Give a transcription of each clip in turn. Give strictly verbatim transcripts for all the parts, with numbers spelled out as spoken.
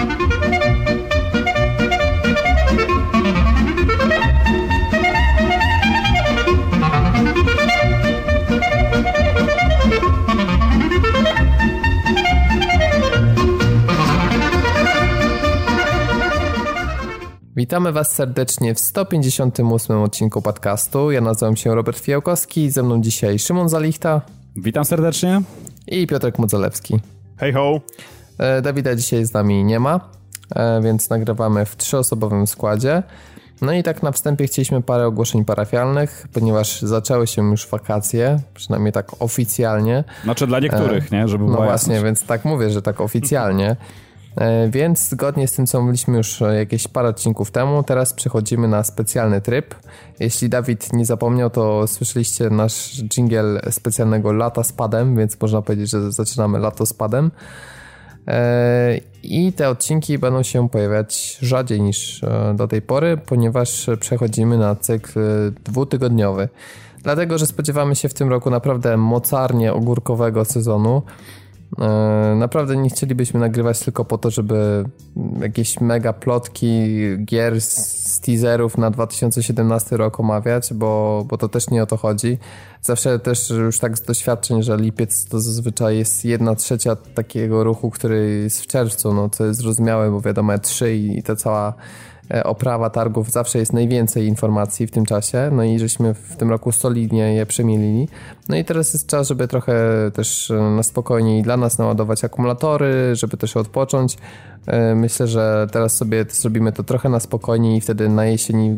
Witamy Was serdecznie w sto pięćdziesiątym ósmym odcinku podcastu. Ja nazywam się Robert Fijałkowski, ze mną dzisiaj Szymon Zalichta. Witam serdecznie. I Piotrek Modzelewski. Hej ho. Dawida dzisiaj z nami nie ma, więc nagrywamy w trzyosobowym składzie. No i tak na wstępie chcieliśmy parę ogłoszeń parafialnych, ponieważ zaczęły się już wakacje, przynajmniej tak oficjalnie. Znaczy dla niektórych, e, nie? Żeby no była właśnie, jasność. Więc tak mówię, że tak oficjalnie. E, więc zgodnie z tym, co mówiliśmy już jakieś parę odcinków temu, teraz przechodzimy na specjalny tryb. Jeśli Dawid nie zapomniał, to słyszeliście nasz dżingiel specjalnego lata z padem, więc można powiedzieć, że zaczynamy lato z padem. I te odcinki będą się pojawiać rzadziej niż do tej pory, ponieważ przechodzimy na cykl dwutygodniowy. Dlatego, że spodziewamy się w tym roku naprawdę mocarnie ogórkowego sezonu. Naprawdę nie chcielibyśmy nagrywać tylko po to, żeby jakieś mega plotki gier z teaserów na dwa tysiące siedemnasty rok omawiać, bo, bo to też nie o to chodzi. Zawsze też już tak z doświadczeń, że lipiec to zazwyczaj jest jedna trzecia takiego ruchu, który jest w czerwcu, no co jest zrozumiałe, bo wiadomo E trzy i ta cała oprawa targów zawsze jest najwięcej informacji w tym czasie, no i żeśmy w tym roku solidnie je przemielili. No i teraz jest czas, żeby trochę też na spokojniej dla nas naładować akumulatory, żeby też odpocząć. Myślę, że teraz sobie zrobimy to trochę na spokojniej i wtedy na jesieni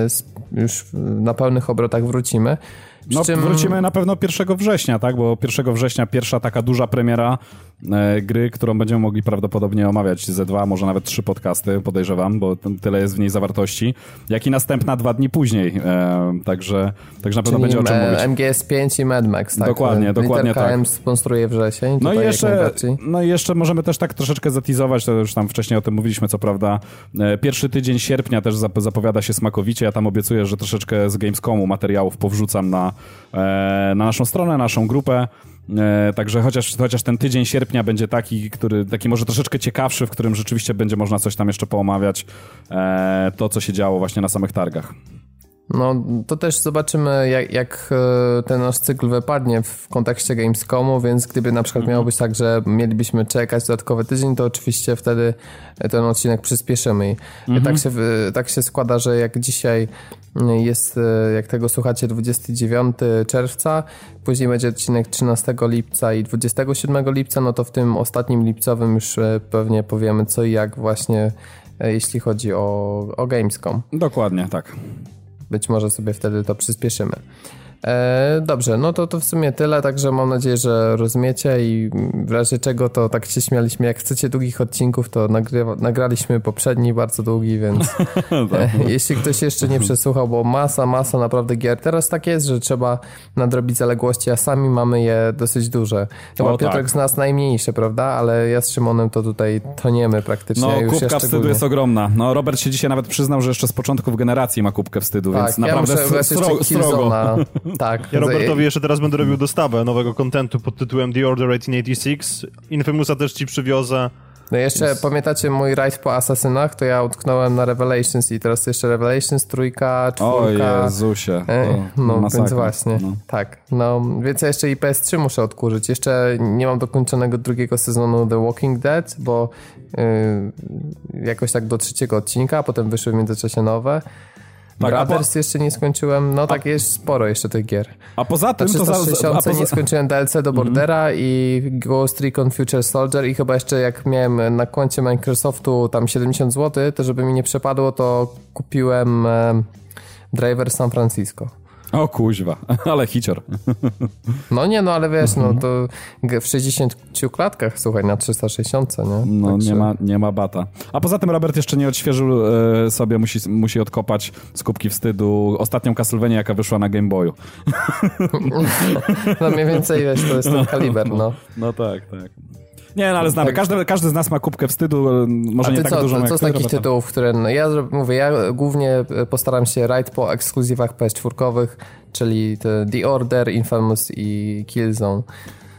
już na pełnych obrotach wrócimy. No czym... wrócimy na pewno pierwszego września, tak? Bo pierwszego września pierwsza taka duża premiera e, gry, którą będziemy mogli prawdopodobnie omawiać ze dwa, może nawet trzy podcasty, podejrzewam, bo tyle jest w niej zawartości, jak i następna dwa dni później. E, także, także na pewno Czyli będzie o czym e, mówić. M G S pięć i Mad Max, tak? Dokładnie, dokładnie Liter K M tak. sponsoruje wrzesień. No i, jeszcze, jak no i jeszcze możemy też tak troszeczkę zatizować, to już tam wcześniej o tym mówiliśmy, co prawda. E, pierwszy tydzień sierpnia też zap- zapowiada się smakowicie. Ja tam obiecuję, że troszeczkę z Gamescomu materiałów powrzucam na e, na naszą stronę, naszą grupę. E, także chociaż, chociaż ten tydzień sierpnia będzie taki, który taki może troszeczkę ciekawszy, w którym rzeczywiście będzie można coś tam jeszcze poomawiać, e, to co się działo właśnie na samych targach. No to też zobaczymy, jak, jak ten nasz cykl wypadnie w kontekście Gamescomu, więc gdyby na przykład miało być tak, że mielibyśmy czekać dodatkowy tydzień, to oczywiście wtedy ten odcinek przyspieszymy. Mhm. Tak się, tak się składa, że jak dzisiaj jest, jak tego słuchacie, dwudziestego dziewiątego czerwca, później będzie odcinek trzynastego lipca i dwudziestego siódmego lipca, no to w tym ostatnim lipcowym już pewnie powiemy co i jak właśnie, jeśli chodzi o, o Gamescom. Dokładnie, tak. Być może sobie wtedy to przyspieszymy. E, dobrze, no to, to w sumie tyle, także mam nadzieję, że rozumiecie i w razie czego to tak się śmialiśmy, jak chcecie długich odcinków, to nagrywa, nagraliśmy poprzedni bardzo długi, więc e, jeśli ktoś jeszcze nie przesłuchał, bo masa, masa naprawdę gier. Teraz tak jest, że trzeba nadrobić zaległości, a sami mamy je dosyć duże. Chyba o, Piotrek tak. z nas najmniejsze, prawda? Ale ja z Szymonem to tutaj toniemy praktycznie. No, już kubka ja wstydu jest ogromna. No, Robert się dzisiaj nawet przyznał, że jeszcze z początków generacji ma kubkę wstydu, tak, więc ja naprawdę muszę stro- strogo. Tak. Ja Robertowi jeszcze teraz będę robił dostawę nowego kontentu pod tytułem The Order tysiąc osiemset osiemdziesiąt sześć. Infamousa też ci przywiozę. No jeszcze jest... pamiętacie mój rajd po Asasynach? To ja utknąłem na Revelations i teraz jeszcze Revelations, trójka, czwórka. O Jezusie. No masakra. Więc właśnie, no. tak. No, więc ja jeszcze i P S trzy muszę odkurzyć. Jeszcze nie mam dokończonego drugiego sezonu The Walking Dead, bo yy, jakoś tak do trzeciego odcinka, a potem wyszły w międzyczasie nowe. Tak, Brothers po... jeszcze nie skończyłem, no tak a... jest sporo jeszcze tych gier. A poza tym... Na trzysta sześćdziesiąt to za... nie skończyłem D L C do Bordera mm-hmm. i Ghost Recon Future Soldier i chyba jeszcze jak miałem na koncie Microsoftu tam siedemdziesiąt złotych, to żeby mi nie przepadło, to kupiłem e, Driver San Francisco. O kuźwa, ale hicior. No nie, no ale wiesz, no to w sześćdziesięciu klatkach, słuchaj, na trzysta sześćdziesiąt, nie? No Także... nie ma, nie ma bata. A poza tym Robert jeszcze nie odświeżył e, sobie, musi, musi odkopać z kubki wstydu ostatnią Castlevanię, jaka wyszła na Game Boyu. No mniej więcej, wiesz, to jest ten kaliber, no. No, no tak, tak. Nie, no ale znamy. Każdy, każdy z nas ma kubkę wstydu, może A ty nie tak co, dużą co jak co z ty, takich Robert? tytułów, które... No ja mówię, ja głównie postaram się rajd po ekskluzywach P S cztery, czyli The Order, Infamous i Killzone.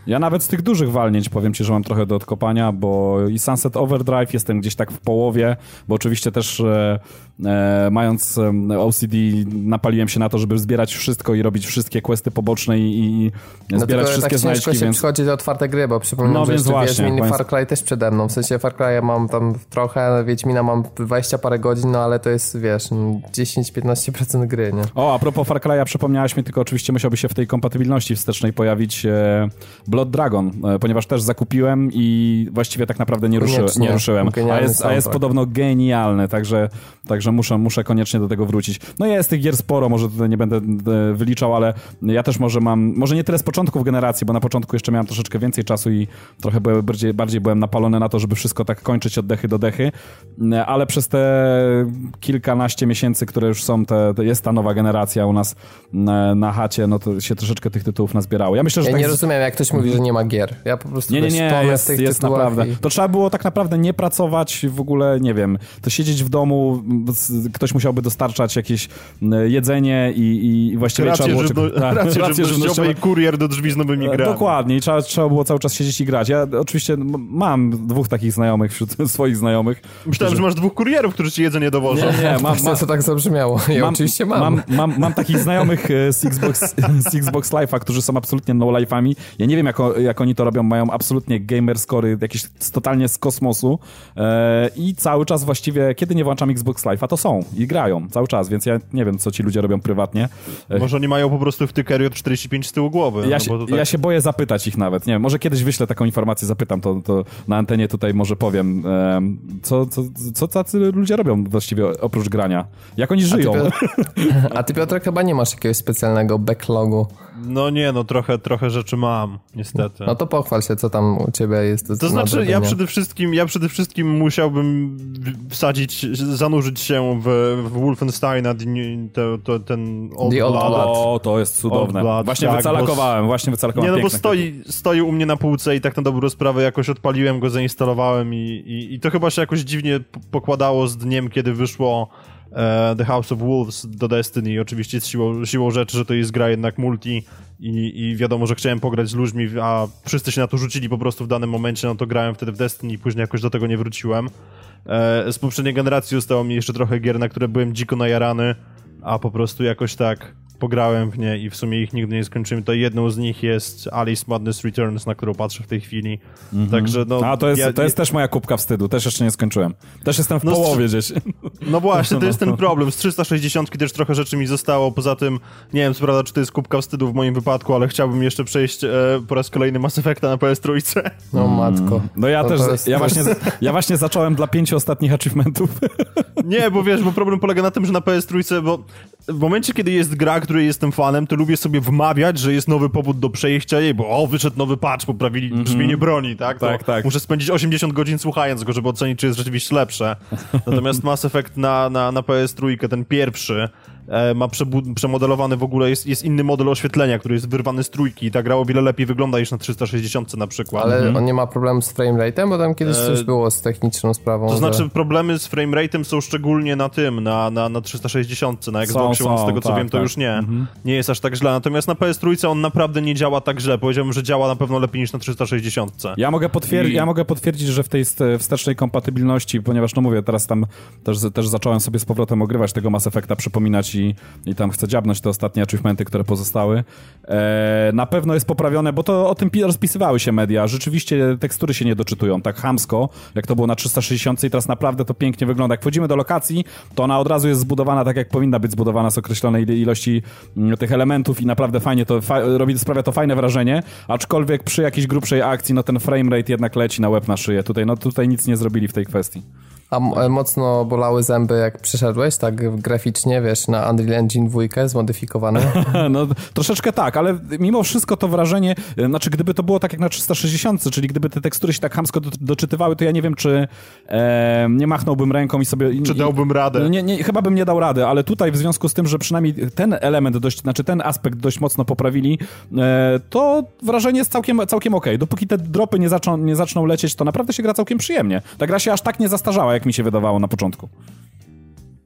Ja nawet z tych dużych walnięć powiem ci, że mam trochę do odkopania, bo i Sunset Overdrive jestem gdzieś tak w połowie, bo oczywiście też e, e, mając e, O C D napaliłem się na to, żeby zbierać wszystko i robić wszystkie questy poboczne i, i no zbierać wszystkie tak znajdźki, ciężko się więc... przychodzi do otwarte gry, bo przypominam, No że więc jeszcze właśnie, Wiedźmin, więc- Far Cry też przede mną, w sensie Far Cry mam tam trochę, Wiedźmina mam dwadzieścia parę godzin, no ale to jest, wiesz, dziesięć do piętnastu procent gry, nie? O, a propos Far Cry'a, przypomniałaś mi, tylko oczywiście musiałby się w tej kompatybilności wstecznej pojawić e, Blood Dragon, e, ponieważ też zakupiłem i właściwie tak naprawdę nie, ruszy, Koniecznie. nie ruszyłem. A Genialny jest, a jest soundtrack. podobno genialny, także, także muszę, muszę koniecznie do tego wrócić. No jest tych gier sporo, może tutaj nie będę e, wyliczał, ale ja też może mam, może nie tyle z początków generacji, bo na początku jeszcze miałem troszeczkę więcej czasu i trochę byłem, bardziej, bardziej byłem napalony na to, żeby wszystko tak kończyć od dechy do dechy, e, ale przez te kilkanaście miesięcy, które już są, te, te jest ta nowa generacja u nas na, na chacie, no to się troszeczkę tych tytułów nazbierało. Ja myślę, że Ja tak nie z- rozumiem, jak ktoś mówi, że nie ma gier. Ja po prostu nie, nie, wiesz, nie, tonę jest, w tych jest tytułach naprawdę. i... To trzeba było tak naprawdę nie pracować w ogóle, nie wiem, to siedzieć w domu, z- ktoś musiałby dostarczać jakieś e, jedzenie i, i właściwie Rację, trzeba było... żywno, Tak, rację żywnościowe żywnościowe. i kurier do drzwi z nowymi grami. Dokładnie, i trzeba, trzeba było cały czas siedzieć i grać. Ja oczywiście m- mam dwóch takich znajomych wśród swoich znajomych. Myślałem, którzy- że masz dwóch kurierów, którzy ci jedzenie dowożą. Nie, nie, mam, Właśnie mam, to tak zabrzmiało. Ja oczywiście mam. Mam, mam, mam takich znajomych e, z Xbox, z Xbox Live'a, którzy są absolutnie no-life'ami. Ja nie wiem, jak, o, jak oni to robią. Mają absolutnie gamer scory jakieś totalnie z kosmosu e, i cały czas właściwie, kiedy nie włączam Xbox Live'a, to są i grają cały czas, więc ja nie wiem, co ci ludzie robią prywatnie. E, Może oni mają po prostu wtykery od czterdzieści pięć z tyłu głowy. ja, no się, bo to tak... ja się boję zapytać ich nawet. Nie wiem, może kiedyś wyślę taką informację, zapytam, to, to na antenie tutaj może powiem, e, co, co, co tacy ludzie robią właściwie oprócz grania. Jak oni żyją. A ty, Piotr, a ty, Piotrek, chyba nie masz jakiegoś specjalnego backlogu. No nie, no trochę, trochę rzeczy mam, niestety. No to pochwal się, co tam u ciebie jest do To znaczy, ja nadrobienia. przede wszystkim, ja przede wszystkim musiałbym wsadzić, zanurzyć się w, w Wolfensteina, to, to, ten Old The Old Blood. Blood. O, to jest cudowne. Old Blood, właśnie tak, wycalakowałem, właśnie Nie, wycalakowałem. no bo Piękne. stoi, stoi u mnie na półce i tak na dobrą sprawę jakoś odpaliłem go, zainstalowałem i, i, i to chyba się jakoś dziwnie p- pokładało z dniem, kiedy wyszło e, The House of Wolves do Destiny. Oczywiście z siłą, siłą rzeczy, że to jest gra jednak multi i, i wiadomo, że chciałem pograć z ludźmi, a wszyscy się na to rzucili po prostu w danym momencie, no to grałem wtedy w Destiny i później jakoś do tego nie wróciłem. E, z poprzedniej generacji zostało mi jeszcze trochę gier, na które byłem dziko najarany, a po prostu jakoś tak pograłem w nie i w sumie ich nigdy nie skończyłem. To jedną z nich jest Alice Madness Returns, na którą patrzę w tej chwili. Mm-hmm. Także no... A, to jest, ja, to jest też moja kubka wstydu. Też jeszcze nie skończyłem. Też jestem w No, połowie gdzieś. No właśnie, to jest ten problem. Z trzysta sześćdziesiąt też trochę rzeczy mi zostało. Poza tym, nie wiem, co prawda, czy to jest kubka wstydu w moim wypadku, ale chciałbym jeszcze przejść e, po raz kolejny Mass Effecta na P S trzy. No matko. No ja To też, to jest- ja, to właśnie, jest- ja właśnie zacząłem dla pięciu ostatnich achievementów. Nie, bo wiesz, bo problem polega na tym, że na P S trzy, bo w momencie, kiedy jest gra, której jestem fanem, to lubię sobie wmawiać, że jest nowy powód do przejścia jej, bo o, wyszedł nowy patch, poprawili mm-hmm. brzmienie broni, tak? To Tak, tak. Muszę spędzić osiemdziesiąt godzin słuchając go, żeby ocenić, czy jest rzeczywiście lepsze. Natomiast Mass Effect na, na, na P S trzy, ten pierwszy, e, ma przebu- przemodelowany w ogóle, jest, jest inny model oświetlenia, który jest wyrwany z trójki i ta gra o wiele lepiej wygląda niż na trzysta sześćdziesiąt na przykład. Ale Mhm. on nie ma problemu z framerate'em, bo tam kiedyś coś było z techniczną sprawą. To że... znaczy problemy z framerate'em są szczególnie na tym, na, na, na trzysta sześćdziesiąt, na Xboxie One, z są, tego co tak, wiem, to tak. już nie. Nie jest aż tak źle. Natomiast na P S trzy on naprawdę nie działa tak źle. Powiedziałbym, że działa na pewno lepiej niż na trzysta sześćdziesiąt. Ja mogę, potwier- I- ja mogę potwierdzić, że w tej st- wstecznej kompatybilności, ponieważ no mówię, teraz tam też, też zacząłem sobie z powrotem ogrywać tego Mass Effecta, przypominać i, i tam chcę dziabnąć te ostatnie achievementy, które pozostały. E, na pewno jest poprawione, bo to o tym pi- rozpisywały się media. Rzeczywiście tekstury się nie doczytują tak chamsko, jak to było na trzysta sześćdziesiąt i teraz naprawdę to pięknie wygląda. Jak wchodzimy do lokacji, to ona od razu jest zbudowana tak, jak powinna być zbudowana z określonej il- ilości mm, tych elementów i naprawdę fajnie to fa- robi, sprawia to fajne wrażenie, aczkolwiek przy jakiejś grubszej akcji, no ten framerate jednak leci na łeb na szyję. Tutaj, no tutaj nic nie zrobili w tej kwestii. A m- e, mocno bolały zęby, jak przeszedłeś, tak graficznie, wiesz, na Unreal Engine dwa zmodyfikowane? No troszeczkę tak, ale mimo wszystko to wrażenie, e, znaczy gdyby to było tak jak na trzysta sześćdziesiąt, czyli gdyby te tekstury się tak chamsko do, doczytywały, to ja nie wiem, czy e, nie machnąłbym ręką i sobie... Czy dałbym radę? No nie, nie, chyba bym nie dał rady, ale tutaj w związku z tym, że przynajmniej ten element, dość, znaczy ten aspekt dość mocno poprawili, e, to wrażenie jest całkiem, całkiem okej. Dopóki te dropy nie zaczną, nie zaczną lecieć, to naprawdę się gra całkiem przyjemnie. Ta gra się aż tak nie zastarzała, jak mi się wydawało na początku.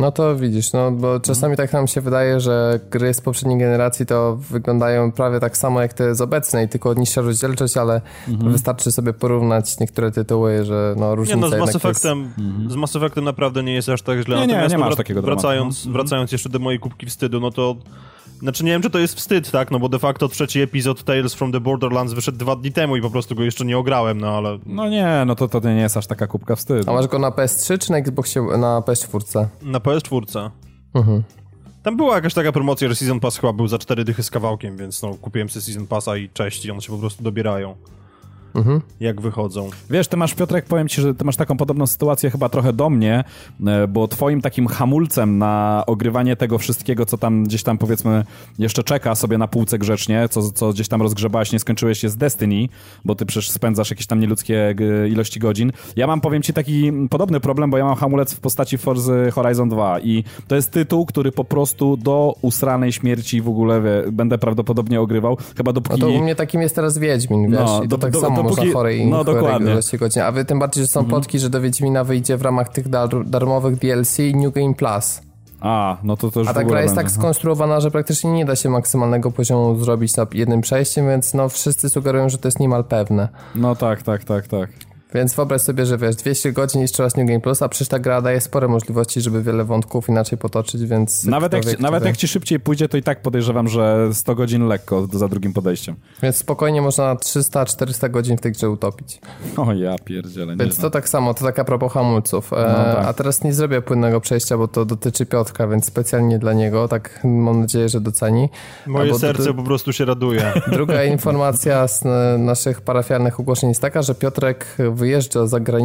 No to widzisz, no bo czasami tak nam się wydaje, że gry z poprzedniej generacji to wyglądają prawie tak samo jak te z obecnej, tylko niższa rozdzielczość, ale mhm. wystarczy sobie porównać niektóre tytuły, że no różnica Nie no, z Mass jednak Effectem, jest... z Mass Effectem naprawdę nie jest aż tak źle. Nie, nie, Natomiast nie masz wrac- takiego wracając, dramatu. wracając jeszcze do mojej kubki wstydu, no to znaczy nie wiem, czy to jest wstyd, tak, no bo de facto trzeci epizod Tales from the Borderlands wyszedł dwa dni temu i po prostu go jeszcze nie ograłem, no ale... No nie, no to, to nie jest aż taka kubka wstydu. A masz go na P S trzy czy na Xboxie, na P S cztery? Na P S cztery. Mhm. Tam była jakaś taka promocja, że Season Pass chyba był za cztery dychy z kawałkiem, więc no kupiłem sobie Season Passa i cześć, i one się po prostu dobierają. Mhm. Jak wychodzą. Wiesz, ty masz, Piotrek, powiem ci, że ty masz taką podobną sytuację chyba trochę do mnie, bo twoim takim hamulcem na ogrywanie tego wszystkiego, co tam gdzieś tam powiedzmy jeszcze czeka sobie na półce grzecznie, co, co gdzieś tam rozgrzebałeś, nie skończyłeś, jest Destiny, bo ty przecież spędzasz jakieś tam nieludzkie ilości godzin. Ja mam, powiem ci, taki podobny problem, bo ja mam hamulec w postaci Forza Horizon dwa i to jest tytuł, który po prostu do usranej śmierci w ogóle wie, będę prawdopodobnie ogrywał, chyba dopóki... No to u mnie takim jest teraz Wiedźmin, wiesz, no, i to do, tak do, samo dopóki, można chorej i no, dokładnie. godzin. A wy tym bardziej, że są mhm. plotki, że do Wiedźmina wyjdzie w ramach tych dar- darmowych D L C New Game Plus. A, no to to już A ta gra jest tak skonstruowana, że praktycznie nie da się maksymalnego poziomu zrobić na jednym przejściem, więc no wszyscy sugerują, że to jest niemal pewne. No tak, tak, tak, tak. Więc wyobraź sobie, że wiesz, dwieście godzin jeszcze raz New Game Plus, a przecież ta gra daje spore możliwości, żeby wiele wątków inaczej potoczyć, więc... Nawet, jak, wie, ci, nawet jak ci szybciej pójdzie, to i tak podejrzewam, że sto godzin lekko za drugim podejściem. Więc spokojnie można trzysta czterysta godzin w tej grze utopić. O ja pierdzielę. Więc to tak samo, to tak a propos hamulców. E, no tak. A teraz nie zrobię płynnego przejścia, bo to dotyczy Piotrka, więc specjalnie dla niego, tak mam nadzieję, że doceni. Moje Albo serce do... po prostu się raduje. Druga informacja z naszych parafialnych ogłoszeń jest taka, że Piotrek wyjeżdża za granicę.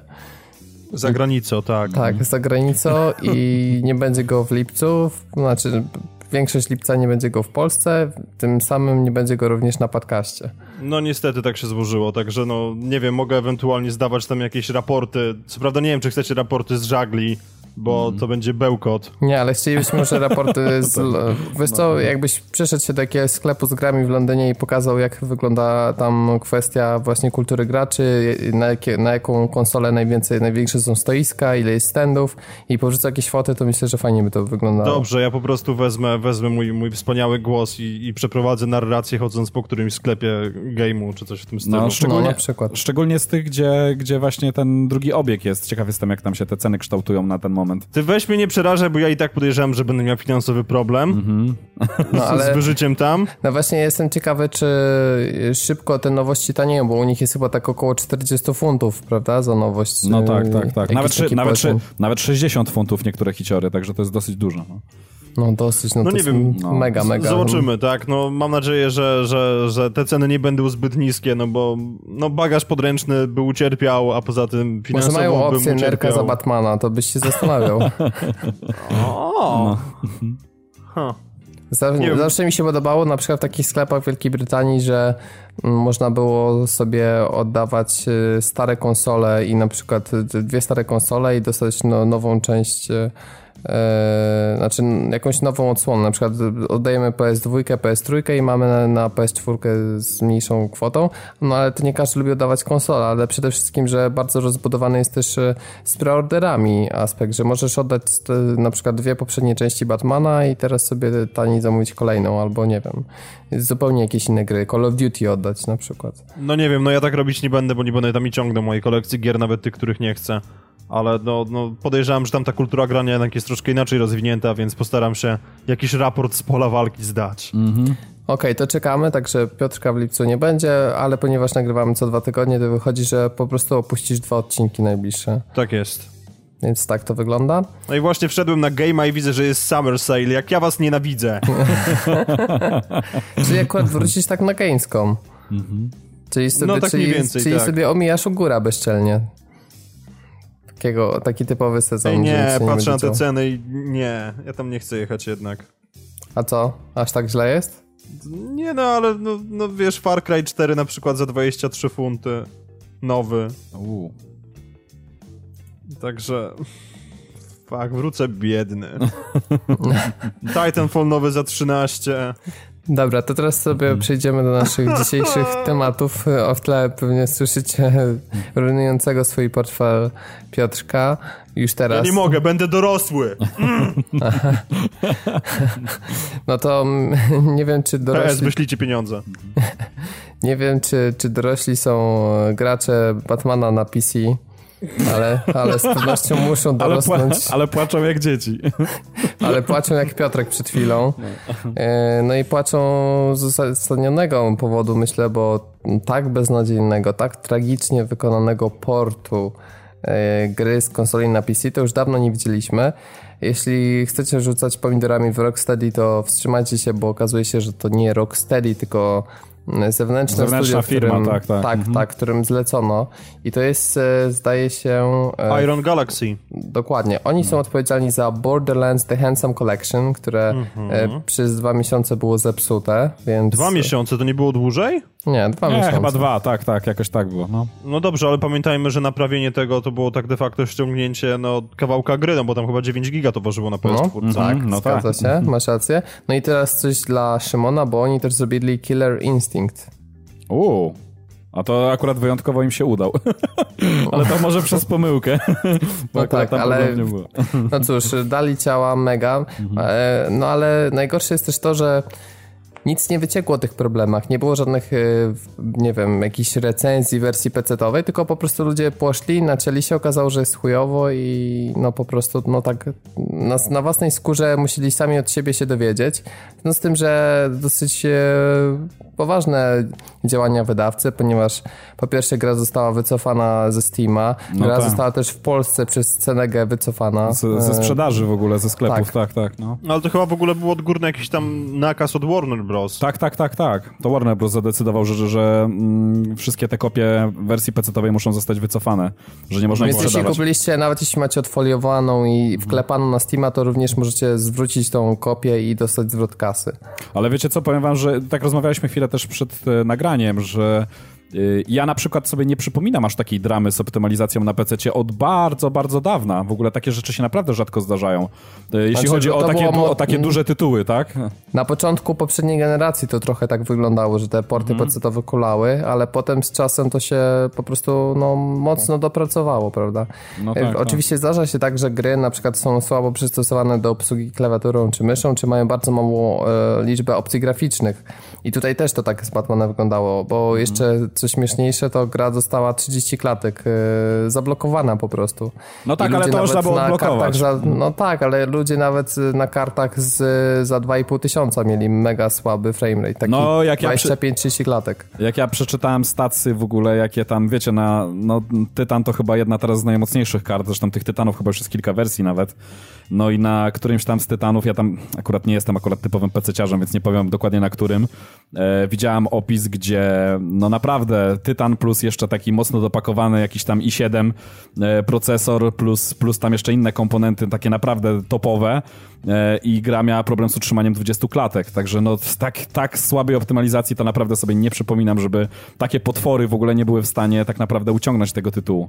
Za granicą, tak. Tak, za granicą i nie będzie go w lipcu, znaczy większość lipca nie będzie go w Polsce, tym samym nie będzie go również na podcaście. No niestety tak się złożyło, także no nie wiem, mogę ewentualnie zdawać tam jakieś raporty, co prawda nie wiem, czy chcecie raporty z żagli, bo mm. to będzie bełkot. Nie, ale chcielibyśmy może raporty z... Wiesz co, jakbyś przyszedł się do jakiegoś sklepu z grami w Londynie i pokazał, jak wygląda tam kwestia właśnie kultury graczy, na, jakie, na jaką konsolę najwięcej, największe są stoiska, ile jest standów i porzucał jakieś foty, to myślę, że fajnie by to wyglądało. Dobrze, ja po prostu wezmę, wezmę mój, mój wspaniały głos i, i przeprowadzę narrację chodząc po którymś sklepie game'u, czy coś w tym stylu. No, szczególnie, no, na przykład. Szczególnie z tych, gdzie, gdzie właśnie ten drugi obieg jest. Ciekaw jestem, jak tam się te ceny kształtują na ten moment. Ty weź mnie nie przerażaj, bo ja i tak podejrzewam, że będę miał finansowy problem mm-hmm. no, ale... z wyżyciem tam. No właśnie jestem ciekawy, czy szybko te nowości tanieją, bo u nich jest chyba tak około czterdzieści funtów, prawda, za nowość. No tak, tak, tak. Nawet, szy, nawet, szy, nawet sześćdziesiąt funtów niektóre hiciory, także to jest dosyć dużo. No. No dosyć, no, no to nie wiem, no. mega, mega. Zobaczymy, tak, no mam nadzieję, że, że, że te ceny nie będą zbyt niskie, no bo no bagaż podręczny by ucierpiał, a poza tym finansowo Może mają opcję bym nerka za Batmana, to byś się zastanawiał. O. Huh. Zawsze, zawsze mi się podobało na przykład w takich sklepach w Wielkiej Brytanii, że można było sobie oddawać stare konsole i na przykład dwie stare konsole i dostać no, nową część, e, znaczy jakąś nową odsłonę. Na przykład oddajemy P S dwa, P S trzy i mamy na, na P S cztery z mniejszą kwotą, no ale to nie każdy lubi oddawać konsolę, ale przede wszystkim, że bardzo rozbudowany jest też z preorderami aspekt, że możesz oddać na przykład dwie poprzednie części Batmana i teraz sobie taniej zamówić kolejną, albo nie wiem, zupełnie jakieś inne gry, Call of Duty oddać na przykład. No nie wiem, no ja tak robić nie będę, bo nie będę tam i ciągnął mojej kolekcji gier, nawet tych, których nie chcę. Ale no, no podejrzewam, że tam ta kultura grania jednak jest troszkę inaczej rozwinięta, więc postaram się jakiś raport z pola walki zdać. Mhm. Okej, okay, to czekamy, także Piotrka w lipcu nie będzie, ale ponieważ nagrywamy co dwa tygodnie, to wychodzi, że po prostu opuścisz dwa odcinki najbliższe. Tak jest. Więc tak to wygląda. No i właśnie wszedłem na Game'a i widzę, że jest Summer Sale, jak ja was nienawidzę. Czyli akurat wrócisz tak na Gamescom. Mhm. Czyli sobie, no tak czyli, mniej więcej, czyli tak. sobie omijasz u góra bezczelnie. Takiego, taki typowy sezon. Ej, nie, nie patrzę na te działo. ceny i nie, ja tam nie chcę jechać jednak. A co? Aż tak źle jest? Nie no, ale no, no wiesz, Far Cry cztery na przykład za dwadzieścia trzy funty. Nowy. U. Także... Fuck, wrócę biedny. Titanfall nowy za trzynaście. Dobra, to teraz sobie przejdziemy do naszych dzisiejszych tematów. O w tle pewnie słyszycie rujnującego swój portfel Piotrka. Już teraz. Ja nie mogę, będę dorosły. Mm. No to nie wiem, czy dorośli... P S, wyślijcie pieniądze. Nie wiem, czy, czy dorośli są gracze Batmana na P C, ale, ale z pewnością muszą dorosnąć. Ale, pła- ale płaczą jak dzieci. Ale płaczą jak Piotrek przed chwilą. No i płaczą z uzasadnionego powodu, myślę, bo tak beznadziejnego, tak tragicznie wykonanego portu gry z konsoli na P C to już dawno nie widzieliśmy. Jeśli chcecie rzucać pomidorami w Rocksteady, to wstrzymajcie się, bo okazuje się, że to nie Rocksteady, tylko zewnętrzne Zewnętrzna studio, firma, którym, tak, tak. Tak, mhm. tak, którym zlecono. I to jest, zdaje się... Iron Galaxy. Dokładnie. Oni są odpowiedzialni za Borderlands The Handsome Collection, które mhm. przez dwa miesiące było zepsute, więc... Dwa miesiące? To nie było dłużej? Nie, dwa nie, miesiące. chyba dwa, tak, tak, jakoś tak było. No. no dobrze, ale pamiętajmy, że naprawienie tego to było tak de facto ściągnięcie no, kawałka gry, no bo tam chyba dziewięć giga to ważyło na P S cztery. No, tak, no zgadza tak. się, masz rację. No i teraz coś dla Szymona, bo oni też zrobili Killer Instinct. Uuu, a to akurat wyjątkowo im się udał. Ale to może przez pomyłkę. Bo No tak, ale nie było. No cóż, dali ciała mega, no ale najgorsze jest też to, że nic nie wyciekło o tych problemach, nie było żadnych, nie wiem, jakichś recenzji wersji pecetowej, tylko po prostu ludzie poszli, nacięli się, okazało, że jest chujowo i no po prostu, no tak na, na własnej skórze musieli sami od siebie się dowiedzieć. No z tym, że dosyć e, poważne działania wydawcy, ponieważ po pierwsze gra została wycofana ze Steama, no gra tak. została też w Polsce przez C N G wycofana. Z, ze sprzedaży w ogóle, ze sklepów, tak, tak. tak no. no ale to chyba w ogóle był odgórny jakiś tam nakaz od Warner Bros. Tak, tak, tak, tak. To Warner Bros. Zadecydował, że, że, że mm, wszystkie te kopie wersji pecetowej muszą zostać wycofane, że nie można ich Więc sprzedawać. jeśli kupiliście, nawet jeśli macie odfoliowaną i wklepaną na Steama, to również możecie zwrócić tą kopię i dostać zwrot kasy. Ale wiecie co, powiem wam, że tak rozmawialiśmy chwilę też przed e, nagraniem, że ja na przykład sobie nie przypominam aż takiej dramy z optymalizacją na pececie od bardzo, bardzo dawna. W ogóle takie rzeczy się naprawdę rzadko zdarzają. Jeśli znaczy, chodzi o takie, było... o takie duże tytuły, tak? Na początku poprzedniej generacji to trochę tak wyglądało, że te porty mm. pecetowe kulały, ale potem z czasem to się po prostu no, mocno dopracowało, prawda? No tak, Oczywiście tak. zdarza się tak, że gry na przykład są słabo przystosowane do obsługi klawiaturą czy myszą, czy mają bardzo małą e, liczbę opcji graficznych. I tutaj też to tak z Batmanem wyglądało, bo jeszcze mm. co śmieszniejsze, to gra została trzydzieści klatek yy, zablokowana po prostu. No tak, ale to można było odblokować. Za, no tak, ale ludzie nawet na kartach z, za dwa i pół tysiąca mieli mega słaby framerate, taki no, jak dwadzieścia pięć trzydzieści ja klatek. Jak ja przeczytałem statsy w ogóle, jakie tam, wiecie, na no, Tytan to chyba jedna teraz z najmocniejszych kart, zresztą tych Tytanów chyba już jest kilka wersji nawet. No i na którymś tam z Tytanów, ja tam akurat nie jestem akurat typowym pececiarzem, więc nie powiem dokładnie na którym, e, widziałem opis, gdzie no naprawdę Tytan plus jeszcze taki mocno dopakowany jakiś tam i siedem e, procesor plus, plus tam jeszcze inne komponenty takie naprawdę topowe e, i gra miała problem z utrzymaniem dwudziestu klatek, także no z tak, tak słabej optymalizacji to naprawdę sobie nie przypominam, żeby takie potwory w ogóle nie były w stanie tak naprawdę uciągnąć tego tytułu.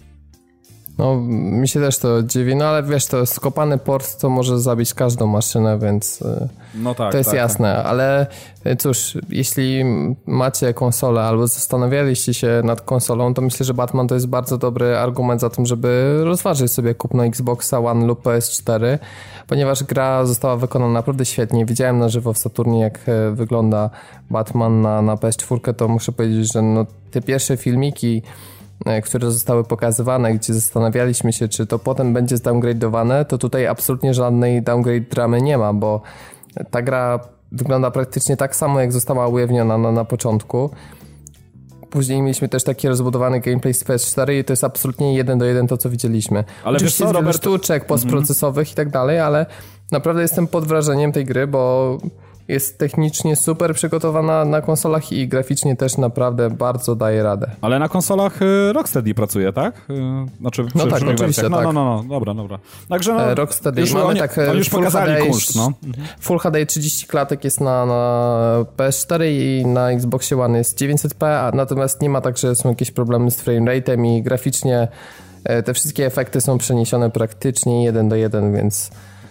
No, mi się też to dziwi, no ale wiesz, to skopany port to może zabić każdą maszynę, więc no tak, to jest tak, jasne, tak. Ale cóż, jeśli macie konsolę albo zastanawialiście się nad konsolą, to myślę, że Batman to jest bardzo dobry argument za tym, żeby rozważyć sobie kupno Xboxa One lub P S cztery, ponieważ gra została wykonana naprawdę świetnie. Widziałem na żywo w Saturnie, jak wygląda Batman na, na P S cztery, to muszę powiedzieć, że no, te pierwsze filmiki, które zostały pokazywane, gdzie zastanawialiśmy się, czy to potem będzie zdowngrade'owane, to tutaj absolutnie żadnej downgrade dramy nie ma, bo ta gra wygląda praktycznie tak samo, jak została ujawniona na, na początku. Później mieliśmy też taki rozbudowany gameplay z P S cztery i to jest absolutnie jeden do jeden to, co widzieliśmy. Ale oczywiście wiesz co, jest Robert... sztuczek postprocesowych mm-hmm. i tak dalej, ale naprawdę jestem pod wrażeniem tej gry, bo jest technicznie super przygotowana na konsolach i graficznie też naprawdę bardzo daje radę. Ale na konsolach y, Rocksteady pracuje, tak? Y, znaczy przy, no tak, przy oczywiście, no, tak. No, no, no, dobra, dobra. Także no, Rocksteady, już, mamy oni, tak oni już pokazali H D, kunszt, no. Full H D trzydzieści klatek jest na, na P S cztery i na Xboxie One jest dziewięćset p, a natomiast nie ma tak, że są jakieś problemy z framerate'em i graficznie te wszystkie efekty są przeniesione praktycznie jeden do jeden, więc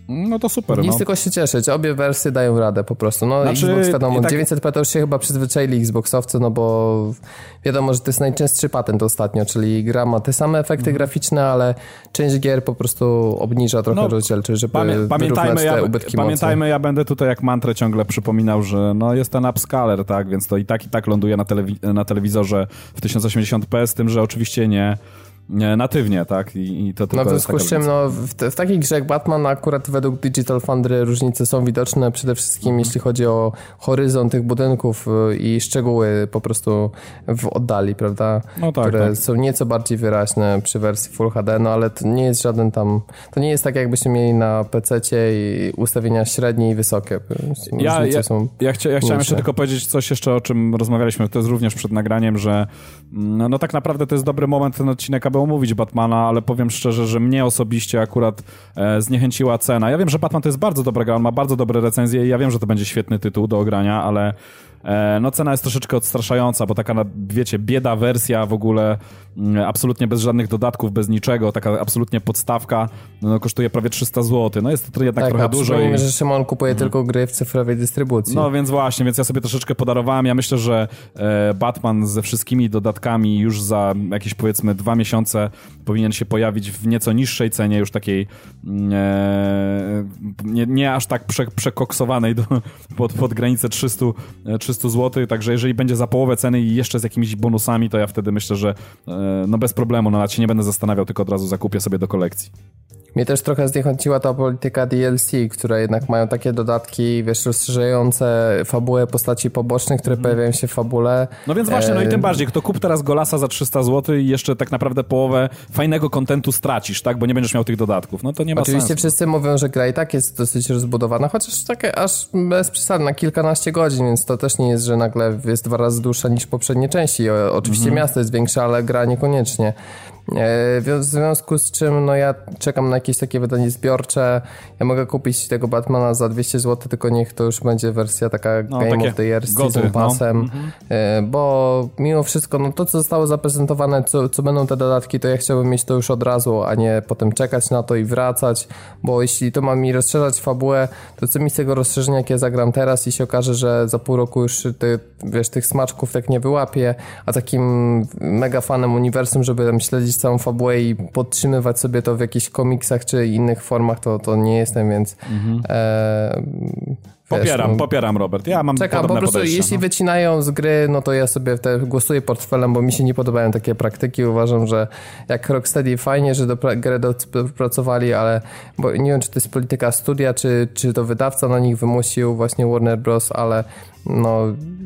No to super. Nic no. tylko się cieszyć. Obie wersje dają radę po prostu. No znaczy, Xbox wiadomo, tak... dziewięćset p to już się chyba przyzwyczaili Xboxowcy, no bo wiadomo, że to jest najczęstszy patent ostatnio, czyli gra ma te same efekty mm. graficzne, ale część gier po prostu obniża trochę no, rozdzielczość, żeby pamię- pamiętajmy, te ja, ubytki Pamiętajmy, mocy. Ja będę tutaj jak mantrę ciągle przypominał, że no jest ten upscaler, tak, więc to i tak i tak ląduje na, telewi- na telewizorze w tysiąc osiemdziesiąt p, z tym, że oczywiście nie Nie, natywnie, tak? I, i to tylko no w związku z czym, no, w, te, w takiej grze jak Batman akurat według Digital Foundry różnice są widoczne, przede wszystkim mm. jeśli chodzi o horyzont tych budynków i szczegóły po prostu w oddali, prawda? No tak, które tak. są nieco bardziej wyraźne przy wersji Full H D, no ale to nie jest żaden tam, to nie jest tak jakbyśmy mieli na pececie i ustawienia średnie i wysokie. Ja, ja, są ja, chcia, ja chciałem jeszcze tylko powiedzieć coś jeszcze, o czym rozmawialiśmy, to jest również przed nagraniem, że no, no tak naprawdę to jest dobry moment ten odcinek, aby omówić Batmana, ale powiem szczerze, że mnie osobiście akurat e, zniechęciła cena. Ja wiem, że Batman to jest bardzo dobra gra, on ma bardzo dobre recenzje i ja wiem, że to będzie świetny tytuł do ogrania, ale e, no cena jest troszeczkę odstraszająca, bo taka, wiecie, bieda wersja w ogóle, m, absolutnie bez żadnych dodatków, bez niczego, taka absolutnie podstawka, no, kosztuje prawie trzysta złotych. No jest to jednak tak, trochę dużo. I... że Szymon kupuje hmm. tylko gry w cyfrowej dystrybucji. No więc właśnie, więc ja sobie troszeczkę podarowałem. Ja myślę, że e, Batman ze wszystkimi dodatkami już za jakieś powiedzmy dwa miesiące powinien się pojawić w nieco niższej cenie, już takiej e, nie, nie aż tak prze, przekoksowanej do, pod, pod granicę trzysta złotych, także jeżeli będzie za połowę ceny i jeszcze z jakimiś bonusami, to ja wtedy myślę, że e, no bez problemu, no, się nie będę zastanawiał, tylko od razu zakupię sobie do kolekcji. Mnie też trochę zniechęciła ta polityka D L C, które jednak mają takie dodatki, wiesz, rozszerzające fabułę postaci pobocznych, które mm. pojawiają się w fabule. No więc właśnie, no i tym bardziej, kto kup teraz Golasa za trzysta złotych i jeszcze tak naprawdę połowę fajnego kontentu stracisz, tak, bo nie będziesz miał tych dodatków, no to nie ma Oczywiście sensu. Oczywiście wszyscy mówią, że gra i tak jest dosyć rozbudowana, chociaż takie aż bez przesady, na kilkanaście godzin, więc to też nie jest, że nagle jest dwa razy dłuższa niż poprzednie części. O, oczywiście mm. miasto jest większe, ale gra niekoniecznie. W związku z czym no ja czekam na jakieś takie wydanie zbiorcze. Ja mogę kupić tego Batmana za dwieście złotych, tylko niech to już będzie wersja taka no, Game of the Year z Season Passem, no. mm-hmm. bo mimo wszystko no to co zostało zaprezentowane, co, co będą te dodatki, to ja chciałbym mieć to już od razu, a nie potem czekać na to i wracać, bo jeśli to ma mi rozszerzać fabułę, to co mi z tego rozszerzenia, jak ja zagram teraz i się okaże, że za pół roku już ty, wiesz, tych smaczków tak nie wyłapię, a takim mega fanem uniwersum, żeby tam śledzić całą fabułę i podtrzymywać sobie to w jakichś komiksach czy innych formach, to, to nie jestem, więc mhm. e, wiesz, popieram, no, popieram, Robert. Ja mam czekam, podobne po prostu podejście, jeśli no. wycinają z gry, no to ja sobie te głosuję portfelem, bo mi się nie podobają takie praktyki. Uważam, że jak Rocksteady fajnie, że do grę dopracowali, ale bo nie wiem, czy to jest polityka studia, czy, czy to wydawca na nich wymusił właśnie Warner Bros., ale no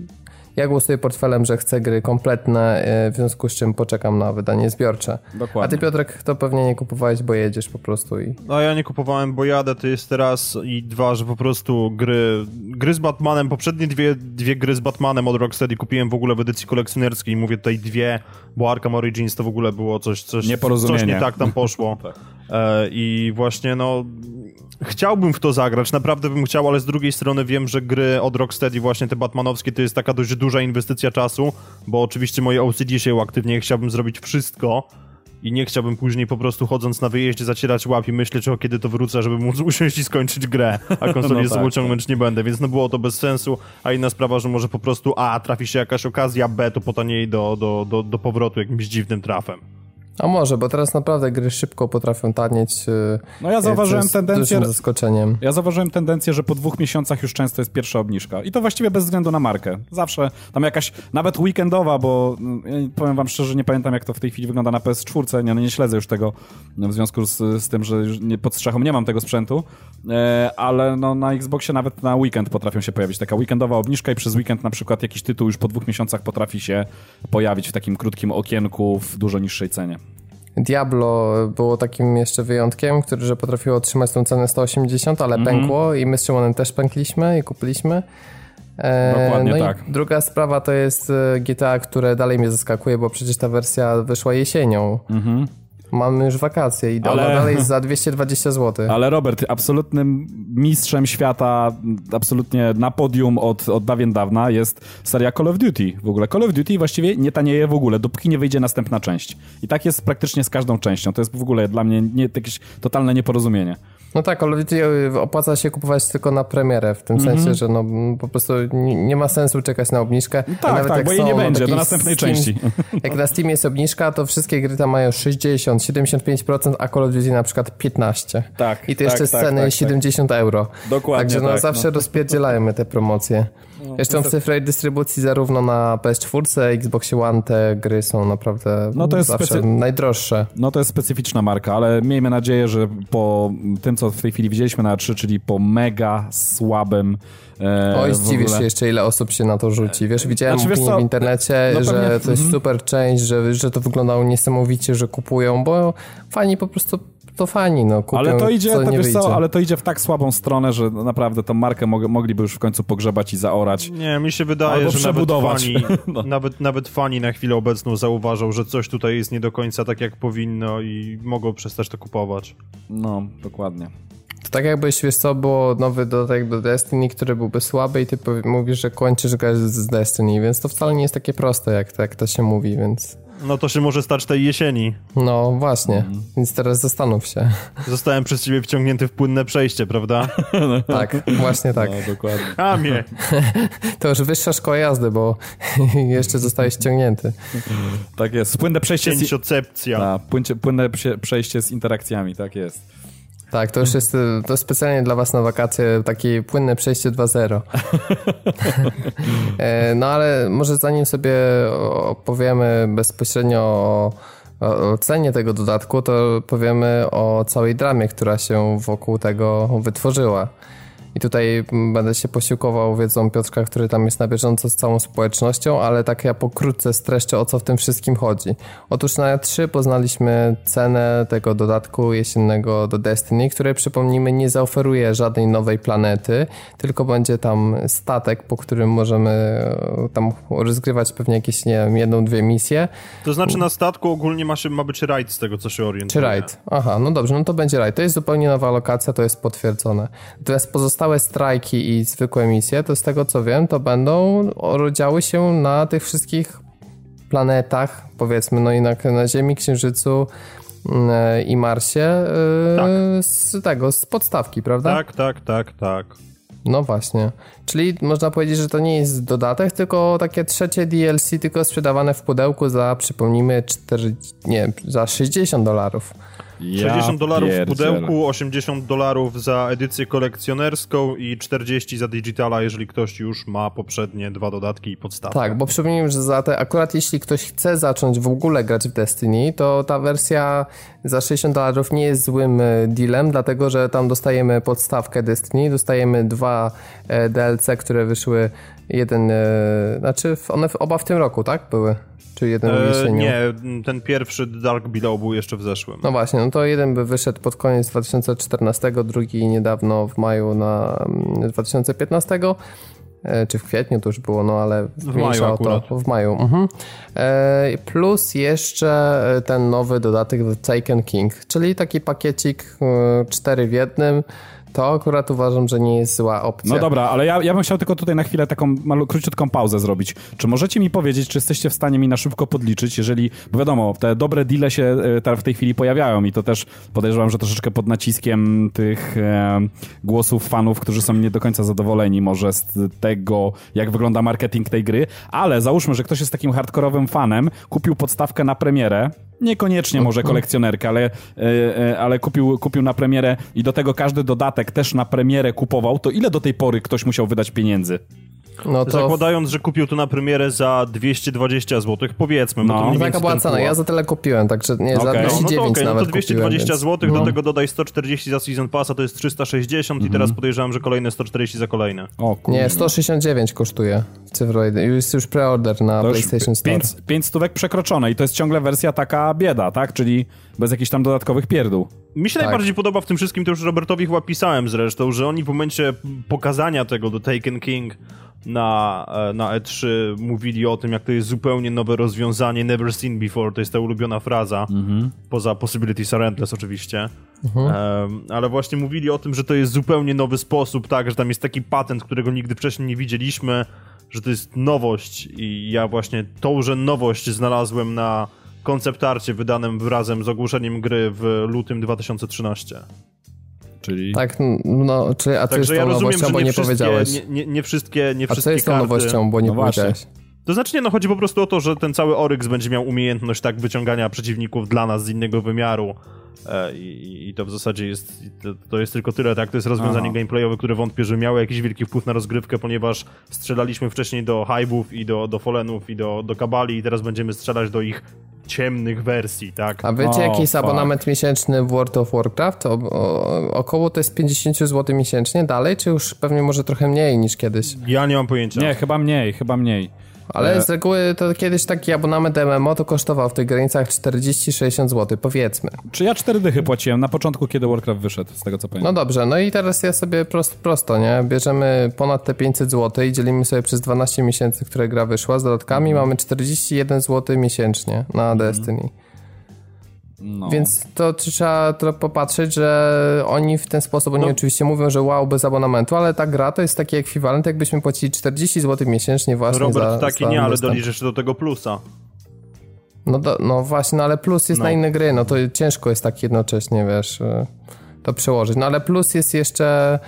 ja głosuję portfelem, że chcę gry kompletne, w związku z czym poczekam na wydanie zbiorcze. Dokładnie. A ty, Piotrek, to pewnie nie kupowałeś, bo jedziesz po prostu i... No ja nie kupowałem, bo jadę, to jest teraz i dwa, że po prostu gry gry z Batmanem, poprzednie dwie, dwie gry z Batmanem od Rocksteady kupiłem w ogóle w edycji kolekcjonerskiej, mówię tutaj dwie, bo Arkham Origins to w ogóle było coś, coś, coś nie tak tam poszło. tak. e, I właśnie no... Chciałbym w to zagrać, naprawdę bym chciał, ale z drugiej strony wiem, że gry od Rocksteady, właśnie te batmanowskie, to jest taka dość duża inwestycja czasu, bo oczywiście moje O C D się uaktywnia, chciałbym zrobić wszystko i nie chciałbym później po prostu chodząc na wyjeździe zacierać łap i myśleć, o kiedy to wrócę, żeby móc usiąść i skończyć grę, a konsoli no tak, ciągnąć tak. nie będę, więc no było to bez sensu, a inna sprawa, że może po prostu A, trafi się jakaś okazja, B, to potaniej do, do, do, do powrotu jakimś dziwnym trafem. A może, bo teraz naprawdę gry szybko potrafią tanieć. No ja zauważyłem tendencję. Zaskoczeniem. Ja zauważyłem tendencję, że po dwóch miesiącach już często jest pierwsza obniżka. I to właściwie bez względu na markę. Zawsze tam jakaś, nawet weekendowa, bo ja powiem wam szczerze, nie pamiętam jak to w tej chwili wygląda na P S cztery. Nie, no nie śledzę już tego w związku z, z tym, że już nie, pod strzechą nie mam tego sprzętu. E, ale no, na Xboxie nawet na weekend potrafią się pojawić taka weekendowa obniżka i przez weekend na przykład jakiś tytuł już po dwóch miesiącach potrafi się pojawić w takim krótkim okienku w dużo niższej cenie. Diablo było takim jeszcze wyjątkiem, który że potrafiło otrzymać tą cenę sto osiemdziesiąt, ale mm-hmm. pękło i my z Szymonem też pękliśmy i kupiliśmy. E, Dokładnie no tak. I druga sprawa to jest G T A, które dalej mnie zaskakuje, bo przecież ta wersja wyszła jesienią. Mhm. Mamy już wakacje i Ale- ona dalej jest za dwieście dwadzieścia złotych. Ale Robert, absolutnym mistrzem świata, absolutnie na podium od, od dawien dawna jest seria Call of Duty. W ogóle Call of Duty właściwie nie tanieje w ogóle, dopóki nie wyjdzie następna część. I tak jest praktycznie z każdą częścią. To jest w ogóle dla mnie nie, jakieś totalne nieporozumienie. No tak, Call of Duty opłaca się kupować tylko na premierę, w tym Mhm. sensie, że no po prostu nie, nie ma sensu czekać na obniżkę. I Tak, nawet tak, jak bo jej są nie będzie do takie następnej Steam, części. Jak na Steamie jest obniżka, to wszystkie gry tam mają sześćdziesiąt, siedemdziesiąt pięć procent, a Call of Duty na przykład piętnaście. Tak, I to jeszcze tak, z tak, ceny tak, tak. siedemdziesiąt euro. Dokładnie Także no tak, zawsze no. rozpierdzielają my te promocje. Zresztą w cyfrowej dystrybucji zarówno na P S cztery, Xbox One te gry są naprawdę No to jest zawsze specy- najdroższe. No to jest specyficzna marka, ale miejmy nadzieję, że po tym, co w tej chwili widzieliśmy na E trzy, czyli po mega słabym e, Oj, w zdziwisz ogóle... się jeszcze, ile osób się na to rzuci. Wiesz, widziałem Znaczy, wiesz opinię co, w internecie, no że pewnie- to jest mhm. super część, że, że to wyglądało niesamowicie, że kupują, bo fani po prostu to fani, no, kupią, Ale to idzie, co to nie wiesz wyjdzie. co, ale to idzie w tak słabą stronę, że naprawdę tą markę mog- mogliby już w końcu pogrzebać i zaorać. Nie, mi się wydaje, Albo że nawet przebudować. fani, No. nawet, nawet fani na chwilę obecną zauważą, że coś tutaj jest nie do końca tak, jak powinno i mogą przestać to kupować. No, dokładnie. To tak jakbyś, wiesz co, było nowy dodatek do Destiny, który byłby słaby i ty powie- mówisz, że kończysz grać z Destiny, więc to wcale nie jest takie proste, jak to, jak to się mówi, więc... No to się może stać tej jesieni. No właśnie, Mhm. więc teraz zastanów się. Zostałem przez ciebie wciągnięty w płynne przejście, prawda? Tak, właśnie tak. No, dokładnie. A mnie. To już wyższa szkoła jazdy, bo jeszcze zostałeś ściągnięty. Tak jest. Płynne przejście z... Cięciocepcja. Ta, płyncie, płynne psie- przejście z interakcjami, tak jest. Tak, to już jest y, to specjalnie dla was na wakacje takie płynne przejście dwa zero. E, No ale może zanim sobie opowiemy bezpośrednio o, o, o cenie tego dodatku, to powiemy o całej dramie, która się wokół tego wytworzyła. I tutaj będę się posiłkował wiedzą Piotrka, który tam jest na bieżąco z całą społecznością, ale tak ja pokrótce streszczę, o co w tym wszystkim chodzi. Otóż na E trzy poznaliśmy cenę tego dodatku jesiennego do Destiny, który, przypomnijmy, nie zaoferuje żadnej nowej planety, tylko będzie tam statek, po którym możemy e, tam rozgrywać pewnie jakieś, nie wiem, jedną, dwie misje. To znaczy na statku ogólnie ma, się, ma być rajd z tego, co się Czy orientuję. raid? Aha, no dobrze, no to będzie raid. To jest zupełnie nowa lokacja, to jest potwierdzone. Natomiast pozostałe strajki i zwykłe misje, to z tego co wiem, to będą działy się na tych wszystkich planetach, powiedzmy, no i na, na Ziemi, Księżycu yy, i Marsie, yy, Tak. z tego, z podstawki, prawda? Tak, tak, tak, tak. No właśnie. Czyli można powiedzieć, że to nie jest dodatek, tylko takie trzecie D L C, tylko sprzedawane w pudełku za, przypomnijmy, cztery, nie, za sześćdziesiąt dolarów. sześćdziesiąt dolarów w pierdzielę. pudełku, osiemdziesiąt dolarów za edycję kolekcjonerską i czterdzieści za digitala, jeżeli ktoś już ma poprzednie dwa dodatki i podstawkę. Tak, bo przypomnijmy, że za te, akurat jeśli ktoś chce zacząć w ogóle grać w Destiny, to ta wersja za sześćdziesiąt dolarów nie jest złym e, dealem, dlatego że tam dostajemy podstawkę Destiny, dostajemy dwa e, D L C, które wyszły, jeden, e, znaczy one w, oba w tym roku, tak? Były? Czy jeden w E, jesieniu? nie, ten pierwszy Dark Below był jeszcze w zeszłym. No właśnie, no to jeden by wyszedł pod koniec dwa tysiące czternastego, drugi niedawno w maju na mm, dwa tysiące piętnastego. E, czy w kwietniu to już było, no ale W mniejsza maju o to. akurat. W maju. Mhm. E, plus jeszcze ten nowy dodatek The Taken King, czyli taki pakiecik e, cztery w jednym. To akurat uważam, że nie jest zła opcja. No dobra, ale ja, ja bym chciał tylko tutaj na chwilę taką malu, króciutką pauzę zrobić. Czy możecie mi powiedzieć, czy jesteście w stanie mi na szybko podliczyć, jeżeli, bo wiadomo, te dobre deale się e, w tej chwili pojawiają i to też podejrzewam, że troszeczkę pod naciskiem tych e, głosów fanów, którzy są nie do końca zadowoleni może z tego, jak wygląda marketing tej gry, ale załóżmy, że ktoś jest takim hardkorowym fanem, kupił podstawkę na premierę, niekoniecznie może kolekcjonerkę, ale, e, e, ale kupił, kupił na premierę i do tego każdy dodatek też na premierę kupował, to ile do tej pory ktoś musiał wydać pieniędzy? No to Zakładając, że kupił to na premierę za dwieście dwadzieścia złotych, powiedzmy. Bo No. to no mniej taka więcej była ten cena, pułap. ja za tyle kupiłem, także nie, za Okej. No, dwieście no to dziewięć okej, no nawet to dwieście kupiłem, dwadzieścia więc... złotych, no. do tego dodaj sto czterdzieści za Season Passa, to jest trzysta sześćdziesiąt i teraz podejrzewam, że kolejne sto czterdzieści za kolejne. O kurde. Nie, sto sześćdziesiąt dziewięć kosztuje w cyfrowej. Jest już preorder na To już PlayStation Store. pięć, pięć stówek przekroczone i to jest ciągle wersja taka bieda, tak? Czyli bez jakichś tam dodatkowych pierdół. Mi się Tak. najbardziej podoba w tym wszystkim, to już Robertowi chyba pisałem zresztą, że oni w momencie pokazania tego do Taken King na, na E trzy mówili o tym, jak to jest zupełnie nowe rozwiązanie, never seen before, to jest ta ulubiona fraza, mhm. poza Possibilities are Endless oczywiście, mhm. um, ale właśnie mówili o tym, że to jest zupełnie nowy sposób, tak, że tam jest taki patent, którego nigdy wcześniej nie widzieliśmy, że to jest nowość i ja właśnie tąże nowość znalazłem na koncept arcie wydanym razem z ogłoszeniem gry w lutym dwa tysiące trzynastym. Czyli... Tak, no, czyli, a co Także jest tą ja rozumiem, nowością, że bo nie, nie powiedziałeś? Nie, nie, nie wszystkie, nie wszystkie A co jest tą karty... nowością, bo nie no powiedziałeś? To znaczy nie, no chodzi po prostu o to, że ten cały Oryx będzie miał umiejętność tak wyciągania przeciwników dla nas z innego wymiaru e, i, i to w zasadzie jest to, to jest tylko tyle, tak? To jest rozwiązanie Aha. gameplayowe, które wątpię, że miało jakiś wielki wpływ na rozgrywkę, ponieważ strzelaliśmy wcześniej do Hive'ów i do, do Fallenów i do, do Kabali i teraz będziemy strzelać do ich ciemnych wersji, tak? A wiecie, oh, jaki jest fuck. abonament miesięczny w World of Warcraft? O, o, około to jest pięćdziesiąt złotych miesięcznie dalej, czy już pewnie może trochę mniej niż kiedyś? Ja nie mam pojęcia. Nie, chyba mniej, chyba mniej. Ale e... z reguły to kiedyś taki abonament M M O to kosztował w tych granicach czterdzieści sześćdziesiąt złotych, powiedzmy. Czy ja cztery dychy płaciłem na początku, kiedy Warcraft wyszedł, z tego co pamiętam. No dobrze, no i teraz ja sobie prosto, prosto nie? Bierzemy ponad te pięćset złotych i dzielimy sobie przez dwanaście miesięcy, które gra wyszła z dodatkami, mm. mamy czterdzieści jeden złotych miesięcznie na mm. Destiny. No. Więc to trzeba to popatrzeć, że oni w ten sposób, oni no. oczywiście mówią, że wow, bez abonamentu, ale ta gra to jest taki ekwiwalent, jakbyśmy płacili czterdzieści złotych miesięcznie właśnie Robert, za taki za nie, ale dostęp. doliczysz do tego plusa. No, do, no właśnie, no ale plus jest no. na inne gry, no to ciężko jest tak jednocześnie, wiesz, to przełożyć. No ale plus jest jeszcze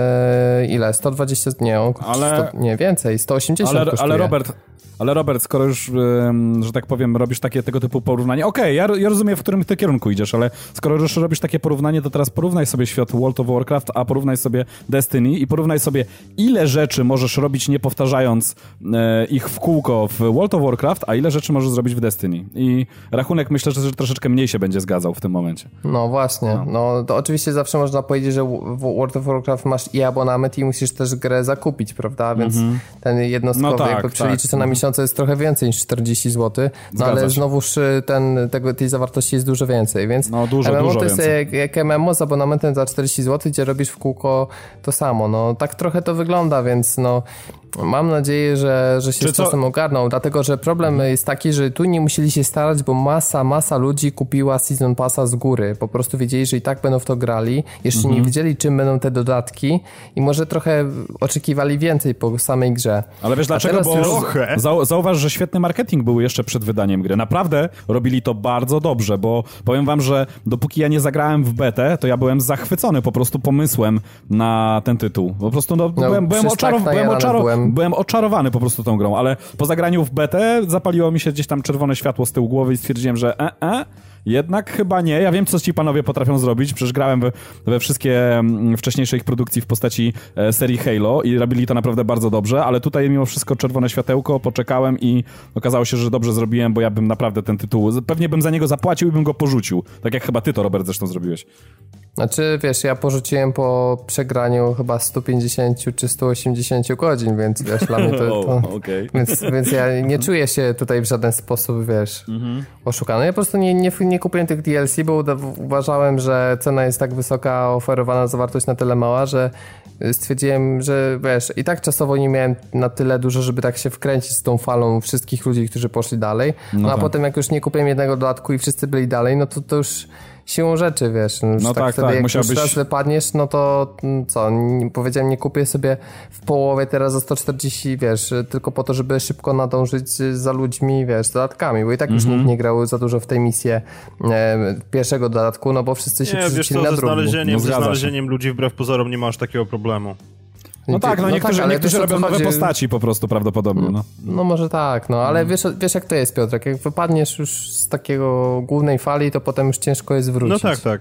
e, ile? sto dwadzieścia, nie, on, ale... sto, nie więcej, sto osiemdziesiąt ale, kosztuje. Ale Robert... Ale Robert, skoro już, że tak powiem, robisz takie tego typu porównanie, okej, okay, ja, ja rozumiem, w którym ty kierunku idziesz, ale skoro już robisz takie porównanie, to teraz porównaj sobie świat World of Warcraft, a porównaj sobie Destiny i porównaj sobie, ile rzeczy możesz robić nie powtarzając e, ich w kółko w World of Warcraft, a ile rzeczy możesz zrobić w Destiny. I rachunek myślę, że troszeczkę mniej się będzie zgadzał w tym momencie. No właśnie, no, no to oczywiście zawsze można powiedzieć, że w World of Warcraft masz i abonament i musisz też grę zakupić, prawda, więc mm-hmm. ten jednostkowy no tak, jakby przeliczy tak. to na miesiąc jest trochę więcej niż czterdzieści złotych, no ale się. znowuż ten, tego, tej zawartości jest dużo więcej, więc no, dużo, M M O dużo to jest więcej. jak, jak M M O z abonamentem za czterdzieści złotych, gdzie robisz w kółko to samo, no tak trochę to wygląda, więc no mam nadzieję, że, że się Czy z czasem co? ogarną, dlatego że problem mhm. jest taki, że tu nie musieli się starać, bo masa, masa ludzi kupiła Season Passa z góry, po prostu wiedzieli, że i tak będą w to grali, jeszcze mhm. nie wiedzieli, czym będą te dodatki i może trochę oczekiwali więcej po samej grze. Ale wiesz dlaczego? Bo już... Zau- zauważ, że świetny marketing był jeszcze przed wydaniem gry. Naprawdę robili to bardzo dobrze, bo powiem wam, że dopóki ja nie zagrałem w betę, to ja byłem zachwycony po prostu pomysłem na ten tytuł. Po prostu no, no, byłem, byłem, oczarow- tak byłem, oczaro- byłem. byłem oczarowany po prostu tą grą, ale po zagraniu w betę zapaliło mi się gdzieś tam czerwone światło z tyłu głowy i stwierdziłem, że e, e, jednak chyba nie. Ja wiem, co ci panowie potrafią zrobić. Przecież grałem we, we wszystkie wcześniejsze ich produkcji w postaci e, serii Halo i robili to naprawdę bardzo dobrze, ale tutaj mimo wszystko czerwone światełko, poczekałem i okazało się, że dobrze zrobiłem, bo ja bym naprawdę ten tytuł, pewnie bym za niego zapłacił i bym go porzucił. Tak jak chyba ty to, Robert, zresztą zrobiłeś. Znaczy, wiesz, ja porzuciłem po przegraniu chyba sto pięćdziesiąt czy sto osiemdziesiąt godzin, więc wiesz, dla mnie to... to oh, okay. więc, więc ja nie czuję się tutaj w żaden sposób, wiesz, mm-hmm. oszukany. Ja po prostu nie, nie, nie kupiłem tych D L C, bo uważałem, że cena jest tak wysoka, a oferowana zawartość na tyle mała, że stwierdziłem, że wiesz, i tak czasowo nie miałem na tyle dużo, żeby tak się wkręcić z tą falą wszystkich ludzi, którzy poszli dalej. No, no a tak. potem jak już nie kupiłem jednego dodatku i wszyscy byli dalej, no to to już... siłą rzeczy, wiesz, no, no tak, tak wtedy tak, jak musiałbyś... już raz wypadniesz, no to co, nie, powiedziałem, nie kupię sobie w połowie teraz za sto czterdzieści, wiesz, tylko po to, żeby szybko nadążyć za ludźmi, wiesz, z dodatkami, bo i tak mm-hmm. już nikt nie grał za dużo w tej misję e, pierwszego dodatku, no bo wszyscy się przerzucili na drugi. Ze znalezieniem, no, ze znalezieniem ludzi wbrew pozorom nie masz takiego problemu. No tak, no, no niektórzy, tak, niektórzy robią nowe chodzi... postaci po prostu prawdopodobnie. No, no może tak, no ale mm. wiesz, wiesz jak to jest, Piotrek, jak wypadniesz już z takiego głównej fali, to potem już ciężko jest wrócić. No tak, tak.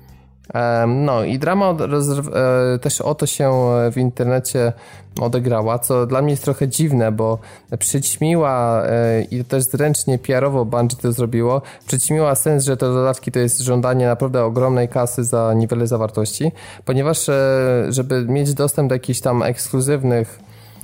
Um, no i drama rozr- e, też o to się w internecie odegrała, co dla mnie jest trochę dziwne, bo przyćmiła e, i też zręcznie P R-owo Bungie to zrobiło, przyćmiła sens, że te dodatki to jest żądanie naprawdę ogromnej kasy za niewiele zawartości, ponieważ e, żeby mieć dostęp do jakichś tam ekskluzywnych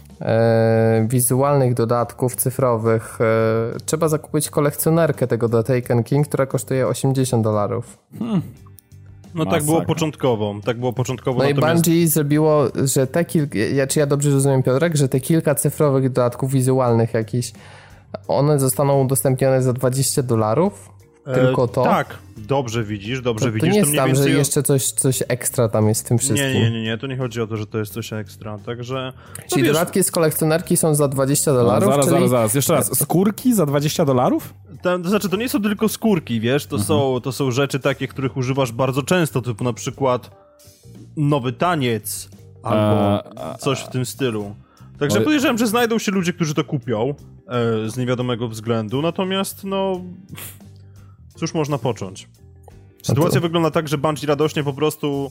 E, wizualnych dodatków cyfrowych e, trzeba zakupić kolekcjonerkę tego The Taken King, która kosztuje osiemdziesiąt dolarów. Hmm. No tak było początkowo, tak było początkowo. No natomiast... i Bungie zrobiło, że te kilka, ja, czy ja dobrze rozumiem, Piotrek, że te kilka cyfrowych dodatków wizualnych jakichś, one zostaną udostępnione za dwadzieścia dolarów? Tylko to? E, tak, dobrze widzisz, dobrze to, widzisz. To nie jest to tam, więcej... że jeszcze coś, coś ekstra tam jest w tym wszystkim. Nie, nie, nie, nie, to nie chodzi o to, że to jest coś ekstra, także... No czyli wiesz... dodatki z kolekcjonerki są za dwadzieścia dolarów? No, zaraz, czyli... zaraz, zaraz, jeszcze raz, skórki za dwadzieścia dolarów? To, to znaczy, to nie są tylko skórki, wiesz, to, mhm. są, to są rzeczy takie, których używasz bardzo często, typu na przykład nowy taniec, albo a, coś w tym stylu. Także Oj. podejrzewam, że znajdą się ludzie, którzy to kupią e, z niewiadomego względu, natomiast no... Cóż można począć? Sytuacja to... wygląda tak, że Bungie radośnie po prostu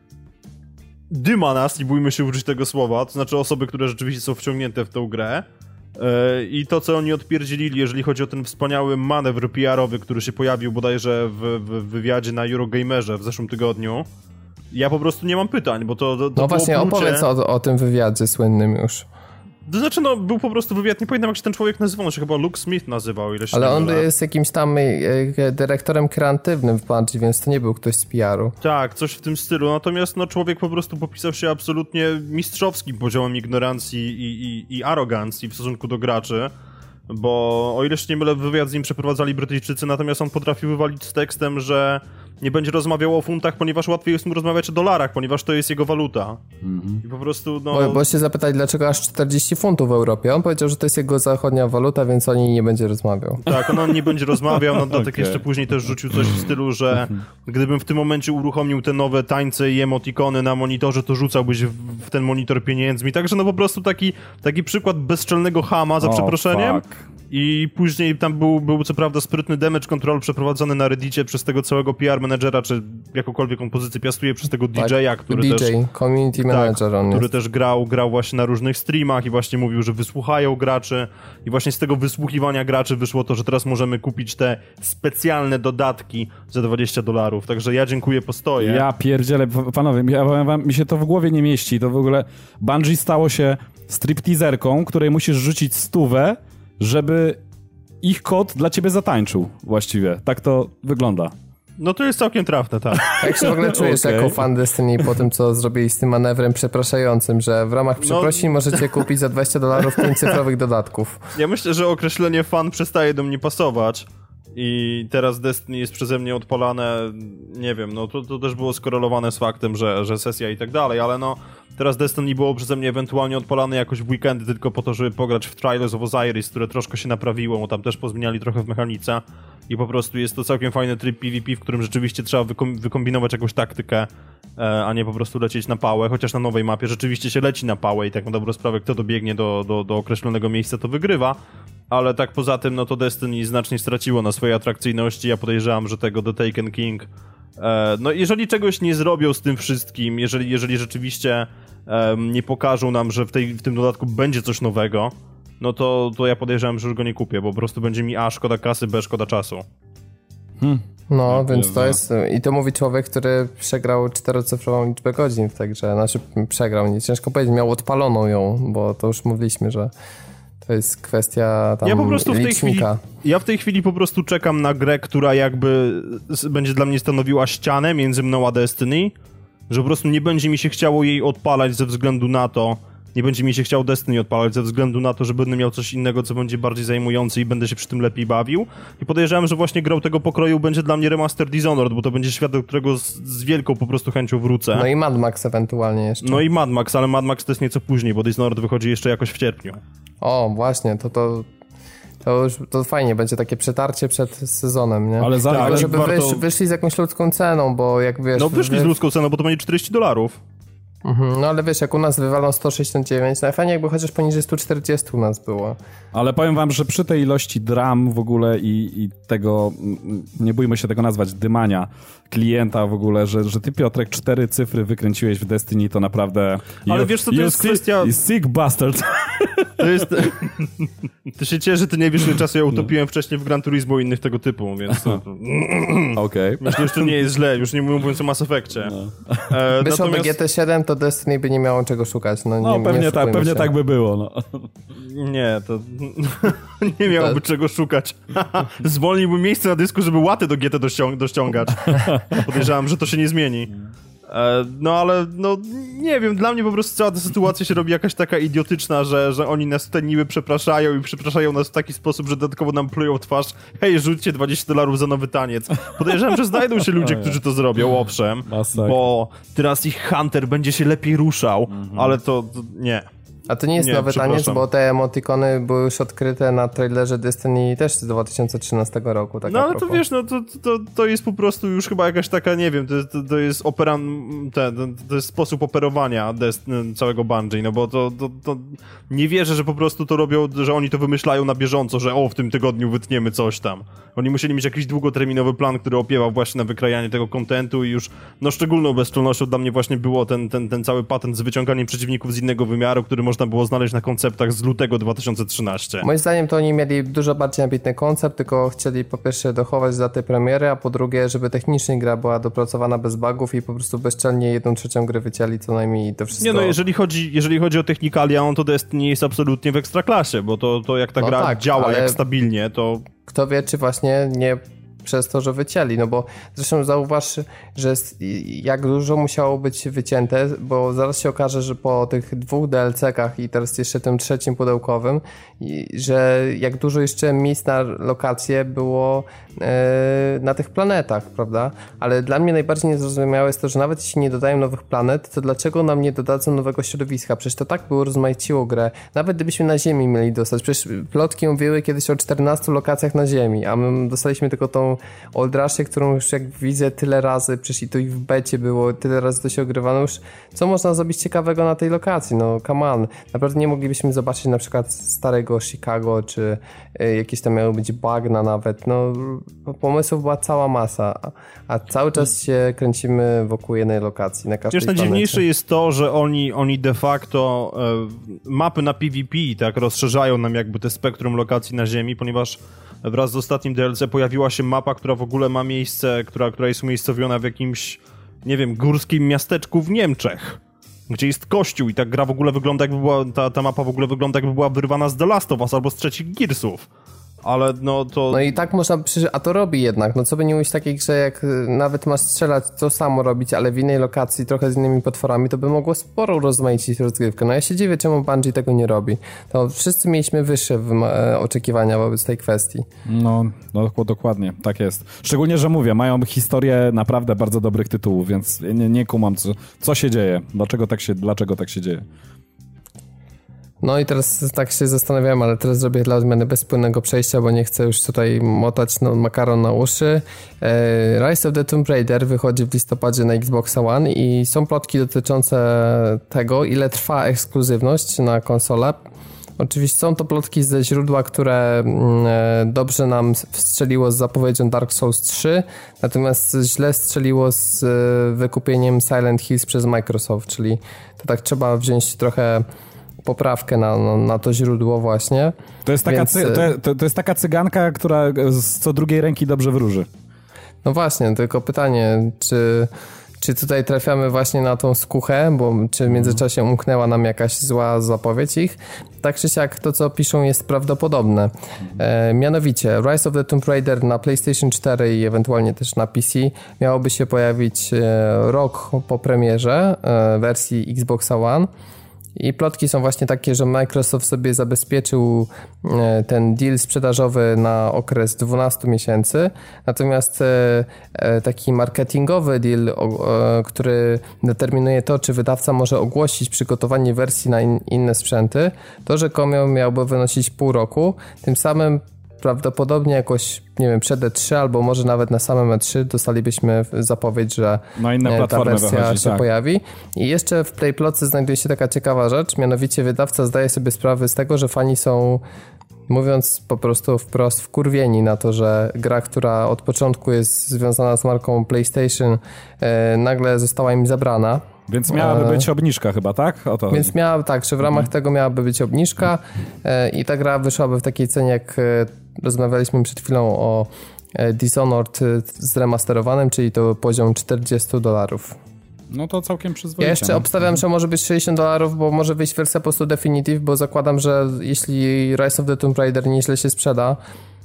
dyma nas, i bójmy się użyć tego słowa, to znaczy osoby, które rzeczywiście są wciągnięte w tą grę. Yy, I to, co oni odpierdzilili, jeżeli chodzi o ten wspaniały manewr P R-owy, który się pojawił bodajże w, w wywiadzie na Eurogamerze w zeszłym tygodniu, ja po prostu nie mam pytań, bo to, to, to No właśnie, klucze... opowiedz o, o tym wywiadzie słynnym już. To znaczy, no, był po prostu wywiad, nie pamiętam jak się ten człowiek nazywał, on się chyba Luke Smith nazywał, ile się Ale nie on mylę. jest jakimś tam e, dyrektorem kreatywnym w Bungie, więc to nie był ktoś z P R-u. Tak, coś w tym stylu, natomiast no, człowiek po prostu popisał się absolutnie mistrzowskim poziomem ignorancji i, i, i arogancji w stosunku do graczy, bo o ile się nie mylę, wywiad z nim przeprowadzali Brytyjczycy, natomiast on potrafił wywalić z tekstem, że nie będzie rozmawiał o funtach, ponieważ łatwiej jest mu rozmawiać o dolarach, ponieważ to jest jego waluta. Mhm. I po prostu, no... Bo, bo się zapytać, dlaczego aż czterdzieści funtów w Europie. On powiedział, że to jest jego zachodnia waluta, więc o niej nie będzie rozmawiał. Tak, on, on nie będzie rozmawiał, no dodatek okay. jeszcze później też rzucił coś w stylu, że gdybym w tym momencie uruchomił te nowe tańce i emotikony na monitorze, to rzucałbyś w, w ten monitor pieniędzmi. Także no po prostu taki, taki przykład bezczelnego chama, za oh, przeproszeniem. Fuck. I później tam był, był co prawda sprytny damage control przeprowadzony na Reddicie przez tego całego P R managera, czy jakąkolwiek on pozycję piastuje, przez tego tak, D J-a, który D J, też... community manager tak, on który jest. też grał, grał właśnie na różnych streamach i właśnie mówił, że wysłuchają graczy i właśnie z tego wysłuchiwania graczy wyszło to, że teraz możemy kupić te specjalne dodatki za dwadzieścia dolarów. Także ja dziękuję, postoję. Ja pierdzielę, panowie, ja powiem wam, mi się to w głowie nie mieści. To w ogóle Bungie stało się stripteaserką, której musisz rzucić stówę, żeby ich kod dla ciebie zatańczył właściwie. Tak to wygląda. No to jest całkiem trafne, tak. Jak się w ogóle czujesz okay. jako fan Destiny po tym, co zrobili z tym manewrem przepraszającym, że w ramach przeprosin no... możecie kupić za dwadzieścia dolarów pięć cyfrowych dodatków? Ja myślę, że określenie fan przestaje do mnie pasować i teraz Destiny jest przeze mnie odpalane, nie wiem, no to, to też było skorelowane z faktem, że, że sesja i tak dalej, ale no teraz Destiny było przeze mnie ewentualnie odpalane jakoś w weekendy tylko po to, żeby pograć w Trials of Osiris, które troszkę się naprawiło, bo tam też pozmieniali trochę w mechanice i po prostu jest to całkiem fajny tryb PvP, w którym rzeczywiście trzeba wykom- wykombinować jakąś taktykę, e, a nie po prostu lecieć na pałę, chociaż na nowej mapie rzeczywiście się leci na pałę i tak na dobrą sprawę kto dobiegnie do, do, do określonego miejsca, to wygrywa, ale tak poza tym, no to Destiny znacznie straciło na swojej atrakcyjności, ja podejrzewam, że tego The Taken King e, no jeżeli czegoś nie zrobią z tym wszystkim, jeżeli, jeżeli rzeczywiście e, nie pokażą nam, że w, tej, w tym dodatku będzie coś nowego, no to, to ja podejrzewam, że już go nie kupię, bo po prostu będzie mi A, szkoda kasy, B, szkoda czasu. Hmm. No, ja więc to jest... I to mówi człowiek, który przegrał czterocyfrową liczbę godzin w tej grze. Znaczy przegrał, nie ciężko powiedzieć, miał odpaloną ją, bo to już mówiliśmy, że to jest kwestia tam ja po prostu w tej licznika. chwili, ja w tej chwili po prostu czekam na grę, która jakby będzie dla mnie stanowiła ścianę między mną a Destiny, że po prostu nie będzie mi się chciało jej odpalać ze względu na to, nie będzie mi się chciał Destiny odpalać ze względu na to, że będę miał coś innego, co będzie bardziej zajmujące i będę się przy tym lepiej bawił. I podejrzewam, że właśnie grą tego pokroju będzie dla mnie Remastered Dishonored, bo to będzie świat, do którego z, z wielką po prostu chęcią wrócę. No i Mad Max ewentualnie jeszcze. No i Mad Max, ale Mad Max to jest nieco później, bo Dishonored wychodzi jeszcze jakoś w sierpniu. O, właśnie, to to... To już to fajnie, będzie takie przetarcie przed sezonem, nie? Ale za, tak, ale żeby warto... wysz, wyszli z jakąś ludzką ceną, bo jak wiesz... No wyszli wy... z ludzką ceną, bo to będzie czterdzieści dolarów. Mhm, no ale wiesz, jak u nas wywalą sto sześćdziesiąt dziewięć, najfajniej jakby chociaż poniżej sto czterdzieści u nas było. Ale powiem wam, że przy tej ilości dram w ogóle i, i tego, nie bójmy się tego nazwać, dymania klienta w ogóle, że, że ty, Piotrek, cztery cyfry wykręciłeś w Destiny, to naprawdę... Ale you, wiesz co, to jest sick, kwestia... Sick bastard. To jest... Ty się cieszę, że ty nie wiesz, ile czasu ja utopiłem wcześniej w Gran Turismo i innych tego typu, więc... To... Okej. Okay. Myślę, że to nie jest źle, już nie mówiąc o Mass Effectie. No. E, Wyszło natomiast... G T siedem, to to Destiny by nie miało czego szukać. No, no nie, pewnie, nie tak, pewnie się. tak by było. No. Nie, to nie miałoby to... czego szukać. Zwolniłbym miejsce na dysku, żeby łaty do G T dością- dościągać. Podejrzewam, że to się nie zmieni. No ale, no nie wiem, dla mnie po prostu cała ta sytuacja się robi jakaś taka idiotyczna, że, że oni nas tutaj niby przepraszają i przepraszają nas w taki sposób, że dodatkowo nam plują w twarz: hej, rzućcie dwadzieścia dolarów za nowy taniec. Podejrzewam, że znajdą się ludzie, którzy to zrobią, owszem, Masakra. bo teraz ich Hunter będzie się lepiej ruszał, mhm. ale to, to nie. A to nie jest nie, nowy taniec, bo te emotikony były już odkryte na trailerze Destiny też z dwa tysiące trzynastego roku. Tak no ale to wiesz, no to, to, to jest po prostu już chyba jakaś taka, nie wiem, to, to, to jest opera, ten, to jest sposób operowania Dest- całego Bungie, no bo to, to, to nie wierzę, że po prostu to robią, że oni to wymyślają na bieżąco, że o, w tym tygodniu wytniemy coś tam. Oni musieli mieć jakiś długoterminowy plan, który opiewał właśnie na wykrajanie tego kontentu i już, no szczególną bezczelnością dla mnie właśnie było ten, ten, ten cały patent z wyciąganiem przeciwników z innego wymiaru, który można było znaleźć na konceptach z lutego dwa tysiące trzynastego. Moim zdaniem to oni mieli dużo bardziej ambitny koncept, tylko chcieli po pierwsze dochować daty premiery, a po drugie, żeby technicznie gra była dopracowana bez bugów i po prostu bezczelnie jedną trzecią gry wycięli co najmniej i to wszystko. Nie no, jeżeli chodzi, jeżeli chodzi o technikalia, on to Destiny jest absolutnie w ekstraklasie, bo to, to jak ta no gra tak, działa, jak stabilnie, to... Kto wie, czy właśnie nie przez to, że wycięli, no bo zresztą zauważ, że jak dużo musiało być wycięte, bo zaraz się okaże, że po tych dwóch D L C-kach i teraz jeszcze tym trzecim pudełkowym, że jak dużo jeszcze miejsc na lokacje było e, na tych planetach, prawda? Ale dla mnie najbardziej niezrozumiałe jest to, że nawet jeśli nie dodają nowych planet, to dlaczego nam nie dodadzą nowego środowiska? Przecież to tak by urozmaiciło grę. Nawet gdybyśmy na Ziemi mieli dostać. Przecież plotki mówiły kiedyś o czternastu lokacjach na Ziemi, a my dostaliśmy tylko tą Old Rush'ę, którą już jak widzę tyle razy, przecież i to i w becie było, tyle razy to się ogrywa, no już co można zrobić ciekawego na tej lokacji, no come on. Naprawdę nie moglibyśmy zobaczyć na przykład starego Chicago, czy y, jakieś tam miały być bagna nawet, no pomysłów była cała masa, a, a cały czas się kręcimy wokół jednej lokacji na każdej Wiesz, najdziwniejsze jest to, że oni, oni de facto e, mapy na PvP tak rozszerzają nam jakby te spektrum lokacji na Ziemi, ponieważ wraz z ostatnim D L C pojawiła się mapa, która w ogóle ma miejsce, która, która jest umiejscowiona w jakimś, nie wiem, górskim miasteczku w Niemczech, gdzie jest kościół i ta gra w ogóle wygląda jakby była, ta, ta mapa w ogóle wygląda jakby była wyrwana z The Last of Us albo z trzecich Gearsów. Ale no to... No i tak można, a to robi jednak, no co by nie mówić takiej grze, jak nawet masz strzelać, to samo robić, ale w innej lokacji, trochę z innymi potworami, to by mogło sporo rozmaicić rozgrywkę. No ja się dziwię, czemu Bungie tego nie robi. To wszyscy mieliśmy wyższe oczekiwania wobec tej kwestii. No, no dokładnie, tak jest. Szczególnie, że mówię, mają historię naprawdę bardzo dobrych tytułów, więc nie, nie kumam, co, co się dzieje, dlaczego tak się, dlaczego tak się dzieje. No i teraz tak się zastanawiałem, ale teraz zrobię dla odmiany bezpłynnego przejścia, bo nie chcę już tutaj motać no, makaron na uszy. E, Rise of the Tomb Raider wychodzi w listopadzie na Xbox One i są plotki dotyczące tego, ile trwa ekskluzywność na konsolę. Oczywiście są to plotki ze źródła, które mm, dobrze nam wstrzeliło z zapowiedzią Dark Souls trzy, natomiast źle strzeliło z y, wykupieniem Silent Hills przez Microsoft, czyli to tak trzeba wziąć trochę poprawkę na, na, na to źródło właśnie. To jest, taka Więc... cy, to, to jest taka cyganka, która z co drugiej ręki dobrze wróży. No właśnie, tylko pytanie, czy, czy tutaj trafiamy właśnie na tą skuchę, bo czy w międzyczasie umknęła nam jakaś zła zapowiedź ich? Tak czy siak to, co piszą, jest prawdopodobne. E, mianowicie Rise of the Tomb Raider na PlayStation cztery i ewentualnie też na P C miałoby się pojawić e, rok po premierze e, wersji Xbox One. I plotki są właśnie takie, że Microsoft sobie zabezpieczył ten deal sprzedażowy na okres dwunastu miesięcy, natomiast taki marketingowy deal, który determinuje to, czy wydawca może ogłosić przygotowanie wersji na inne sprzęty, to rzekomo miałby wynosić pół roku, tym samym prawdopodobnie jakoś, nie wiem, przed E trzy albo może nawet na samym E trzy dostalibyśmy zapowiedź, że na inne ta wersja wychodzi, się tak. pojawi. I jeszcze w Playplocie znajduje się taka ciekawa rzecz, mianowicie wydawca zdaje sobie sprawę z tego, że fani są, mówiąc po prostu wprost, wkurwieni na to, że gra, która od początku jest związana z marką PlayStation, e, nagle została im zabrana. Więc miałaby być obniżka chyba, tak? O to Więc chodzi. miała, tak, że w ramach tego miałaby być obniżka e, i ta gra wyszłaby w takiej cenie, jak e, rozmawialiśmy przed chwilą o e, Dishonored zremasterowanym, czyli to poziom czterdzieści dolarów. No to całkiem przyzwoicie. Ja jeszcze no. obstawiam, że może być sześćdziesiąt dolarów, bo może wyjść wersja po prostu Definitive, bo zakładam, że jeśli Rise of the Tomb Raider nieźle się sprzeda,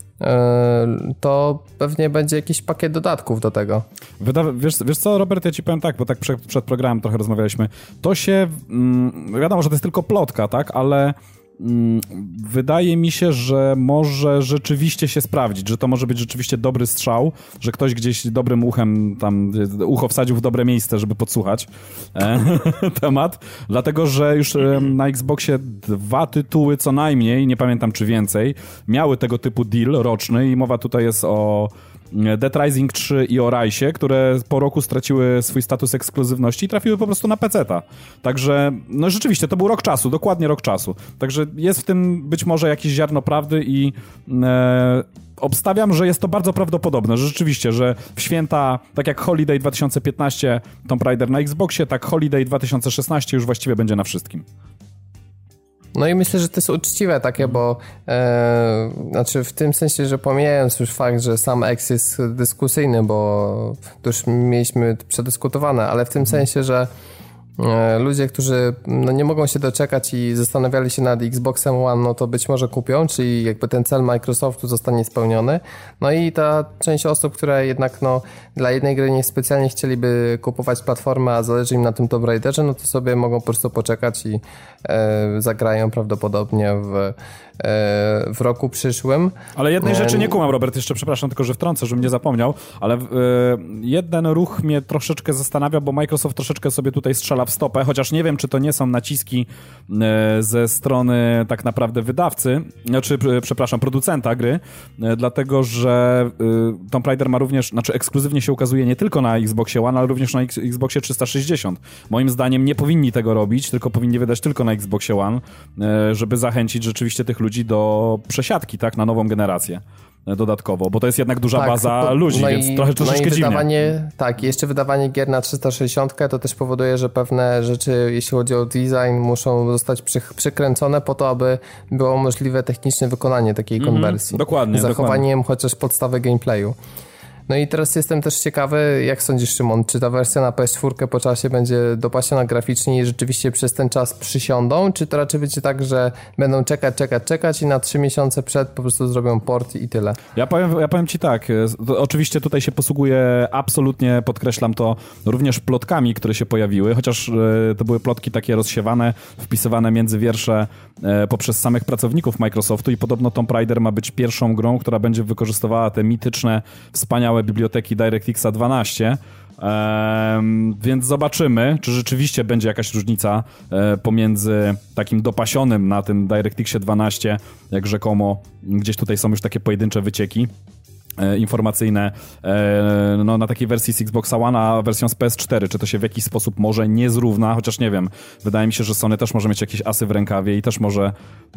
to pewnie będzie jakiś pakiet dodatków do tego. Wyda- wiesz, wiesz co, Robert, ja ci powiem tak, bo tak przed, przed programem trochę rozmawialiśmy. To się, mm, wiadomo, że to jest tylko plotka, tak, ale mm, wydaje mi się, że może rzeczywiście się sprawdzić, że to może być rzeczywiście dobry strzał, że ktoś gdzieś dobrym uchem tam, ucho wsadził w dobre miejsce, żeby podsłuchać e, temat, dlatego, że już e, na Xboxie dwa tytuły co najmniej, nie pamiętam czy więcej, miały tego typu deal roczny i mowa tutaj jest o Dead Rising trzy i o Rise'ie, które po roku straciły swój status ekskluzywności i trafiły po prostu na peceta. Także, no rzeczywiście, to był rok czasu, dokładnie rok czasu. Także jest w tym być może jakieś ziarno prawdy i e, obstawiam, że jest to bardzo prawdopodobne, że rzeczywiście, że w święta, tak jak Holiday dwa tysiące piętnaście Tomb Raider na Xboxie, tak Holiday dwa tysiące szesnaście już właściwie będzie na wszystkim. No i myślę, że to jest uczciwe takie, bo e, znaczy w tym sensie, że pomijając już fakt, że sam X jest dyskusyjny, bo to już mieliśmy przedyskutowane, ale w tym sensie, że e, ludzie, którzy no, nie mogą się doczekać i zastanawiali się nad Xboxem One, no to być może kupią, czyli jakby ten cel Microsoftu zostanie spełniony. No i ta część osób, które jednak no, dla jednej gry nie specjalnie chcieliby kupować platformę, a zależy im na tym Tomb Raiderze, no to sobie mogą po prostu poczekać i e, zagrają prawdopodobnie w, e, w roku przyszłym. Ale jednej rzeczy nie kumam, Robert, jeszcze przepraszam, tylko że wtrącę, żebym nie zapomniał, ale e, jeden ruch mnie troszeczkę zastanawia, bo Microsoft troszeczkę sobie tutaj strzela w stopę, chociaż nie wiem, czy to nie są naciski e, ze strony tak naprawdę wydawcy, znaczy, przepraszam, producenta gry, e, dlatego, że e, Tomb Raider ma również, znaczy ekskluzywnie się ukazuje nie tylko na Xboxie One, ale również na X- Xboxie trzysta sześćdziesiąt. Moim zdaniem nie powinni tego robić, tylko powinni wydać tylko na Xboxie One, e, żeby zachęcić rzeczywiście tych ludzi do przesiadki, tak, na nową generację dodatkowo, bo to jest jednak duża tak, baza to, ludzi, no więc i, trochę troszeczkę no i dziwnie. wydawanie, tak, jeszcze wydawanie gier na trzysta sześćdziesiąt to też powoduje, że pewne rzeczy, jeśli chodzi o design, muszą zostać przy, przykręcone po to, aby było możliwe techniczne wykonanie takiej konwersji. Mm, dokładnie. Z zachowaniem dokładnie. chociaż podstawy gameplayu. No i teraz jestem też ciekawy, jak sądzisz, Szymon, czy ta wersja na P S cztery po czasie będzie dopasiona graficznie i rzeczywiście przez ten czas przysiądą, czy to raczej będzie tak, że będą czekać, czekać, czekać i na trzy miesiące przed po prostu zrobią port i tyle? Ja powiem, ja powiem ci tak, to oczywiście tutaj się posługuję, absolutnie podkreślam to, również plotkami, które się pojawiły, chociaż e, to były plotki takie rozsiewane, wpisywane między wiersze e, poprzez samych pracowników Microsoftu i podobno Tomb Raider ma być pierwszą grą, która będzie wykorzystywała te mityczne, wspaniałe biblioteki DirectXa dwanaście, ehm, więc zobaczymy, czy rzeczywiście będzie jakaś różnica e, pomiędzy takim dopasionym na tym DirectXie dwanaście, jak rzekomo gdzieś tutaj są już takie pojedyncze wycieki informacyjne no, na takiej wersji z Xboxa One, a wersją z P S cztery. Czy to się w jakiś sposób może nie zrówna? Chociaż nie wiem. Wydaje mi się, że Sony też może mieć jakieś asy w rękawie i też może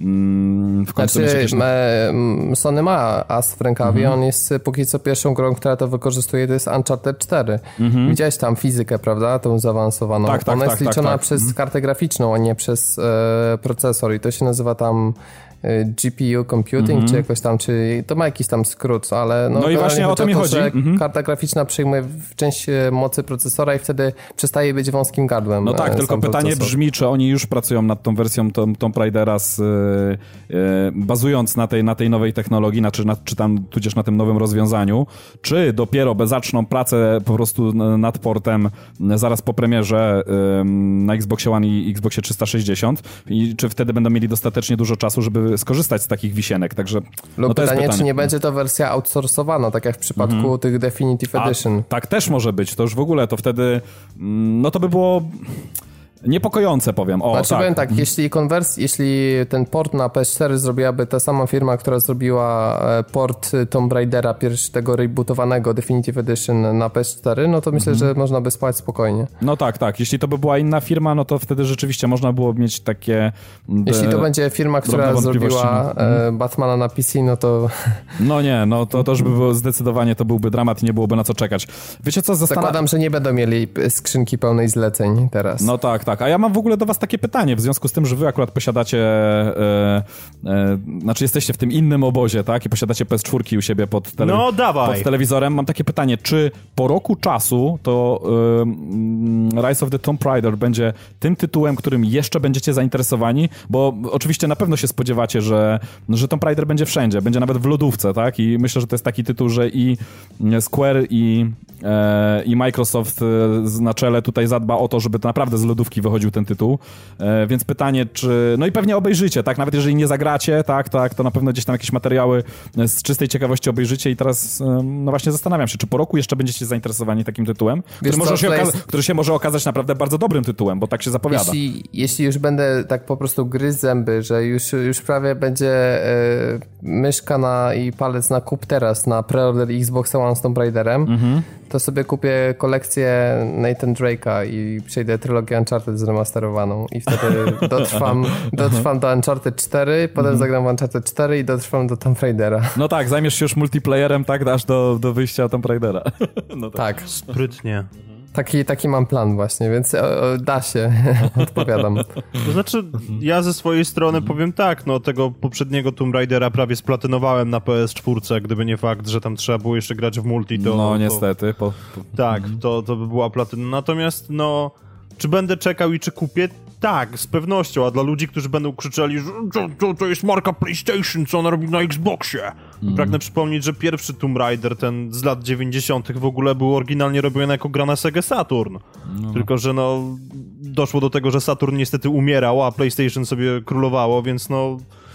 mm, w końcu znaczy, mieć jakieś... me, Sony ma as w rękawie. Mhm. On jest póki co pierwszą grą, która to wykorzystuje, to jest Uncharted cztery. Mhm. Widziałeś tam fizykę, prawda? Tą zaawansowaną. Tak, tak, Ona tak, jest liczona tak, tak. przez mhm. kartę graficzną, a nie przez e, procesor i to się nazywa tam G P U Computing, mm-hmm. czy jakoś tam, czy to ma jakiś tam skrót, ale no, no i właśnie o to mi chodzi. Mm-hmm. Karta graficzna przyjmuje część mocy procesora i wtedy przestaje być wąskim gardłem. No tak, tylko pytanie procesor. brzmi, czy oni już pracują nad tą wersją Tom, Tomb Raidera z, yy, yy, bazując na tej, na tej nowej technologii, znaczy na, czy tam tudzież na tym nowym rozwiązaniu, czy dopiero zaczną pracę po prostu nad portem zaraz po premierze yy, na Xboxie One i Xboxie trzysta sześćdziesiąt i czy wtedy będą mieli dostatecznie dużo czasu, żeby skorzystać z takich wisienek, także Lub no to pytanie, jest pytanie, czy nie będzie to wersja outsourcowana, tak jak w przypadku mm-hmm. tych Definitive Edition. A, tak też może być, to już w ogóle, to wtedy no to by było niepokojące, powiem. O, znaczy tak. powiem tak, jeśli konwers, jeśli ten port na P S cztery zrobiłaby ta sama firma, która zrobiła port Tomb Raidera pierwszego rebootowanego Definitive Edition na P S cztery, no to myślę, mhm. że można by spać spokojnie. No tak, tak. Jeśli to by była inna firma, no to wtedy rzeczywiście można było mieć takie... Jeśli to będzie firma, która zrobiła e, Batmana na P C, no to... No nie, no to, to już by było zdecydowanie, to byłby dramat i nie byłoby na co czekać. Wiecie co, zastanawia... Zakładam, że nie będą mieli skrzynki pełnej zleceń teraz. No tak, tak. tak. A ja mam w ogóle do was takie pytanie, w związku z tym, że wy akurat posiadacie, e, e, znaczy jesteście w tym innym obozie, tak? I posiadacie P S cztery u siebie pod, tele- no, dawaj. pod telewizorem. Mam takie pytanie, czy po roku czasu to e, Rise of the Tomb Raider będzie tym tytułem, którym jeszcze będziecie zainteresowani? Bo oczywiście na pewno się spodziewacie, że, że Tomb Raider będzie wszędzie, będzie nawet w lodówce, tak? I myślę, że to jest taki tytuł, że i Square i, e, i Microsoft e, na czele tutaj zadba o to, żeby to naprawdę z lodówki wychodził ten tytuł. E, więc pytanie, czy... No i pewnie obejrzycie, tak? Nawet jeżeli nie zagracie, tak, tak, to na pewno gdzieś tam jakieś materiały z czystej ciekawości obejrzycie i teraz e, no właśnie zastanawiam się, czy po roku jeszcze będziecie zainteresowani takim tytułem, który, może się okaza- jest... który się może okazać naprawdę bardzo dobrym tytułem, bo tak się zapowiada. Jeśli, jeśli już będę tak po prostu gryzł zęby, że już, już prawie będzie e, myszka na, i palec na kup teraz na preorder Xbox One z Tomb Raiderem, mm-hmm. to sobie kupię kolekcję Nathan Drake'a i przejdę trylogię Uncharted zremasterowaną i wtedy dotrwam, dotrwam do Uncharted cztery, potem mm-hmm. zagram w Uncharted cztery i dotrwam do Tomb Raidera. No tak, zajmiesz się już multiplayerem, tak, aż do, do wyjścia Tomb Raidera. No tak. tak. Sprytnie. Taki, taki mam plan właśnie, więc o, o, da się, odpowiadam. To znaczy, ja ze swojej strony powiem tak, no tego poprzedniego Tomb Raidera prawie splatynowałem na P S cztery, gdyby nie fakt, że tam trzeba było jeszcze grać w multi, to... No to, niestety. Po, po... Tak, to, to by była platyna. Natomiast, no, czy będę czekał i czy kupię? Tak, z pewnością, a dla ludzi, którzy będą krzyczeli, że to, to, to jest marka PlayStation, co ona robi na Xboxie. Mm. Pragnę przypomnieć, że pierwszy Tomb Raider, ten z lat dziewięćdziesiątych w ogóle był oryginalnie robiony jako gra na Sega Saturn. No. Tylko, że no, doszło do tego, że Saturn niestety umierał, a PlayStation sobie królowało, więc no...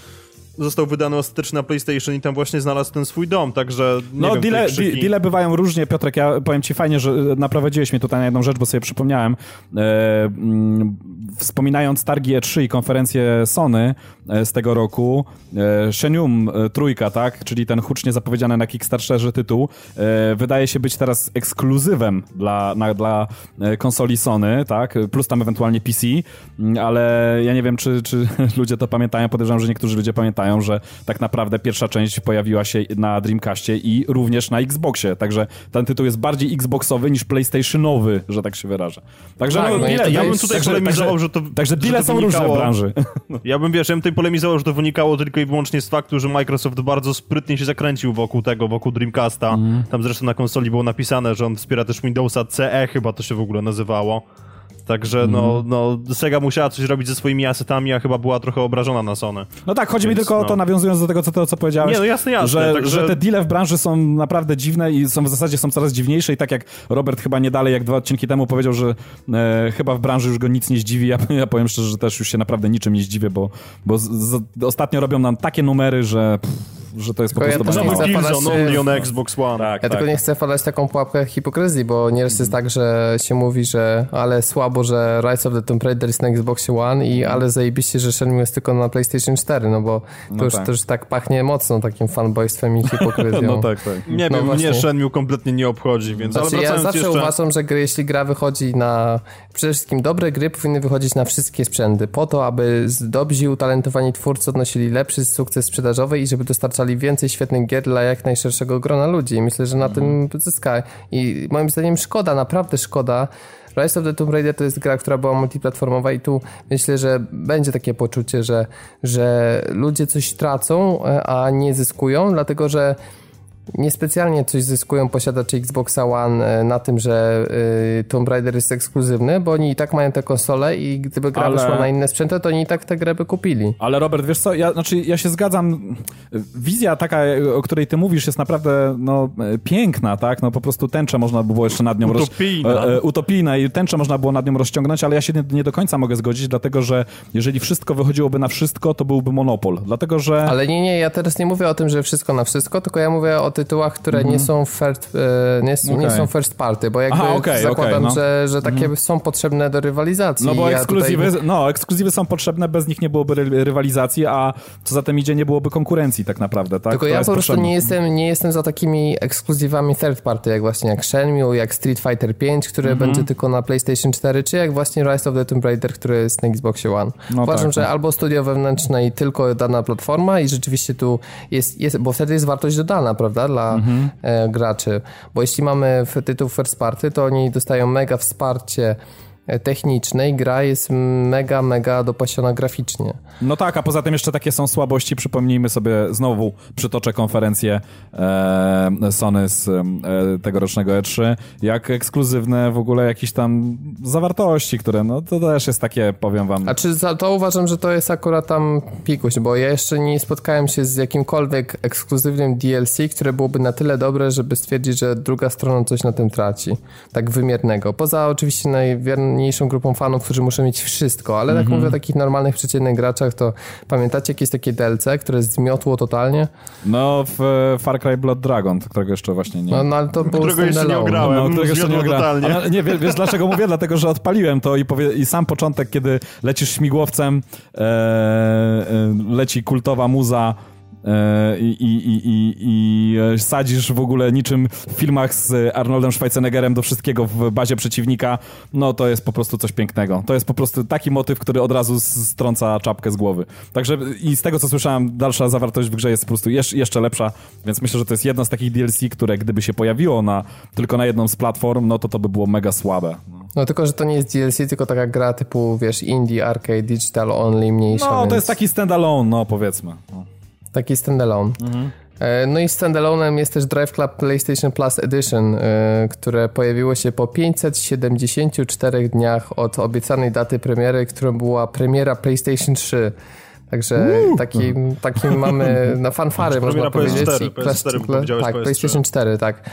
Został wydany ostatecznie na PlayStation i tam właśnie znalazł ten swój dom, także nie no, wiem, deale, krzyki... deale bywają różnie, Piotrek, ja powiem ci fajnie, że naprowadziłeś mnie tutaj na jedną rzecz, bo sobie przypomniałem. E, mm, wspominając targi E trzy i konferencję Sony e, z tego roku, e, Shenmue trójka, tak, czyli ten hucznie zapowiedziany na Kickstarterze tytuł, e, wydaje się być teraz ekskluzywem dla, na, dla konsoli Sony, tak, plus tam ewentualnie P C, ale ja nie wiem, czy, czy ludzie to pamiętają, podejrzewam, że niektórzy ludzie pamiętają, że tak naprawdę pierwsza część pojawiła się na Dreamcastie i również na Xboxie, także ten tytuł jest bardziej Xboxowy niż PlayStationowy, że tak się wyrażę. Także tak, no, no deale, ja bym tutaj także, polemizował, że to Także deale są różne w branży. Ja bym, wiesz, ja bym tutaj polemizował, że to wynikało tylko i wyłącznie z faktu, że Microsoft bardzo sprytnie się zakręcił wokół tego, wokół Dreamcasta. Mm. Tam zresztą na konsoli było napisane, że on wspiera też Windowsa C E, chyba to się w ogóle nazywało. Także mm. no, no Sega musiała coś robić ze swoimi asetami, a chyba była trochę obrażona na Sony. No tak, chodzi Więc, mi tylko no. o to, nawiązując do tego, co, to, co powiedziałeś, nie, no jasne, jasne, że, także... że te deale w branży są naprawdę dziwne i są w zasadzie są coraz dziwniejsze i tak jak Robert chyba nie dalej, jak dwa odcinki temu powiedział, że e, chyba w branży już go nic nie zdziwi, ja, ja powiem szczerze, że też już się naprawdę niczym nie zdziwię, bo, bo z, z, ostatnio robią nam takie numery, że... Pff, że to jest po prostu... Ja no, Killzone only on Xbox One. Tak, ja tak. tylko nie chcę wpadać taką pułapkę hipokryzji, bo nieraz jest tak, że się mówi, że ale słabo, że Rise of the Tomb Raider jest na Xboxie One i ale zajebiście, że Shenmue jest tylko na PlayStation cztery, no bo to, no już, tak. to już tak pachnie mocno takim fanboystwem i hipokryzją. No tak, tak. Nie no wiem, właśnie. mnie Shenmue kompletnie nie obchodzi, więc... Znaczy, ale ja zawsze jeszcze... uważam, że gry, jeśli gra wychodzi na... Przede wszystkim dobre gry powinny wychodzić na wszystkie sprzęty, po to, aby dobrzy, utalentowani twórcy odnosili lepszy sukces sprzedażowy i żeby dostarczali więcej świetnych gier dla jak najszerszego grona ludzi. Myślę, że na mm. tym zyska. I moim zdaniem szkoda, naprawdę szkoda. Rise of the Tomb Raider to jest gra, która była multiplatformowa i tu myślę, że będzie takie poczucie, że, że ludzie coś tracą, a nie zyskują, dlatego że niespecjalnie coś zyskują posiadacze Xboxa One na tym, że y, Tomb Raider jest ekskluzywny, bo oni i tak mają te konsole i gdyby gra ale... wyszła na inne sprzęty, to oni i tak tę grę by kupili. Ale Robert, wiesz co, ja, znaczy, ja się zgadzam, wizja taka, o której ty mówisz, jest naprawdę no, piękna, tak, no po prostu tęczę można było jeszcze nad nią... Utopijna. Roz... E, utopijna i tęczę można było nad nią rozciągnąć, ale ja się nie, nie do końca mogę zgodzić, dlatego, że jeżeli wszystko wychodziłoby na wszystko, to byłby monopol, dlatego, że... Ale nie, nie, ja teraz nie mówię o tym, że wszystko na wszystko, tylko ja mówię o tytułach, które mm. nie są first, nie, okay. nie są first party, bo jakby Aha, okay, zakładam, okay, no. że, że takie mm. są potrzebne do rywalizacji. No bo ja ekskluzywy, tutaj... no, ekskluzywy są potrzebne, bez nich nie byłoby ry- rywalizacji, a co za tym idzie, nie byłoby konkurencji tak naprawdę, tak? Tylko Która ja po prostu nie jestem, nie jestem za takimi ekskluzywami third party, jak właśnie jak Shenmue, jak Street Fighter pięć, które mm-hmm. będzie tylko na PlayStation cztery, czy jak właśnie Rise of the Tomb Raider, który jest na Xboxie One. No Uważam, tak, że tak. albo studio wewnętrzne i tylko dana platforma i rzeczywiście tu jest, jest bo wtedy jest wartość dodana, prawda, dla mm-hmm. e, graczy. Bo jeśli mamy tytuł first party, to oni dostają mega wsparcie technicznej gra jest mega, mega dopasiona graficznie. No tak, a poza tym jeszcze takie są słabości, przypomnijmy sobie, znowu przytoczę konferencję e, Sony z e, tegorocznego E trzy, jak ekskluzywne w ogóle jakieś tam zawartości, które no to też jest takie, powiem wam... A czy za to uważam, że to jest akurat tam pikuś, bo ja jeszcze nie spotkałem się z jakimkolwiek ekskluzywnym D L C, które byłoby na tyle dobre, żeby stwierdzić, że druga strona coś na tym traci. Tak wymiernego. Poza oczywiście najwierniejszą grupą fanów, którzy muszą mieć wszystko, ale mm-hmm. tak mówię o takich normalnych, przeciętnych graczach, to pamiętacie jakieś takie D L C, które zmiotło totalnie? No w Far Cry Blood Dragon, którego jeszcze właśnie nie... No, no ale to było którego jeszcze nie ograłem, no, którego jeszcze nie ograłem. totalnie. Nie, wiesz, wiesz dlaczego mówię? Dlatego, że odpaliłem to i, powie, i sam początek, kiedy lecisz śmigłowcem, e, e, leci kultowa muza, I, i, i, i, i sadzisz w ogóle niczym w filmach z Arnoldem Schwarzeneggerem do wszystkiego w bazie przeciwnika, no to jest po prostu coś pięknego. To jest po prostu taki motyw, który od razu strąca czapkę z głowy. Także i z tego, co słyszałem, dalsza zawartość w grze jest po prostu jeszcze lepsza, więc myślę, że to jest jedno z takich D L C, które gdyby się pojawiło na, tylko na jedną z platform, no to to by było mega słabe. No tylko, że to nie jest D L C, tylko taka gra typu, wiesz, indie, arcade, digital only, mniejsza. No więc... to jest taki standalone, no powiedzmy. No. Taki standalone. Mhm. No i standalone'em jest też Drive Club PlayStation Plus Edition, które pojawiło się po pięćset siedemdziesięciu czterech dniach od obiecanej daty premiery, którą była premiera PlayStation trzy. Także uh. taki, taki mamy na fanfary, można powiedzieć. P S cztery, P S cztery, Kla- tak, PlayStation cztery, tak.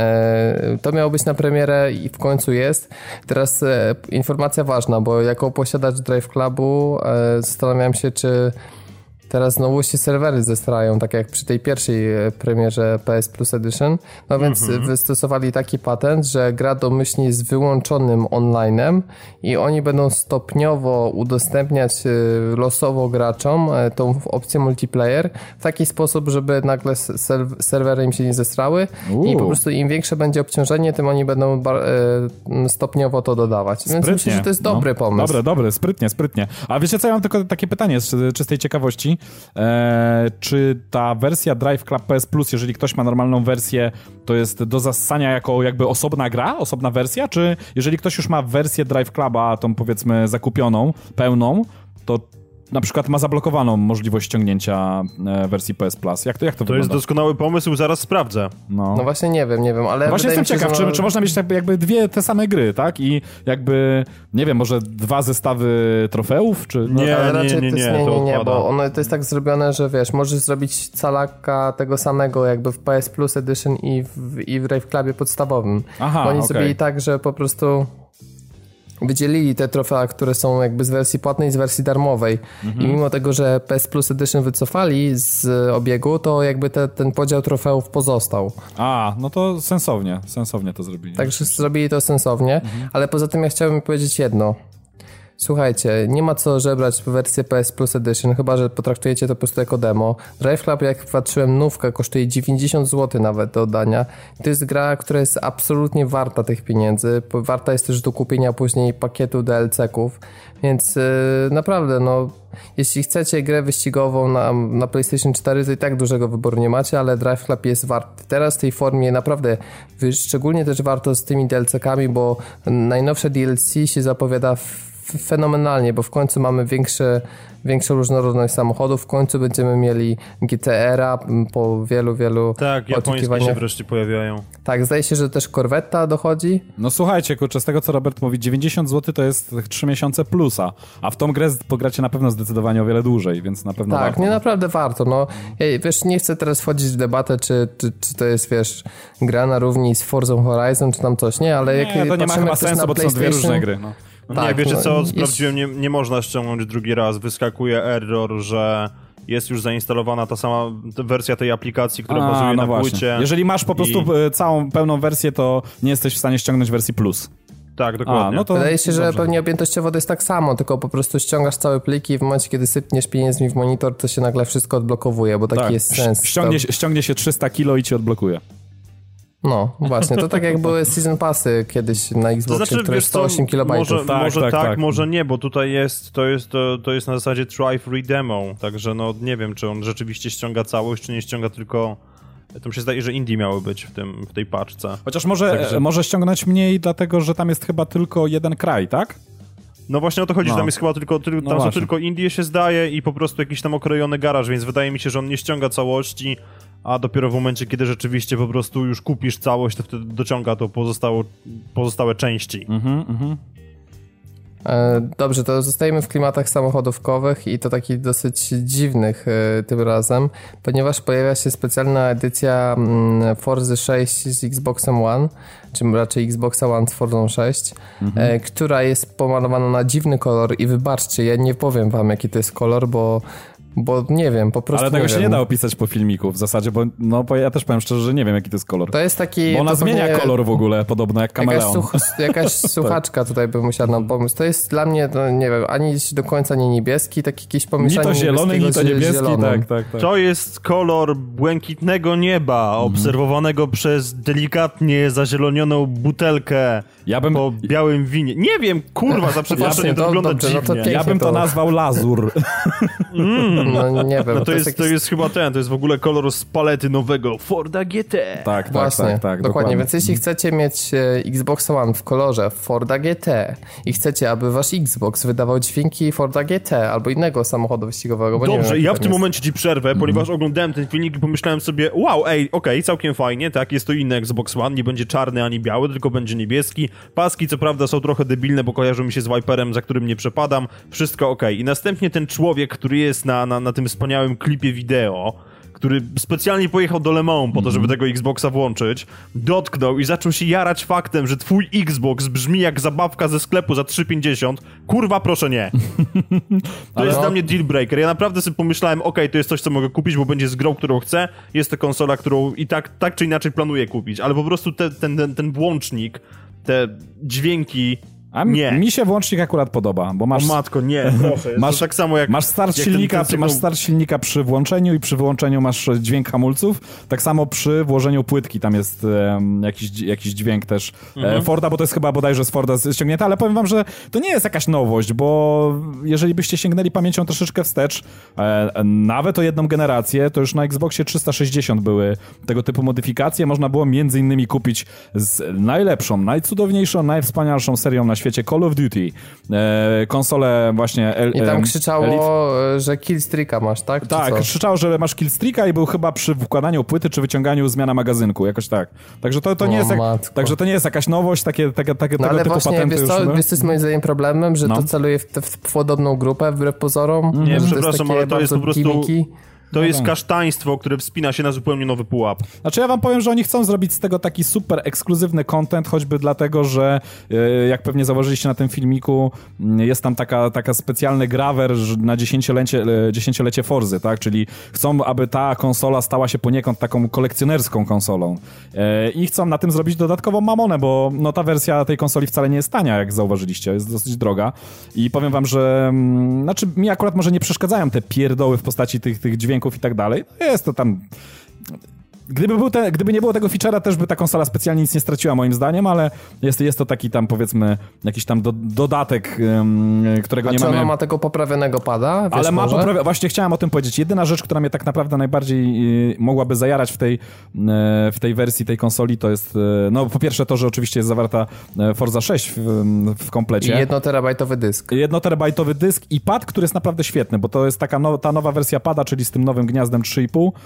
E, to miało być na premierę i w końcu jest. Teraz e, informacja ważna, bo jako posiadacz Drive Clubu e, zastanawiam się, czy teraz znowu się serwery zestrają, tak jak przy tej pierwszej premierze P S Plus Edition. No więc mm-hmm. wystosowali taki patent, że gra domyślnie jest wyłączonym online'em i oni będą stopniowo udostępniać losowo graczom tą opcję multiplayer w taki sposób, żeby nagle serwery im się nie zestrały Uuu. i po prostu im większe będzie obciążenie, tym oni będą stopniowo to dodawać. Sprytnie. Więc myślę, że to jest dobry no. pomysł. Dobre, dobre, sprytnie, sprytnie. A wiecie co, ja mam tylko takie pytanie z czystej ciekawości. Eee, czy ta wersja Drive Club P S Plus, jeżeli ktoś ma normalną wersję, to jest do zassania jako jakby osobna gra, osobna wersja, czy jeżeli ktoś już ma wersję Drive Cluba, tą powiedzmy zakupioną, pełną, to na przykład ma zablokowaną możliwość ściągnięcia e, wersji P S Plus. Jak to, jak to, to wygląda? To jest doskonały pomysł, zaraz sprawdzę. No, no właśnie nie wiem, nie wiem, ale... No właśnie jestem się, ciekaw, że... czy, czy można mieć jakby dwie te same gry, tak? I jakby, nie wiem, może dwa zestawy trofeów, czy... Nie, no, ale nie, raczej nie, nie, nie, nie, nie, nie, to bo ono to jest tak zrobione, że wiesz, możesz zrobić calaka tego samego jakby w P S Plus Edition i w, i w Drive Clubie podstawowym. Aha, Oni okay. zrobili tak, że po prostu... wydzielili te trofea, które są jakby z wersji płatnej i z wersji darmowej. Mhm. I mimo tego, że P S Plus Edition wycofali z obiegu, to jakby te, ten podział trofeów pozostał. A, no to sensownie, sensownie to zrobili. Także zrobili to sensownie, mhm. ale poza tym ja chciałbym powiedzieć jedno. Słuchajcie, nie ma co żebrać w wersję P S Plus Edition, chyba że potraktujecie to po prostu jako demo. Drive Club, jak patrzyłem, nówka kosztuje dziewięćdziesiąt złotych nawet do oddania. To jest gra, która jest absolutnie warta tych pieniędzy. Warta jest też do kupienia później pakietu D L C-ków, więc yy, naprawdę, no, jeśli chcecie grę wyścigową na, na PlayStation cztery, to i tak dużego wyboru nie macie, ale Drive Club jest warty. Teraz w tej formie naprawdę, szczególnie też warto z tymi D L C-kami, bo najnowsze D L C się zapowiada w fenomenalnie, bo w końcu mamy większe, większą różnorodność samochodów, w końcu będziemy mieli G T R-a po wielu, wielu tak, japońskie się wreszcie pojawiają. Tak, zdaje się, że też Corvetta dochodzi. No słuchajcie, kurczę, z tego co Robert mówi, dziewięćdziesiąt złotych to jest trzy miesiące plusa, a w tą grę pogracie na pewno zdecydowanie o wiele dłużej, więc na pewno tak, warto. nie, naprawdę warto. No, ja, wiesz, nie chcę teraz wchodzić w debatę, czy, czy, czy to jest, wiesz, gra na równi z Forza Horizon, czy tam coś, nie, ale jak nie, to nie ma chyba sensu, bo to są dwie różne gry, no. No tak, nie, wiecie co, no, sprawdziłem, nie, nie można ściągnąć drugi raz, wyskakuje error, że jest już zainstalowana ta sama wersja tej aplikacji, która A, bazuje no na właśnie. płycie. Jeżeli masz po prostu i... całą pełną wersję, to nie jesteś w stanie ściągnąć wersji plus. Tak, dokładnie. A, no to wydaje się, że dobrze. Pewnie objętościowo to jest tak samo, tylko po prostu ściągasz całe pliki i w momencie, kiedy sypniesz pieniędzmi w monitor, to się nagle wszystko odblokowuje, bo taki tak. jest sens. Ściągnie, to... ściągnie się trzysta kilo i ci odblokuje. No, właśnie, to tak jak były season passy kiedyś na Xboxie, to znaczy, które sto osiem kilobajtów. Może tak, może tak, tak, tak, może nie, bo tutaj jest, to jest, to, to jest na zasadzie try free demo, także no nie wiem, czy on rzeczywiście ściąga całość, czy nie ściąga tylko To mi się zdaje, że Indie miały być w, tym, w tej paczce. Chociaż może, Także... może ściągnąć mniej, dlatego że tam jest chyba tylko jeden kraj, tak? No właśnie o to chodzi, no. że tam jest chyba tylko, tylko no tam właśnie. są tylko Indie się zdaje i po prostu jakiś tam okrojony garaż, więc wydaje mi się, że on nie ściąga całości, a dopiero w momencie, kiedy rzeczywiście po prostu już kupisz całość, to wtedy dociąga to pozostało, pozostałe części. Mhm, mhm. Dobrze, to zostajemy w klimatach samochodówkowych i to takich dosyć dziwnych tym razem, ponieważ pojawia się specjalna edycja Forzy sześć z Xboxem One, czy raczej Xboxa One z Forzą sześć, mhm. która jest pomalowana na dziwny kolor i wybaczcie, ja nie powiem wam jaki to jest kolor, bo Bo nie wiem, po prostu. Ale tego nie się wiem. nie da opisać po filmiku w zasadzie, bo no bo ja też powiem szczerze, że nie wiem jaki to jest kolor. To jest taki... Bo ona zmienia pewnie... kolor w ogóle, podobno jak kameleon. Jakaś, such, jakaś słuchaczka tutaj by musiała nam pomóc. To jest dla mnie, no, nie wiem, ani do końca nie niebieski, taki jakieś pomieszanie ni to zielony, ni to niebieski, zielonym. tak, tak, tak. To jest kolor błękitnego nieba, mhm. obserwowanego przez delikatnie zazielonioną butelkę ja bym... po białym winie. Nie wiem, kurwa, za przeproszeniem, to, to wygląda dobrze, dziwnie. no to ja bym to, to nazwał lazur. Mm. No nie wiem. No to, to, jest, jest to jakiś... jest chyba ten, to jest w ogóle kolor z palety nowego Forda G T. Tak, tak, Właśnie, tak, tak. dokładnie. dokładnie. Więc jeśli chcecie mieć Xbox One w kolorze Forda G T i chcecie, aby wasz Xbox wydawał dźwięki Forda G T albo innego samochodu wyścigowego, bo Dobrze, nie wiem, ja w tym jest. momencie ci przerwę, mm. ponieważ oglądałem ten filmik i pomyślałem sobie, wow, ej, okej, okay, całkiem fajnie, tak, jest to inny Xbox One, nie będzie czarny ani biały, tylko będzie niebieski. Paski co prawda są trochę debilne, bo kojarzą mi się z Viperem, za którym nie przepadam, wszystko okej. Okay. I następnie ten człowiek, który jest na, na, na tym wspaniałym klipie wideo, który specjalnie pojechał do Le Mans po to, żeby tego Xboxa włączyć, dotknął i zaczął się jarać faktem, że twój Xbox brzmi jak zabawka ze sklepu za trzy pięćdziesiąt. Kurwa, proszę nie. To Ale jest no... dla mnie deal breaker. Ja naprawdę sobie pomyślałem, okej, okay, to jest coś, co mogę kupić, bo będzie z grą, którą chcę. Jest to konsola, którą i tak, tak czy inaczej planuję kupić, ale po prostu te, ten, ten, ten włącznik, te dźwięki. A nie. mi się włącznik akurat podoba, bo masz... O matko, nie, proszę. Jest masz, to tak samo jak... Masz start, jak silnika, ten, ten sygnał... masz start silnika przy włączeniu i przy wyłączeniu masz dźwięk hamulców. Tak samo przy włożeniu płytki tam jest um, jakiś, jakiś dźwięk też mhm. e, Forda, bo to jest chyba bodajże z Forda ściągnięte, ale powiem wam, że to nie jest jakaś nowość, bo jeżeli byście sięgnęli pamięcią troszeczkę wstecz, e, nawet o jedną generację, to już na Xboxie trzysta sześćdziesiąt były tego typu modyfikacje. Można było między innymi kupić z najlepszą, najcudowniejszą, najwspanialszą serią na świecie Call of Duty. E, konsolę właśnie... El, I tam krzyczało, Elite. że killstreaka masz, tak? Czy tak, co? krzyczało, że masz killstreaka i był chyba przy wkładaniu płyty czy wyciąganiu zmiana magazynku, jakoś tak. Także to, to, nie, jest jak, także to nie jest jakaś nowość, takie, takie, takie no, tego ale typu właśnie, patenty wiesz już... co, No? wiesz co jest moim zdaniem problemem, że no. to celuje w, w, w podobną grupę, wbrew pozorom. Nie, że przepraszam, to ale to jest po prostu... Gimiki. To no jest tak. kasztaństwo, które wspina się na zupełnie nowy pułap. Znaczy ja wam powiem, że oni chcą zrobić z tego taki super ekskluzywny content, choćby dlatego, że jak pewnie zauważyliście na tym filmiku, jest tam taka, taka specjalny grawer na dziesięciolecie, dziesięciolecie Forzy, tak? Czyli chcą, aby ta konsola stała się poniekąd taką kolekcjonerską konsolą. I chcą na tym zrobić dodatkową mamonę, bo no, ta wersja tej konsoli wcale nie jest tania, jak zauważyliście, jest dosyć droga. I powiem wam, że znaczy mi akurat może nie przeszkadzają te pierdoły w postaci tych, tych dźwięków i tak dalej. Jest to tam... Gdyby, był te, gdyby nie było tego feature'a, też by ta konsola specjalnie nic nie straciła moim zdaniem, ale jest, jest to taki tam powiedzmy jakiś tam do, dodatek, um, którego A nie czy mamy... ona ma tego poprawionego pada? Wiesz, ale ma może? poprawia... Właśnie chciałem o tym powiedzieć. Jedyna rzecz, która mnie tak naprawdę najbardziej y, mogłaby zajarać w tej, y, w tej wersji tej konsoli, to jest y, no po pierwsze to, że oczywiście jest zawarta Forza sześć w, w komplecie. I jednoterabajtowy dysk. Jednoterabajtowy dysk i pad, który jest naprawdę świetny, bo to jest taka no, ta nowa wersja pada, czyli z tym nowym gniazdem trzy i pół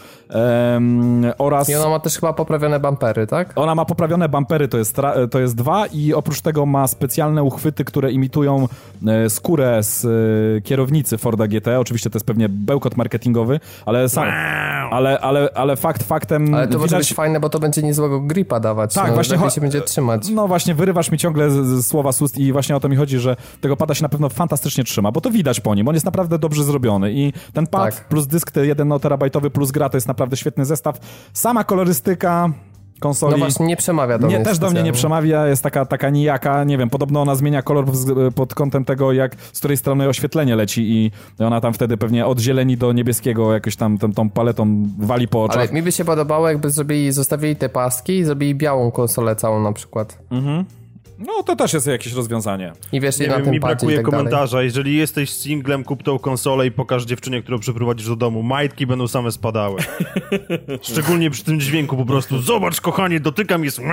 um, oraz... I ona ma też chyba poprawione bumpery, tak? Ona ma poprawione bumpery, to jest, to jest dwa i oprócz tego ma specjalne uchwyty, które imitują e, skórę z e, kierownicy Forda G T. Oczywiście to jest pewnie bełkot marketingowy, ale sam, ale, ale, ale fakt faktem... Ale to widać... może być fajne, bo to będzie niezłego gripa dawać. Tak, no, właśnie lepiej się będzie trzymać. No właśnie, wyrywasz mi ciągle z, z słowa z ust i właśnie o to mi chodzi, że tego pada się na pewno fantastycznie trzyma, bo to widać po nim, on jest naprawdę dobrze zrobiony i ten pad tak. plus dysk jeden terabajtowy plus gra to jest naprawdę świetny zestaw. Sama kolorystyka konsoli... No właśnie, nie przemawia do nie, mnie. Też do mnie nie przemawia, jest taka, taka nijaka, nie wiem, podobno ona zmienia kolor pod kątem tego, jak z której strony oświetlenie leci i ona tam wtedy pewnie od zieleni do niebieskiego jakoś tam tą, tą paletą wali po oczach. Ale mi by się podobało, jakby zrobili, zostawili te paski i zrobili białą konsolę całą na przykład. Mhm. No to też jest jakieś rozwiązanie. I wiesz, Nie i na wiem, tym mi brakuje tak komentarza. dalej. Jeżeli jesteś singlem, kup tą konsolę i pokaż dziewczynie, którą przyprowadzisz do domu. Majtki będą same spadały. Szczególnie przy tym dźwięku po prostu. Zobacz, kochanie, dotykam, jest...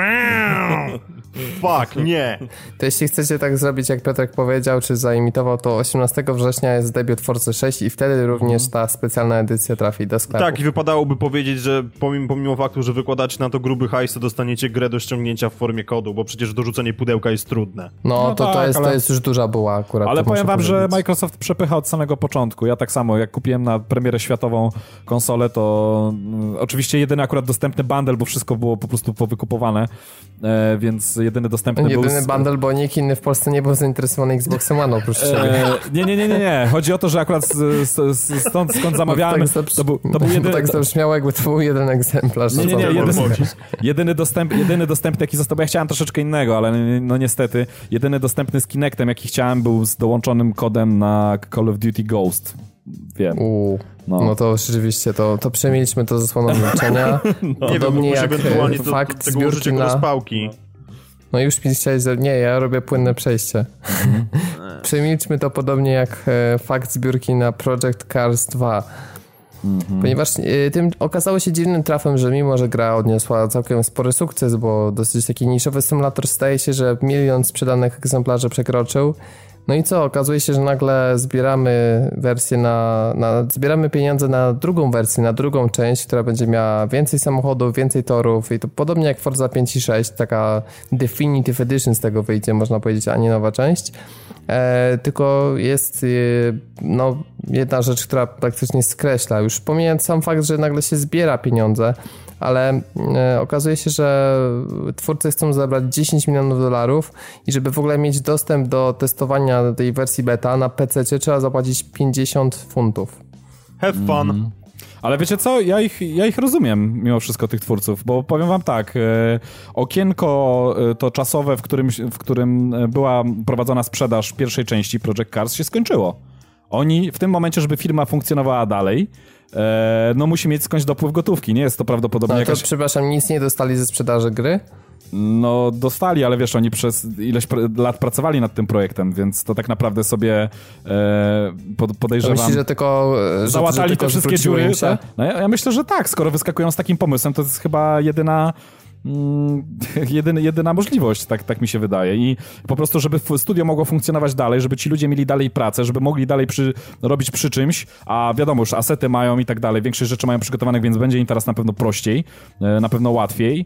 Fuck, nie. To jeśli chcecie tak zrobić, jak Piotrek powiedział, czy zaimitował, to osiemnastego września jest debiut Forza sześć i wtedy również ta specjalna edycja trafi do sklepu. Tak, i wypadałoby powiedzieć, że pomimo, pomimo faktu, że wykładacie na to gruby hajs, to dostaniecie grę do ściągnięcia w formie kodu, bo przecież dorzucenie pudełka jest trudne. No, No to, tak, to, jest, ale... to jest już duża buła akurat. Ale powiem wam, powiedzieć. że Microsoft przepycha od samego początku. Ja tak samo, jak kupiłem na premierę światową konsolę, to mm, oczywiście jedyny akurat dostępny bundle, bo wszystko było po prostu powykupowane, e, więc jedyny dostępny Jedyny był... Jedyny z... bundle, bo nikt inny w Polsce nie był zainteresowany Xboxem One oprócz ciebie. E, nie, nie, nie, nie, nie. Chodzi o to, że akurat z, z, stąd, skąd zamawiałem, tak to był, to był jedyny... tak zabrzmiało, jakby to był jeden egzemplarz. Nie, nie, nie, jedyny, jedyny, dostęp, jedyny dostępny, jaki został, bo ja chciałem troszeczkę innego, ale no niestety, jedyny dostępny z Kinectem, jaki chciałem, był z dołączonym kodem na Call of Duty Ghost. Wiem. Uuu, no. no to rzeczywiście, to, to przemilczmy to zasłoną milczenia. No. Podobnie nie wiem, jak ewentualnie do, fakt do tego zbiórki na... rozpałki. No już mi chciałeś... Nie, ja robię płynne przejście. Mhm. Przemilczmy to podobnie jak e, fakt zbiórki na Project Cars dwa. Mhm. Ponieważ y, tym okazało się dziwnym trafem, że mimo, że gra odniosła całkiem spory sukces, bo dosyć taki niszowy symulator, staje się, że milion sprzedanych egzemplarzy przekroczył. No i co? Okazuje się, że nagle zbieramy wersję na, na... Zbieramy pieniądze na drugą wersję, na drugą część, która będzie miała więcej samochodów, więcej torów i to podobnie jak Forza pięć i sześć, taka Definitive Edition z tego wyjdzie, można powiedzieć, a nie nowa część. E, tylko jest e, no, jedna rzecz, która praktycznie skreśla. Już pomijając sam fakt, że nagle się zbiera pieniądze, ale e, okazuje się, że twórcy chcą zebrać dziesięć milionów dolarów i żeby w ogóle mieć dostęp do testowania tej wersji beta na pececie trzeba zapłacić pięćdziesiąt funtów. Have fun. Mm. Ale wiecie co, ja ich, ja ich rozumiem mimo wszystko, tych twórców, bo powiem wam tak, e, okienko e, to czasowe, w którym, w którym była prowadzona sprzedaż pierwszej części Project Cars się skończyło. Oni w tym momencie, żeby firma funkcjonowała dalej, e, no musi mieć skądś dopływ gotówki, nie jest to prawdopodobnie no, jakaś... to, przepraszam, nic nie dostali ze sprzedaży gry? No dostali, ale wiesz, oni przez ileś pr- lat pracowali nad tym projektem, więc to tak naprawdę sobie e, pod, podejrzewam... Myślisz, że tylko... Że, załatali że tylko te wszystkie dziury? Się? No ja, ja myślę, że tak, skoro wyskakują z takim pomysłem, to jest chyba jedyna... Mm, jedyny, jedyna możliwość, tak, tak mi się wydaje. I po prostu, żeby studio mogło funkcjonować dalej, żeby ci ludzie mieli dalej pracę, żeby mogli dalej przy, robić przy czymś, a wiadomo, już asety mają i tak dalej, większość rzeczy mają przygotowanych, więc będzie im teraz na pewno prościej, na pewno łatwiej,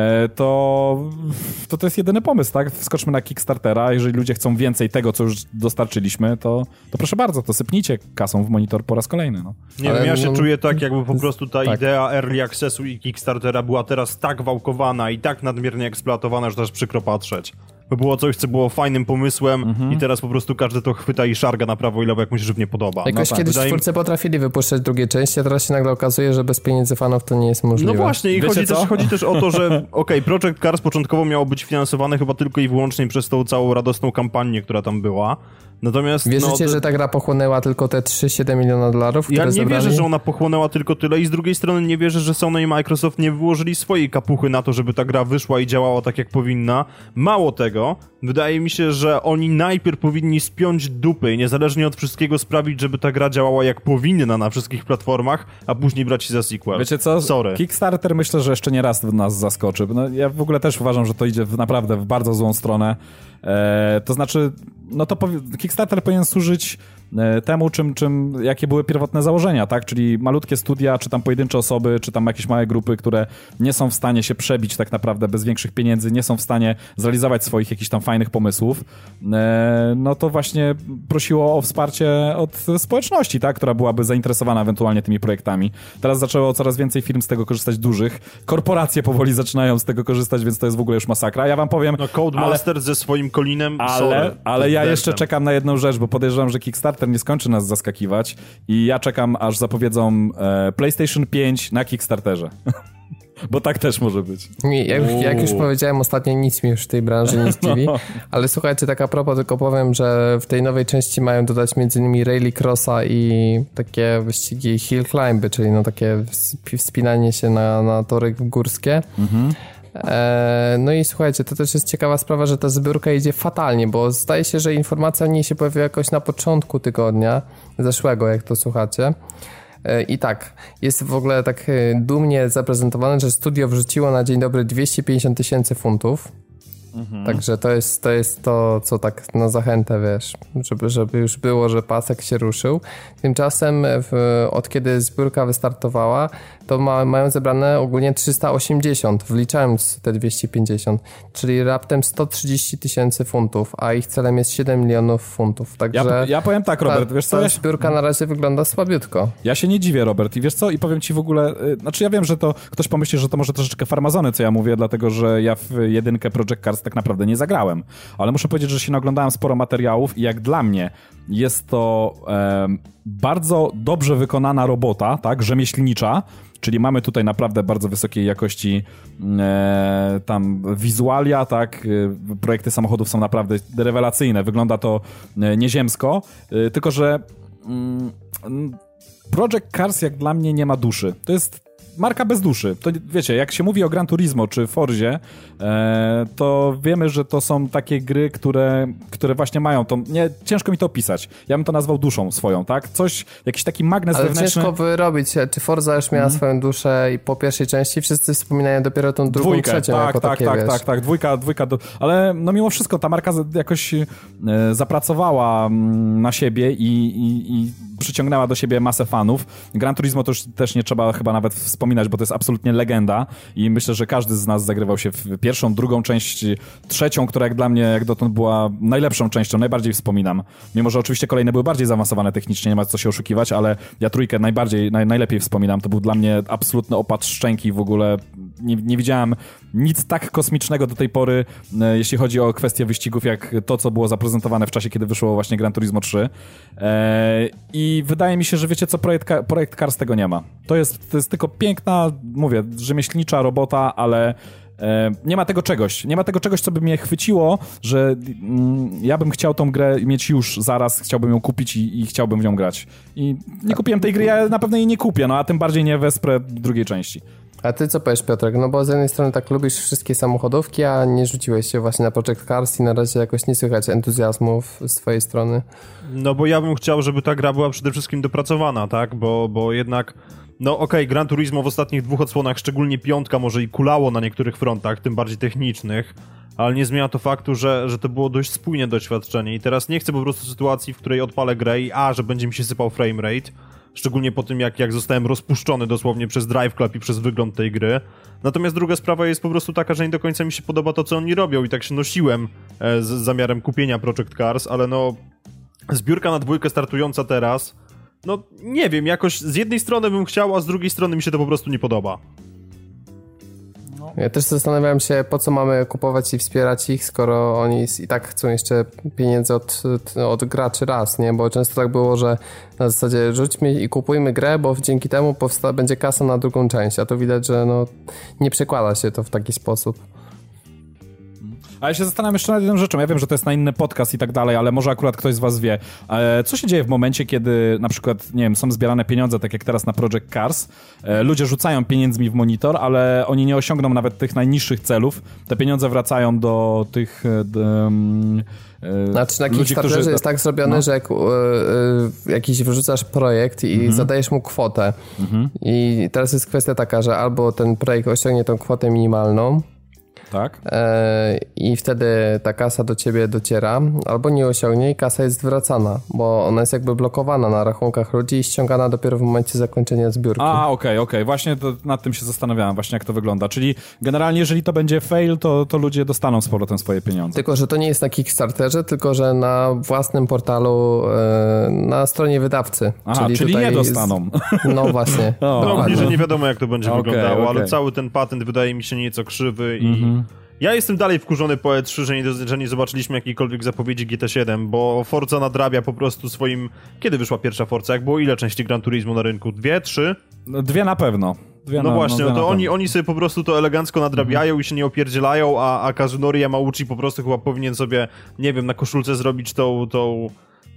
to to, to jest jedyny pomysł, tak? Wskoczmy na Kickstartera, jeżeli ludzie chcą więcej tego, co już dostarczyliśmy, to, to proszę bardzo, to sypnijcie kasą w monitor po raz kolejny. No. Nie Ale wiem, ja się no, czuję tak, jakby po prostu ta tak. idea Early Accessu i Kickstartera była teraz tak wałkowana i tak nadmiernie eksploatowana, że też przykro patrzeć. To było coś, co było fajnym pomysłem mhm. i teraz po prostu każdy to chwyta i szarga na prawo i lewo, jak mu się żywnie podoba. Jakoś no tak, kiedyś wydaje... twórcy potrafili wypuszczać drugie części, a teraz się nagle okazuje, że bez pieniędzy fanów to nie jest możliwe. No właśnie i chodzi też, chodzi też o to, że okej, okay, Project Cars początkowo miało być finansowane chyba tylko i wyłącznie przez tą całą radosną kampanię, która tam była. Natomiast... Wierzycie, no, że ta gra pochłonęła tylko te trzy przecinek siedem miliona dolarów, które Ja nie zebrali? wierzę, że ona pochłonęła tylko tyle i z drugiej strony nie wierzę, że Sony i Microsoft nie wyłożyli swojej kapuchy na to, żeby ta gra wyszła i działała tak, jak powinna. Mało tego, wydaje mi się, że oni najpierw powinni spiąć dupy i niezależnie od wszystkiego sprawić, żeby ta gra działała jak powinna na wszystkich platformach, a później brać się za sequel. Wiecie co? Sorry. Kickstarter myślę, że jeszcze nie raz nas zaskoczy. No, ja w ogóle też uważam, że to idzie w, naprawdę w bardzo złą stronę. E, to znaczy, no to powi- Kickstarter powinien służyć e, temu, czym, czym, jakie były pierwotne założenia, tak? Czyli malutkie studia, czy tam pojedyncze osoby, czy tam jakieś małe grupy, które nie są w stanie się przebić tak naprawdę bez większych pieniędzy, nie są w stanie zrealizować swoich jakichś tam fajnych pomysłów, e, no to właśnie prosiło o wsparcie od społeczności, tak? Która byłaby zainteresowana ewentualnie tymi projektami. Teraz zaczęło coraz więcej firm z tego korzystać, dużych. Korporacje powoli zaczynają z tego korzystać, więc to jest w ogóle już masakra. Ja wam powiem... No Codemaster ale... ze swoim Colinem, Ale, sorry, ale ja jeszcze czekam na jedną rzecz, bo podejrzewam, że Kickstarter nie skończy nas zaskakiwać i ja czekam, aż zapowiedzą e, PlayStation pięć na Kickstarterze. Bo tak też może być. Jak, jak już powiedziałem ostatnio, nic mi już w tej branży nie zdziwi. No. Ale słuchajcie, tak a propos, tylko powiem, że w tej nowej części mają dodać między innymi rallycrossa i takie wyścigi hill climby, czyli no takie wspinanie się na, na tory górskie. Mhm. E, no i słuchajcie, to też jest ciekawa sprawa, że ta zbiórka idzie fatalnie, bo zdaje się, że informacja o niej się pojawiła jakoś na początku tygodnia zeszłego, jak to słuchacie. E, I tak, jest w ogóle tak dumnie zaprezentowane, że studio wrzuciło na dzień dobry dwieście pięćdziesiąt tysięcy funtów. Mhm. Także to jest, to jest to, co tak na zachętę, wiesz, żeby, żeby już było, że pasek się ruszył. Tymczasem w, od kiedy zbiórka wystartowała, to ma, mają zebrane ogólnie trzysta osiemdziesiąt, wliczając te dwieście pięćdziesiąt, czyli raptem sto trzydzieści tysięcy funtów, a ich celem jest siedem milionów funtów. Także ja, ja powiem tak, Robert, ta, wiesz co? Ta ja zbiórka na razie wygląda słabiutko. Ja się nie dziwię, Robert, i wiesz co? I powiem ci w ogóle, yy, znaczy ja wiem, że to ktoś pomyśli, że to może troszeczkę farmazony, co ja mówię, dlatego, że ja w jedynkę Project Cars tak naprawdę nie zagrałem, ale muszę powiedzieć, że się naglądałem sporo materiałów i jak dla mnie jest to e, bardzo dobrze wykonana robota, tak, rzemieślnicza, czyli mamy tutaj naprawdę bardzo wysokiej jakości e, tam wizualia, tak, e, projekty samochodów są naprawdę rewelacyjne, wygląda to e, nieziemsko, e, tylko że mm, Project Cars jak dla mnie nie ma duszy. To jest marka bez duszy. To wiecie, jak się mówi o Gran Turismo czy Forzie, e, to wiemy, że to są takie gry, które, które właśnie mają to... Nie, ciężko mi to opisać. Ja bym to nazwał duszą swoją, tak? Coś, jakiś taki magnes ale wewnętrzny. Ale ciężko wyrobić. Czy Forza już miała mm. swoją duszę i po pierwszej części wszyscy wspominają dopiero tą drugą, Dwójkę, trzecią tak, jako tak, takie, tak, wiesz. tak, tak, dwójka, dwójka, do... ale no mimo wszystko ta marka jakoś e, zapracowała na siebie i, i, i przyciągnęła do siebie masę fanów. Gran Turismo to już też nie trzeba chyba nawet wspominać, bo to jest absolutnie legenda i myślę, że każdy z nas zagrywał się w pierwszą, drugą część, trzecią, która jak dla mnie jak dotąd była najlepszą częścią, najbardziej wspominam. Mimo, że oczywiście kolejne były bardziej zaawansowane technicznie, nie ma co się oszukiwać, ale ja trójkę najbardziej, naj, najlepiej wspominam. To był dla mnie absolutny opad szczęki w ogóle. Nie, nie widziałem nic tak kosmicznego do tej pory, e, jeśli chodzi o kwestię wyścigów, jak to, co było zaprezentowane w czasie, kiedy wyszło właśnie Gran Turismo trzy. E, I wydaje mi się, że wiecie co, projekt, projekt Cars tego nie ma. To jest, to jest tylko piękna, mówię, rzemieślnicza robota, ale e, nie ma tego czegoś. Nie ma tego czegoś, co by mnie chwyciło, że mm, ja bym chciał tą grę mieć już zaraz, chciałbym ją kupić i, i chciałbym w nią grać. I nie kupiłem tej gry, ja na pewno jej nie kupię, no a tym bardziej nie wesprę drugiej części. A ty co powiesz, Piotrek? No bo z jednej strony tak lubisz wszystkie samochodówki, a nie rzuciłeś się właśnie na Project Cars i na razie jakoś nie słychać entuzjazmów z twojej strony. No bo ja bym chciał, żeby ta gra była przede wszystkim dopracowana, tak? Bo, bo jednak... No okej, okay, Gran Turismo w ostatnich dwóch odsłonach, szczególnie piątka, może i kulało na niektórych frontach, tym bardziej technicznych, ale nie zmienia to faktu, że, że to było dość spójne doświadczenie i teraz nie chcę po prostu sytuacji, w której odpalę grę i a, że będzie mi się sypał framerate, szczególnie po tym, jak, jak zostałem rozpuszczony dosłownie przez Drive Club i przez wygląd tej gry. Natomiast druga sprawa jest po prostu taka, że nie do końca mi się podoba to, co oni robią i tak się nosiłem e, z zamiarem kupienia Project Cars, ale no zbiórka na dwójkę startująca teraz, no nie wiem, jakoś z jednej strony bym chciał, a z drugiej strony mi się to po prostu nie podoba. Ja też zastanawiałem się, po co mamy kupować i wspierać ich, skoro oni i tak chcą jeszcze pieniędzy od, od graczy raz, nie? Bo często tak było, że na zasadzie rzućmy i kupujmy grę, bo dzięki temu powsta- będzie kasa na drugą część, a to widać, że no, nie przekłada się to w taki sposób. A ja się zastanawiam jeszcze nad jedną rzeczą. Ja wiem, że to jest na inny podcast i tak dalej, ale może akurat ktoś z was wie. Co się dzieje w momencie, kiedy na przykład, nie wiem, są zbierane pieniądze, tak jak teraz na Project Cars, ludzie rzucają pieniędzmi w monitor, ale oni nie osiągną nawet tych najniższych celów. Te pieniądze wracają do tych... Do, um, Znaczy na Kickstarterze którzy... jest tak zrobione, no. że jak y, y, jakiś wyrzucasz projekt i mhm. zadajesz mu kwotę mhm. i teraz jest kwestia taka, że albo ten projekt osiągnie tą kwotę minimalną, tak. E, I wtedy ta kasa do ciebie dociera, albo nie osiągnie i kasa jest zwracana, bo ona jest jakby blokowana na rachunkach ludzi i ściągana dopiero w momencie zakończenia zbiórki. A, okej, okay, okej. Okay. Właśnie to, nad tym się zastanawiałem, właśnie jak to wygląda. Czyli generalnie, jeżeli to będzie fail, to, to ludzie dostaną z powrotem swoje pieniądze. Tylko, że to nie jest na Kickstarterze, tylko, że na własnym portalu, e, na stronie wydawcy. Aha, czyli, czyli nie dostaną. Jest, no właśnie. No, że nie wiadomo, jak to będzie okay, wyglądało, okay. ale cały ten patent wydaje mi się nieco krzywy i mm-hmm. ja jestem dalej wkurzony po E trzy, że nie, że nie zobaczyliśmy jakiejkolwiek zapowiedzi G T siedem, bo Forza nadrabia po prostu swoim... Kiedy wyszła pierwsza Forza? Jak było ile części Gran Turismo na rynku? Dwie? Trzy? No, dwie na pewno. Dwie no na, właśnie, no, no to oni, oni sobie po prostu to elegancko nadrabiają mhm. i się nie opierdzielają, a, a Kazunori Yamauchi po prostu chyba powinien sobie, nie wiem, na koszulce zrobić tą... tą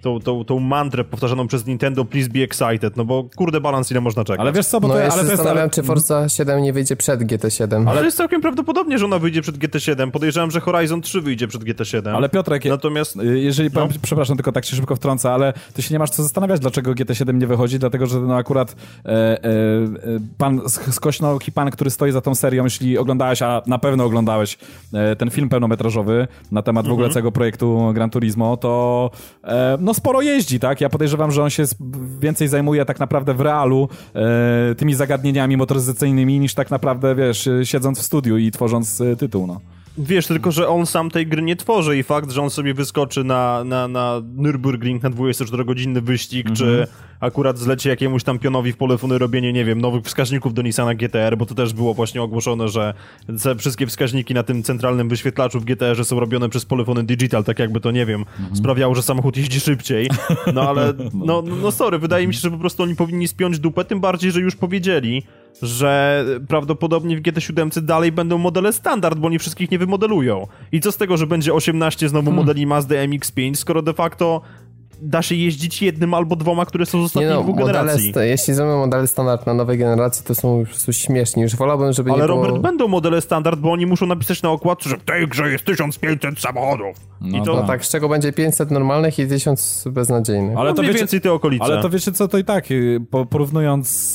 tą, tą, tą mantrę powtarzaną przez Nintendo, please be excited, no bo kurde balans ile można czekać. Ale wiesz co, bo no to, ja ale się to jest... zastanawiam, Ale... czy Forza siedem nie wyjdzie przed G T siedem. Ale jest całkiem prawdopodobnie, że ona wyjdzie przed G T siedem. Podejrzewam, że Horizon trzy wyjdzie przed G T siedem. Ale Piotrek, natomiast jeżeli, no. przepraszam, tylko tak się szybko wtrącę, ale ty się nie masz co zastanawiać, dlaczego G T siedem nie wychodzi, dlatego, że no akurat e, e, pan Skośnoki, pan, który stoi za tą serią, jeśli oglądałeś, a na pewno oglądałeś e, ten film pełnometrażowy na temat w ogóle mhm. całego projektu Gran Turismo, to e, no sporo jeździ, tak? Ja podejrzewam, że on się więcej zajmuje tak naprawdę w realu e, tymi zagadnieniami motoryzacyjnymi niż tak naprawdę, wiesz, siedząc w studiu i tworząc e, tytuł, no. Wiesz, tylko że on sam tej gry nie tworzy i fakt, że on sobie wyskoczy na, na, na Nürburgring na dwudziestoczterogodzinny wyścig, mm-hmm. czy akurat zleci jakiemuś tam pionowi w polefony robienie, nie wiem, nowych wskaźników do Nissana G T R, bo to też było właśnie ogłoszone, że te wszystkie wskaźniki na tym centralnym wyświetlaczu w G T R-ze są robione przez polefony digital, tak jakby to, nie wiem, mm-hmm. sprawiało, że samochód jeździ szybciej. No ale, no, no sorry, wydaje mi się, że po prostu oni powinni spiąć dupę, tym bardziej, że już powiedzieli, że prawdopodobnie w G T siedem dalej będą modele standard, bo oni wszystkich nie wymodelują. I co z tego, że będzie osiemnaście znowu hmm. modeli Mazda M X pięć, skoro de facto da się jeździć jednym albo dwoma, które są z ostatnich no, dwóch generacji. St- jeśli zrobią modele standard na nowej generacji, to są po prostu śmieszni. Już wolałbym, żeby Ale nie było... Ale Robert, będą modele standard, bo oni muszą napisać na okładce, że w tej grze jest tysiąc pięćset samochodów. No I to tak. tak, z czego będzie pięćset normalnych i tysiąc beznadziejnych. Ale no, to mniej wiecie, więcej te okolice. Ale to wiecie co, to i tak, porównując z,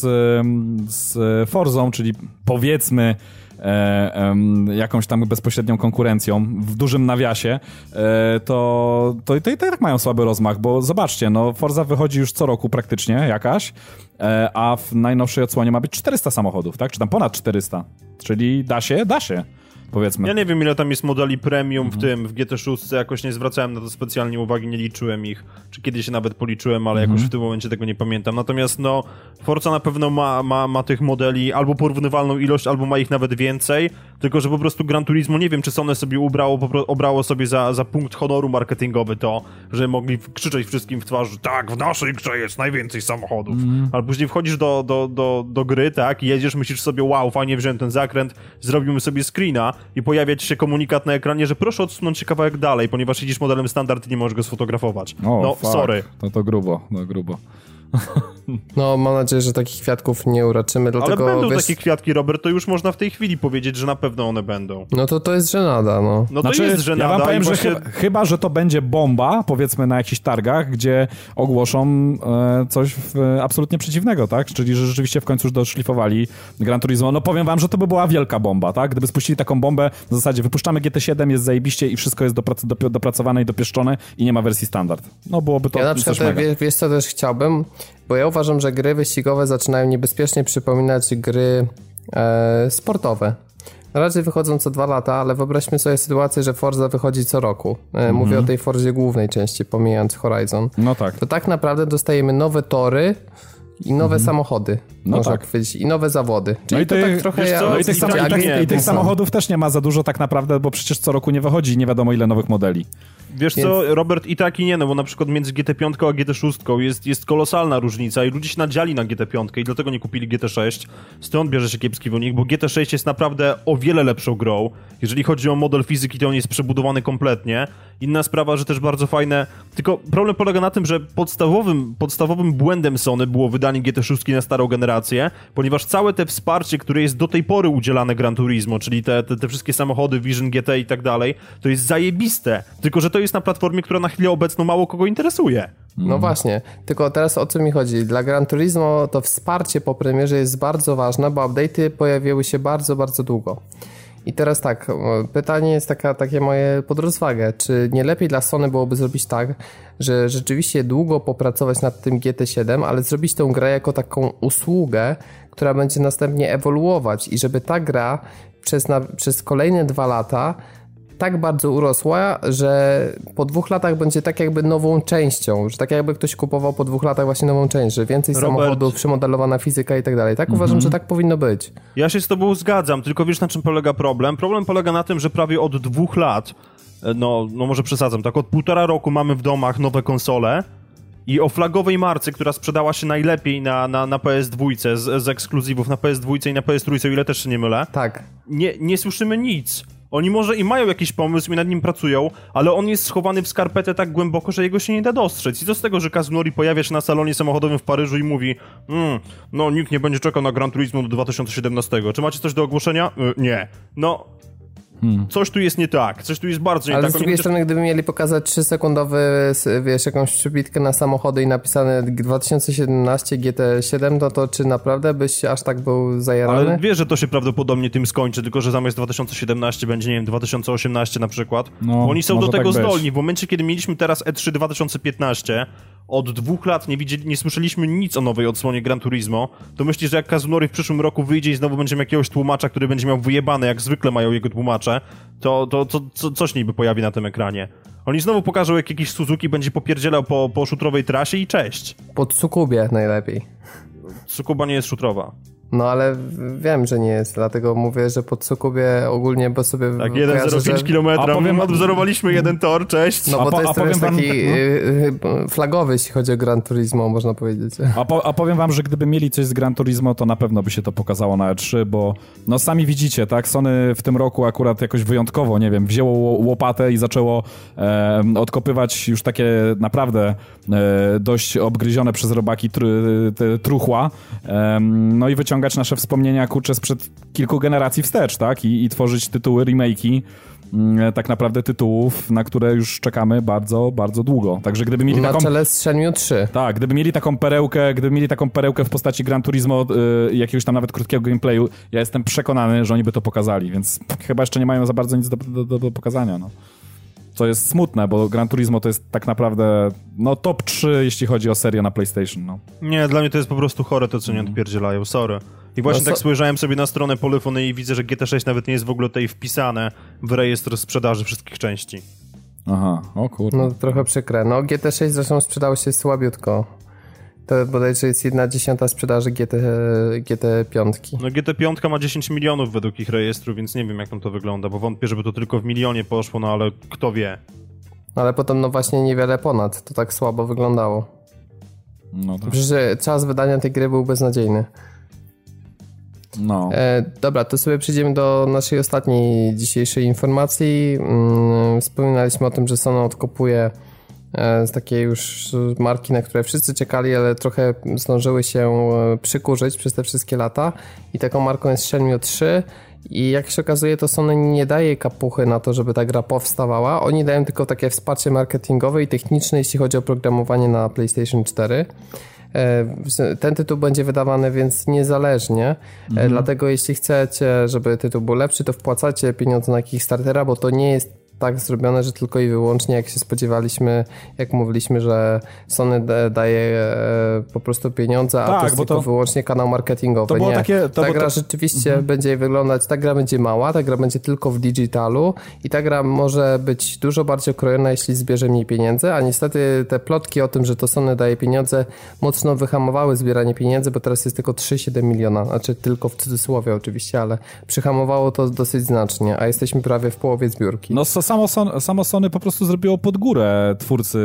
z Forzą, czyli powiedzmy E, e, jakąś tam bezpośrednią konkurencją w dużym nawiasie, e, to, to, to i tak mają słaby rozmach, bo zobaczcie, no Forza wychodzi już co roku praktycznie jakaś, e, a w najnowszej odsłonie ma być czterysta samochodów, tak? Czy tam ponad czterysta. Czyli da się, da się. Powiedzmy. Ja nie wiem, ile tam jest modeli premium w tym, w G T sześć, jakoś nie zwracałem na to specjalnie uwagi, nie liczyłem ich, czy kiedyś się nawet policzyłem, ale jakoś w tym momencie tego nie pamiętam. Natomiast no, Forza na pewno ma, ma, ma tych modeli albo porównywalną ilość, albo ma ich nawet więcej, tylko że po prostu Gran Turismo, nie wiem, czy Sony sobie ubrało, obrało sobie za, za punkt honoru marketingowy to, że mogli krzyczeć wszystkim w twarz, że tak, w naszej grze jest najwięcej samochodów. Mm. Ale później wchodzisz do, do, do, do gry, tak, i jedziesz, myślisz sobie, wow, fajnie wziąłem ten zakręt, zrobimy sobie screena, i pojawia ci się komunikat na ekranie, że proszę odsunąć się kawałek dalej, ponieważ jedziesz modelem standard i nie możesz go sfotografować. O, no, fuck. sorry. No to grubo, no grubo. No, mam nadzieję, że takich kwiatków nie uraczymy, dlatego... Ale będą wiesz... takie kwiatki, Robert, to już można w tej chwili powiedzieć, że na pewno one będą. No to to jest żenada, no. No to znaczy, jest żenada. Ja wam powiem, właśnie... że chyba, chyba, że to będzie bomba, powiedzmy na jakichś targach, gdzie ogłoszą e, coś w, e, absolutnie przeciwnego, tak? Czyli, że rzeczywiście w końcu już doszlifowali Gran Turismo. No powiem wam, że to by była wielka bomba, tak? Gdyby spuścili taką bombę, w zasadzie wypuszczamy G T siedem, jest zajebiście i wszystko jest doprac- dop- dopracowane i dopieszczone i nie ma wersji standard. No byłoby to Ja na przykład, coś mega. Wie, wiesz co też chciałbym? Bo ja uważam, że gry wyścigowe zaczynają niebezpiecznie przypominać gry e, sportowe. Na razie wychodzą co dwa lata, ale wyobraźmy sobie sytuację, że Forza wychodzi co roku. E, mm-hmm. Mówię o tej Forzie głównej części, pomijając Horizon. No tak. To tak naprawdę dostajemy nowe tory i nowe mm-hmm. samochody, no można tak. powiedzieć, i nowe zawody. Czyli no i to ty, tak trochę... Ja, no i tych, sam, i tak, nie, i tych samochodów też nie ma za dużo tak naprawdę, bo przecież co roku nie wychodzi nie wiadomo ile nowych modeli. Wiesz Więc... co, Robert, i tak i nie, no bo na przykład między G T pięć a G T sześć jest, jest kolosalna różnica i ludzie się nadziali na G T pięć i dlatego nie kupili G T sześć. Stąd bierze się kiepski wynik, bo G T sześć jest naprawdę o wiele lepszą grą. Jeżeli chodzi o model fizyki, to on jest przebudowany kompletnie. Inna sprawa, że też bardzo fajne... Tylko problem polega na tym, że podstawowym, podstawowym błędem Sony było wydanie G T sześć na starą generację, ponieważ całe te wsparcie, które jest do tej pory udzielane Gran Turismo, czyli te, te, te wszystkie samochody, Vision G T i tak dalej, to jest zajebiste. Tylko że to jest na platformie, która na chwilę obecną mało kogo interesuje. No mm. właśnie, tylko teraz o co mi chodzi? Dla Gran Turismo to wsparcie po premierze jest bardzo ważne, bo update'y pojawiły się bardzo, bardzo długo. I teraz tak, pytanie jest taka, takie moje pod rozwagę, czy nie lepiej dla Sony byłoby zrobić tak, że rzeczywiście długo popracować nad tym G T siedem, ale zrobić tę grę jako taką usługę, która będzie następnie ewoluować i żeby ta gra przez, na, przez kolejne dwa lata tak bardzo urosła, że po dwóch latach będzie tak jakby nową częścią, że tak jakby ktoś kupował po dwóch latach właśnie nową część, że więcej Robert. samochodów, przemodelowana fizyka i tak dalej. Tak uważam, że tak powinno być. Ja się z tobą zgadzam, tylko wiesz na czym polega problem? Problem polega na tym, że prawie od dwóch lat, no, no może przesadzam, tak od półtora roku mamy w domach nowe konsole i o flagowej marce, która sprzedała się najlepiej na, na, na P S dwa, z, z ekskluzywów na P S dwa i na P S trzy, o ile też się nie mylę, Tak. nie, nie słyszymy nic. Oni może i mają jakiś pomysł i nad nim pracują, ale on jest schowany w skarpetę tak głęboko, że jego się nie da dostrzec. I co z tego, że Kazunori pojawia się na salonie samochodowym w Paryżu i mówi mm, no nikt nie będzie czekał na Gran Turismo do dwa tysiące siedemnastego. Czy macie coś do ogłoszenia? Y, nie. No... Hmm. Coś tu jest nie tak, coś tu jest bardzo nie ale tak. Ale z drugiej strony, gdyby mieli pokazać trzysekundowy, wiesz, jakąś przybitkę na samochody i napisane dwa tysiące siedemnaście G T siedem, no to czy naprawdę byś aż tak był zajarany? Ale wiesz, że to się prawdopodobnie tym skończy, tylko że zamiast dwa tysiące siedemnaście będzie, nie wiem, dwa tysiące osiemnaście na przykład. No, bo oni są do tego tak zdolni. W momencie, kiedy mieliśmy teraz E trzy dwa tysiące piętnaście, od dwóch lat nie widzieli, nie słyszeliśmy nic o nowej odsłonie Gran Turismo, to myślisz, że jak Kazunori w przyszłym roku wyjdzie i znowu będziemy jakiegoś tłumacza, który będzie miał wyjebane, jak zwykle mają jego tłumacze, to, to, to, to coś niby pojawi na tym ekranie. Oni znowu pokażą, jak jakiś Suzuki będzie popierdzielał po, po szutrowej trasie i cześć. Po Tsukubie najlepiej. Tsukuba nie jest szutrowa. No ale wiem, że nie jest, dlatego mówię, że po Tsukubie ogólnie, bo sobie... Tak, jeden przecinek zero pięć że... kilometra, powiem... odwzorowaliśmy jeden tor, cześć. No bo a to po, jest też taki no? flagowy, jeśli chodzi o Gran Turismo, można powiedzieć. A, po, a powiem wam, że gdyby mieli coś z Gran Turismo, to na pewno by się to pokazało na E trzy, bo no sami widzicie, tak, Sony w tym roku akurat jakoś wyjątkowo, nie wiem, wzięło łopatę i zaczęło e, odkopywać już takie naprawdę e, dość obgryzione przez robaki tr, te, truchła, e, no i wyciągać nasze wspomnienia, kurczę, sprzed kilku generacji wstecz, tak? I, i tworzyć tytuły, remake'i, mm, tak naprawdę tytułów, na które już czekamy bardzo, bardzo długo. Także gdyby mieli na taką... Na czele z Shenmue trzy. Tak, gdyby mieli taką perełkę, gdyby mieli taką perełkę w postaci Gran Turismo, y, jakiegoś tam nawet krótkiego gameplayu, ja jestem przekonany, że oni by to pokazali, więc chyba jeszcze nie mają za bardzo nic do, do, do, do pokazania, no. Co jest smutne, bo Gran Turismo to jest tak naprawdę no top trzy, jeśli chodzi o serię na PlayStation. No. Nie, dla mnie to jest po prostu chore to, co nie odpierdzielają, sorry. I właśnie no tak so... spojrzałem sobie na stronę Polyphony i widzę, że G T sześć nawet nie jest w ogóle tutaj wpisane w rejestr sprzedaży wszystkich części. Aha, o kurde. No trochę przykre. No G T sześć zresztą sprzedało się słabiutko. To bodajże jest jedna dziesiąta sprzedaży G T, G T pięć. No G T pięć ma dziesięć milionów według ich rejestru, więc nie wiem jak tam to wygląda, bo wątpię, żeby to tylko w milionie poszło, no ale kto wie. Ale potem no właśnie niewiele ponad, to tak słabo wyglądało. No tak. Przecież czas wydania tej gry był beznadziejny. No. E, dobra, to sobie przejdziemy do naszej ostatniej dzisiejszej informacji. Hmm, wspominaliśmy o tym, że Sony odkopuje z takiej już marki, na które wszyscy czekali, ale trochę zdążyły się przykurzyć przez te wszystkie lata i taką marką jest Shenmue trzy i jak się okazuje, to Sony nie daje kapuchy na to, żeby ta gra powstawała, oni dają tylko takie wsparcie marketingowe i techniczne, jeśli chodzi o programowanie na PlayStation cztery. Ten tytuł będzie wydawany więc niezależnie, mhm. dlatego jeśli chcecie, żeby tytuł był lepszy, to wpłacacie pieniądze na Kickstartera, bo to nie jest tak zrobione, że tylko i wyłącznie jak się spodziewaliśmy, jak mówiliśmy, że Sony da, daje e, po prostu pieniądze, a tak, to jest tylko to, wyłącznie kanał marketingowy. To było nie, takie, to, ta gra to... rzeczywiście mhm. będzie wyglądać, ta gra będzie mała, ta gra będzie tylko w digitalu i ta gra może być dużo bardziej okrojona, jeśli zbierze mniej pieniędzy, a niestety te plotki o tym, że to Sony daje pieniądze, mocno wyhamowały zbieranie pieniędzy, bo teraz jest tylko trzy przecinek siedem miliona, znaczy tylko w cudzysłowie oczywiście, ale przyhamowało to dosyć znacznie, a jesteśmy prawie w połowie zbiórki. No Samo Sony, samo Sony po prostu zrobiło pod górę twórcy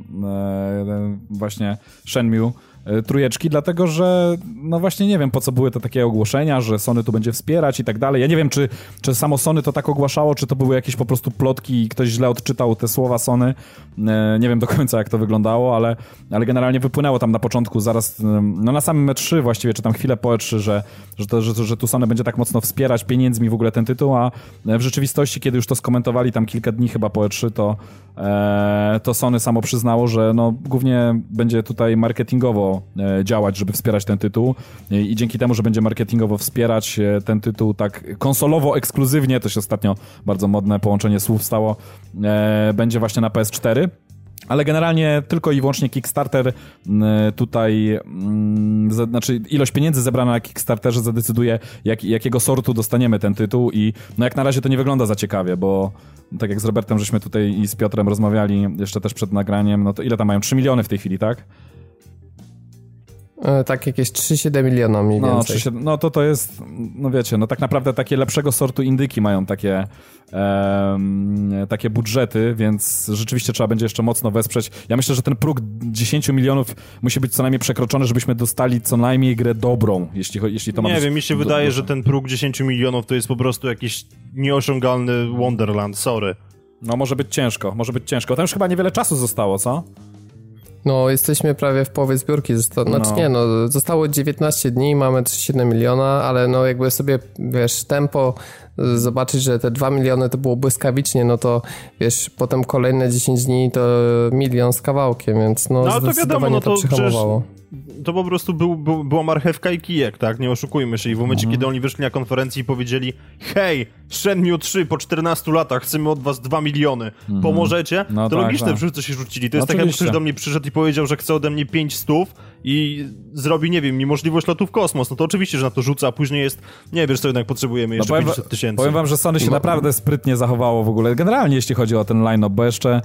e, właśnie Shenmue e, trójeczki, dlatego że no właśnie nie wiem po co były te takie ogłoszenia, że Sony tu będzie wspierać i tak dalej. Ja nie wiem czy, czy samo Sony to tak ogłaszało, czy to były jakieś po prostu plotki i ktoś źle odczytał te słowa Sony. E, nie wiem do końca jak to wyglądało, ale, ale generalnie wypłynęło tam na początku zaraz, no na samym E trzy właściwie, czy tam chwilę po E trzy, że, że, to, że, że tu Sony będzie tak mocno wspierać pieniędzmi w ogóle ten tytuł, a w rzeczywistości, kiedy już to skomentowali tam kilka dni chyba po E trzy, to, e, to Sony samo przyznało, że no głównie będzie tutaj marketingowo e, działać, żeby wspierać ten tytuł I, i dzięki temu, że będzie marketingowo wspierać e, ten tytuł tak konsolowo ekskluzywnie, to się ostatnio bardzo modne połączenie słów stało, e, będzie właśnie na P S cztery. Ale generalnie tylko i wyłącznie Kickstarter tutaj, znaczy ilość pieniędzy zebrana na Kickstarterze zadecyduje, jak, jakiego sortu dostaniemy ten tytuł i no jak na razie to nie wygląda za ciekawie, bo tak jak z Robertem żeśmy tutaj i z Piotrem rozmawiali jeszcze też przed nagraniem, no to ile tam mają? trzy miliony w tej chwili, tak? Tak, jakieś trzy przecinek siedem miliona mniej no, więcej. trzy, no to to jest, no wiecie, no tak naprawdę takie lepszego sortu indyki mają takie um, takie budżety, więc rzeczywiście trzeba będzie jeszcze mocno wesprzeć. Ja myślę, że ten próg dziesięć milionów musi być co najmniej przekroczony, żebyśmy dostali co najmniej grę dobrą, jeśli, jeśli to ma Nie być... wiem, mi się do, wydaje, do... że ten próg dziesięć milionów to jest po prostu jakiś nieosiągalny Wonderland, sorry. No może być ciężko, może być ciężko. Tam już chyba niewiele czasu zostało, co? No, jesteśmy prawie w połowie zbiórki. Zosta- znaczy No. nie, no, zostało dziewiętnaście dni, mamy trzy przecinek siedem miliona, ale no jakby sobie, wiesz, tempo zobaczyć, że te dwa miliony to było błyskawicznie, no to wiesz, potem kolejne dziesięć dni to milion z kawałkiem, więc no, No ale to zdecydowanie wiadomo, no to, to przyhamowało. To po prostu był, był, była marchewka i kijek, tak? Nie oszukujmy się. I w momencie, Mhm. kiedy oni wyszli na konferencji i powiedzieli: hej, Shenmue trzy po czternastu latach, chcemy od was dwa miliony, pomożecie? No to tak, logiczne, tak. wszyscy się rzucili. To No jest tak, jakby oczywiście. ktoś do mnie przyszedł i powiedział, że chce ode mnie pięć stów i zrobi, nie wiem, mi możliwość lotu w kosmos. No to oczywiście, że na to rzuca, a później jest, nie wiesz co, jednak potrzebujemy jeszcze No powiem, pięćset tysięcy. powiem wam, że Sony się naprawdę sprytnie zachowało w ogóle, generalnie jeśli chodzi o ten line-up, bo jeszcze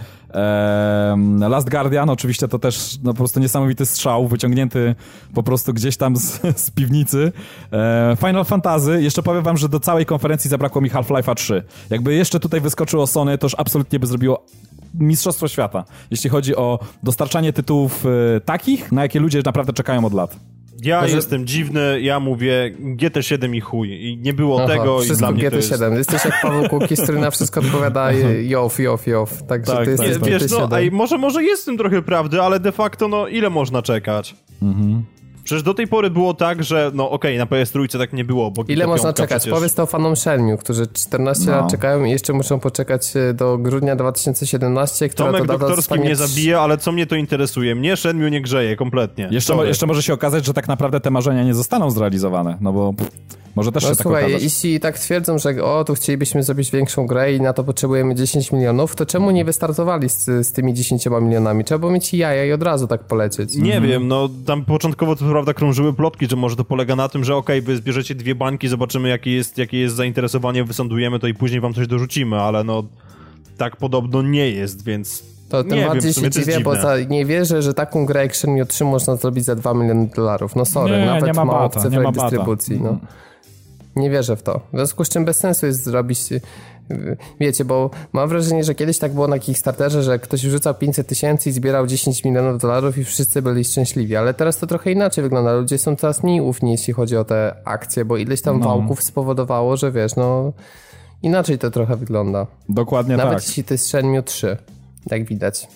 em, Last Guardian, oczywiście to też no, po prostu niesamowity strzał, wyciągnięty po prostu gdzieś tam z, z piwnicy. E, Final Fantasy, jeszcze powiem wam, że do całej konferencji zabrakło mi Half-Life'a trzy. Jakby jeszcze tutaj wyskoczyło Sony, to już absolutnie by zrobiło mistrzostwo świata, jeśli chodzi o dostarczanie tytułów e, takich, na jakie ludzie naprawdę czekają od lat. Ja Może- jestem dziwny, ja mówię G T siedem i chuj. I nie było Aha, tego i wszystko dla mnie G to T jest... siedem. Jesteś jak Paweł Kukis, który na wszystko odpowiada jow, jow, jow. Także Tak, ty tak. jesteś Nie, G T wiesz, no, siedem. ej, może, może jest w tym trochę prawdy, ale de facto, no, ile można czekać? Mhm. Przecież do tej pory było tak, że, no okej, na P S trzy tak nie było, bo Ile G T można pięć czekać? przecież... Powiedz to fanom Shenmue, którzy czternaście No. lat czekają i jeszcze muszą poczekać e, do grudnia dwa tysiące siedemnastego, która Tomek to data Doktorski zostanie... mnie zabije, ale co mnie to interesuje? Mnie Shenmue nie grzeje, kompletnie. Jeszcze, mo- Sorry. jeszcze może się okazać, że tak naprawdę te marzenia nie zostaną zrealizowane, no bo pff, może też No się tak słuchaj, okazać. jeśli tak twierdzą, że o, tu chcielibyśmy zrobić większą grę i na to potrzebujemy dziesięć milionów, to czemu nie wystartowali z, z tymi dziesięcioma milionami? Trzeba było mieć jaja i od razu tak polecieć. Nie wiem, no tam początkowo to prawda krążyły plotki, że może to polega na tym, że okej, wy zbierzecie dwie bańki, zobaczymy jakie jest, jakie jest zainteresowanie, wysądujemy to i później wam coś dorzucimy, ale no tak podobno nie jest, więc To tym nie wiem, bardziej w sumie się to jest dziwię, bo dziwne. za, nie wierzę, że taką grę jak Shenmue trzy można zrobić za dwa miliony dolarów. No sorry, Nie, nawet nie ma mało bata, w nie cyfrach ma bata. dystrybucji. No. Nie wierzę w to. W związku z czym bez sensu jest zrobić... y, Wiecie, bo mam wrażenie, że kiedyś tak było na Kickstarterze, że ktoś wrzucał pięćset tysięcy i zbierał dziesięć milionów dolarów i wszyscy byli szczęśliwi, ale teraz to trochę inaczej wygląda. Ludzie są coraz mniej ufni, jeśli chodzi o te akcje, bo ileś tam No. wałków spowodowało, że wiesz, no inaczej to trochę wygląda. Dokładnie Nawet tak. jeśli to jest Shenmue trzy, jak widać.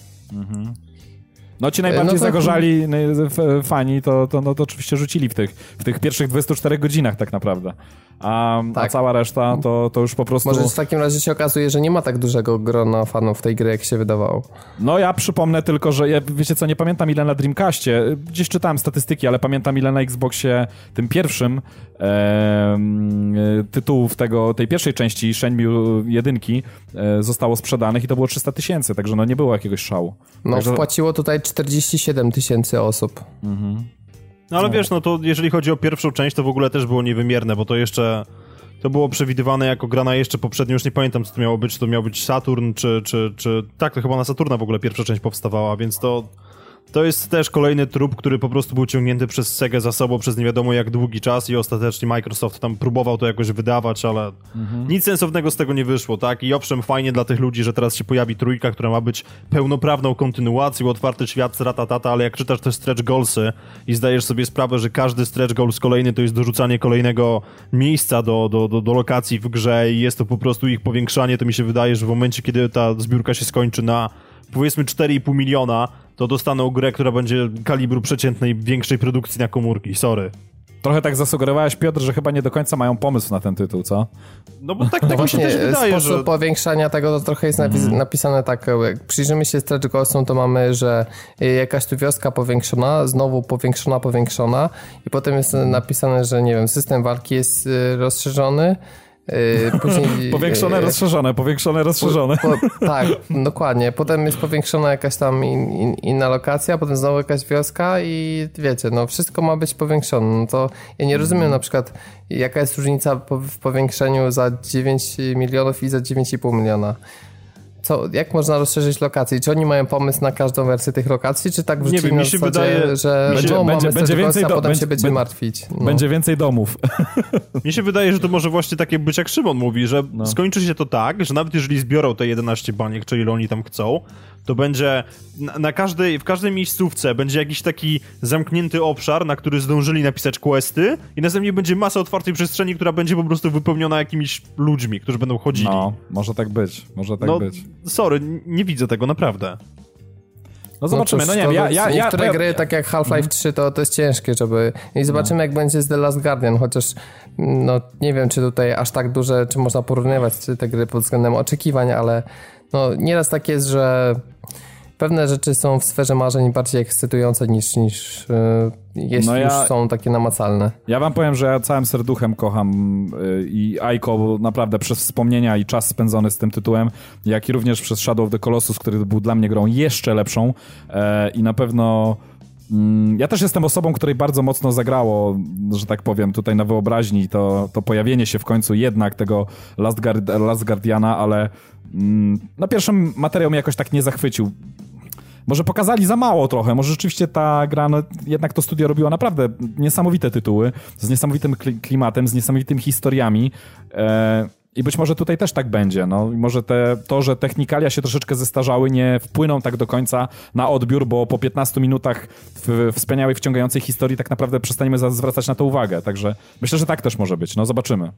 No ci najbardziej No to- zagorzali no, f- fani, to, to, no, to oczywiście rzucili w tych, w tych pierwszych dwudziestu czterech godzinach tak naprawdę. A, a Tak. cała reszta to, to już po prostu... Może w takim razie się okazuje, że nie ma tak dużego grona fanów tej gry, jak się wydawało. No ja przypomnę tylko, że ja, wiecie co, nie pamiętam ile na Dreamcastie, gdzieś czytałem statystyki, ale pamiętam ile na Xboxie tym pierwszym em, tytułów tego, tej pierwszej części Shenmue jedynki e, zostało sprzedanych i to było trzysta tysięcy, także no nie było jakiegoś szału. No, Także- wpłaciło tutaj czterdzieści siedem tysięcy osób. No ale wiesz, no to jeżeli chodzi o pierwszą część, to w ogóle też było niewymierne, bo to jeszcze... To było przewidywane jako gra na jeszcze poprzednio, już nie pamiętam co to miało być, czy to miał być Saturn, czy, czy, czy... Tak, to chyba na Saturna w ogóle pierwsza część powstawała, więc to... To jest też kolejny trup, który po prostu był ciągnięty przez Segę za sobą przez nie wiadomo jak długi czas i ostatecznie Microsoft tam próbował to jakoś wydawać, ale nic sensownego z tego nie wyszło, tak? I owszem, fajnie dla tych ludzi, że teraz się pojawi trójka, która ma być pełnoprawną kontynuacją, otwarty świat, ratatata, ale jak czytasz te stretch goalsy i zdajesz sobie sprawę, że każdy stretch goals kolejny to jest dorzucanie kolejnego miejsca do, do, do, do lokacji w grze i jest to po prostu ich powiększanie, to mi się wydaje, że w momencie, kiedy ta zbiórka się skończy na powiedzmy cztery i pół miliona, to dostaną grę, która będzie kalibru przeciętnej większej produkcji na komórki, sorry. Trochę tak zasugerowałeś, Piotr, że chyba nie do końca mają pomysł na ten tytuł, co? No bo tak, No tak mi się właśnie, też wydaje, sposób że... powiększania tego to trochę jest napis- Mhm. napisane tak, jak przyjrzymy się stretch goalsom, to mamy, że jakaś tu wioska powiększona, znowu powiększona, powiększona i potem jest napisane, że nie wiem, system walki jest y, rozszerzony, y, później... Powiększone, y, rozszerzone, powiększone, rozszerzone. Po, tak, dokładnie. Potem jest powiększona jakaś tam in, in, inna lokacja, potem znowu jakaś wioska i wiecie, no wszystko ma być powiększone. No to ja nie rozumiem na przykład, jaka jest różnica po, w powiększeniu za dziewięć milionów i za dziewięć i pół miliona. co, jak można rozszerzyć lokacje? Czy oni mają pomysł na każdą wersję tych lokacji, czy tak wrzucili wiem, na mi się zasadzie, wydaje, że będzie- no, będzie- mamy będzie serwer, więcej a do- potem będzie- się będziemy będzie- martwić. No. Będzie więcej domów. Mi się wydaje, że to może właśnie tak być jak Szymon mówi, że No. skończy się to tak, że nawet jeżeli zbiorą te jedenaście baniek, czy ile oni tam chcą, to będzie na, na każdej, w każdej miejscówce będzie jakiś taki zamknięty obszar, na który zdążyli napisać questy i następnie będzie masa otwartej przestrzeni, która będzie po prostu wypełniona jakimiś ludźmi, którzy będą chodzili. No, może tak być, może tak no, być. sorry, nie widzę tego, naprawdę. No zobaczymy, cóż, no nie to wiem, ja... ja, ja, niektóre ja gry, tak jak Half-Life trzy, to, to jest ciężkie, żeby... I zobaczymy, No. jak będzie z The Last Guardian, chociaż no nie wiem, czy tutaj aż tak duże, czy można porównywać te gry pod względem oczekiwań, ale no nieraz tak jest, że pewne rzeczy są w sferze marzeń bardziej ekscytujące niż, niż yy, jeśli No ja- już są takie namacalne. Ja wam powiem, że ja całym serduchem kocham y, i Aiko naprawdę przez wspomnienia i czas spędzony z tym tytułem, jak i również przez Shadow of the Colossus, który był dla mnie grą jeszcze lepszą e, i na pewno mm, ja też jestem osobą, której bardzo mocno zagrało, że tak powiem, tutaj na wyobraźni to, to pojawienie się w końcu jednak tego Last, Guard, Last Guardiana, ale mm, no pierwszym materiał mnie jakoś tak nie zachwycił. Może pokazali za mało trochę, może rzeczywiście ta gra, no, jednak to studio robiło naprawdę niesamowite tytuły, z niesamowitym kli- klimatem, z niesamowitymi historiami e, i być może tutaj też tak będzie, no i może te, to, że technikalia się troszeczkę zestarzały, nie wpłyną tak do końca na odbiór, bo po piętnastu minutach w wspaniałej, wciągającej historii tak naprawdę przestaniemy za- zwracać na to uwagę, także myślę, że tak też może być, no zobaczymy.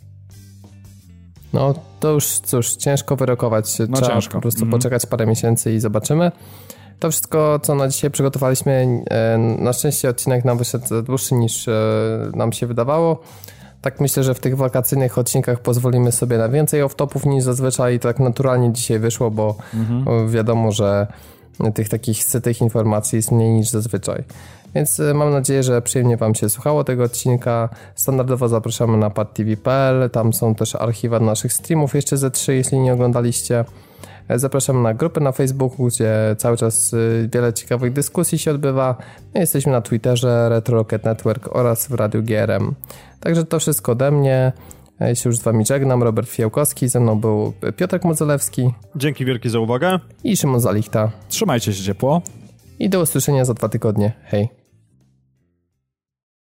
No to już cóż, ciężko wyrokować. No, Trzeba ciężko. po prostu Mhm. poczekać parę miesięcy i zobaczymy. To wszystko, co na dzisiaj przygotowaliśmy, e, na szczęście odcinek nam wyszedł dłuższy niż e, nam się wydawało. Tak myślę, że w tych wakacyjnych odcinkach pozwolimy sobie na więcej off-topów niż zazwyczaj i tak naturalnie dzisiaj wyszło, bo mhm. wiadomo, że tych takich sytych informacji jest mniej niż zazwyczaj. Więc mam nadzieję, że przyjemnie wam się słuchało tego odcinka. Standardowo zapraszamy na pad t v kropka p l. Tam są też archiwa naszych streamów jeszcze ze trzy, jeśli nie oglądaliście. Zapraszam na grupę na Facebooku, gdzie cały czas wiele ciekawych dyskusji się odbywa. Jesteśmy na Twitterze, Retro Rocket Network oraz w Radiu G R M. Także to wszystko ode mnie. Ja się już z wami żegnam. Robert Fijałkowski, ze mną był Piotrek Modzelewski. Dzięki wielkie za uwagę. I Szymon Zalichta. Trzymajcie się ciepło. I do usłyszenia za dwa tygodnie. Hej.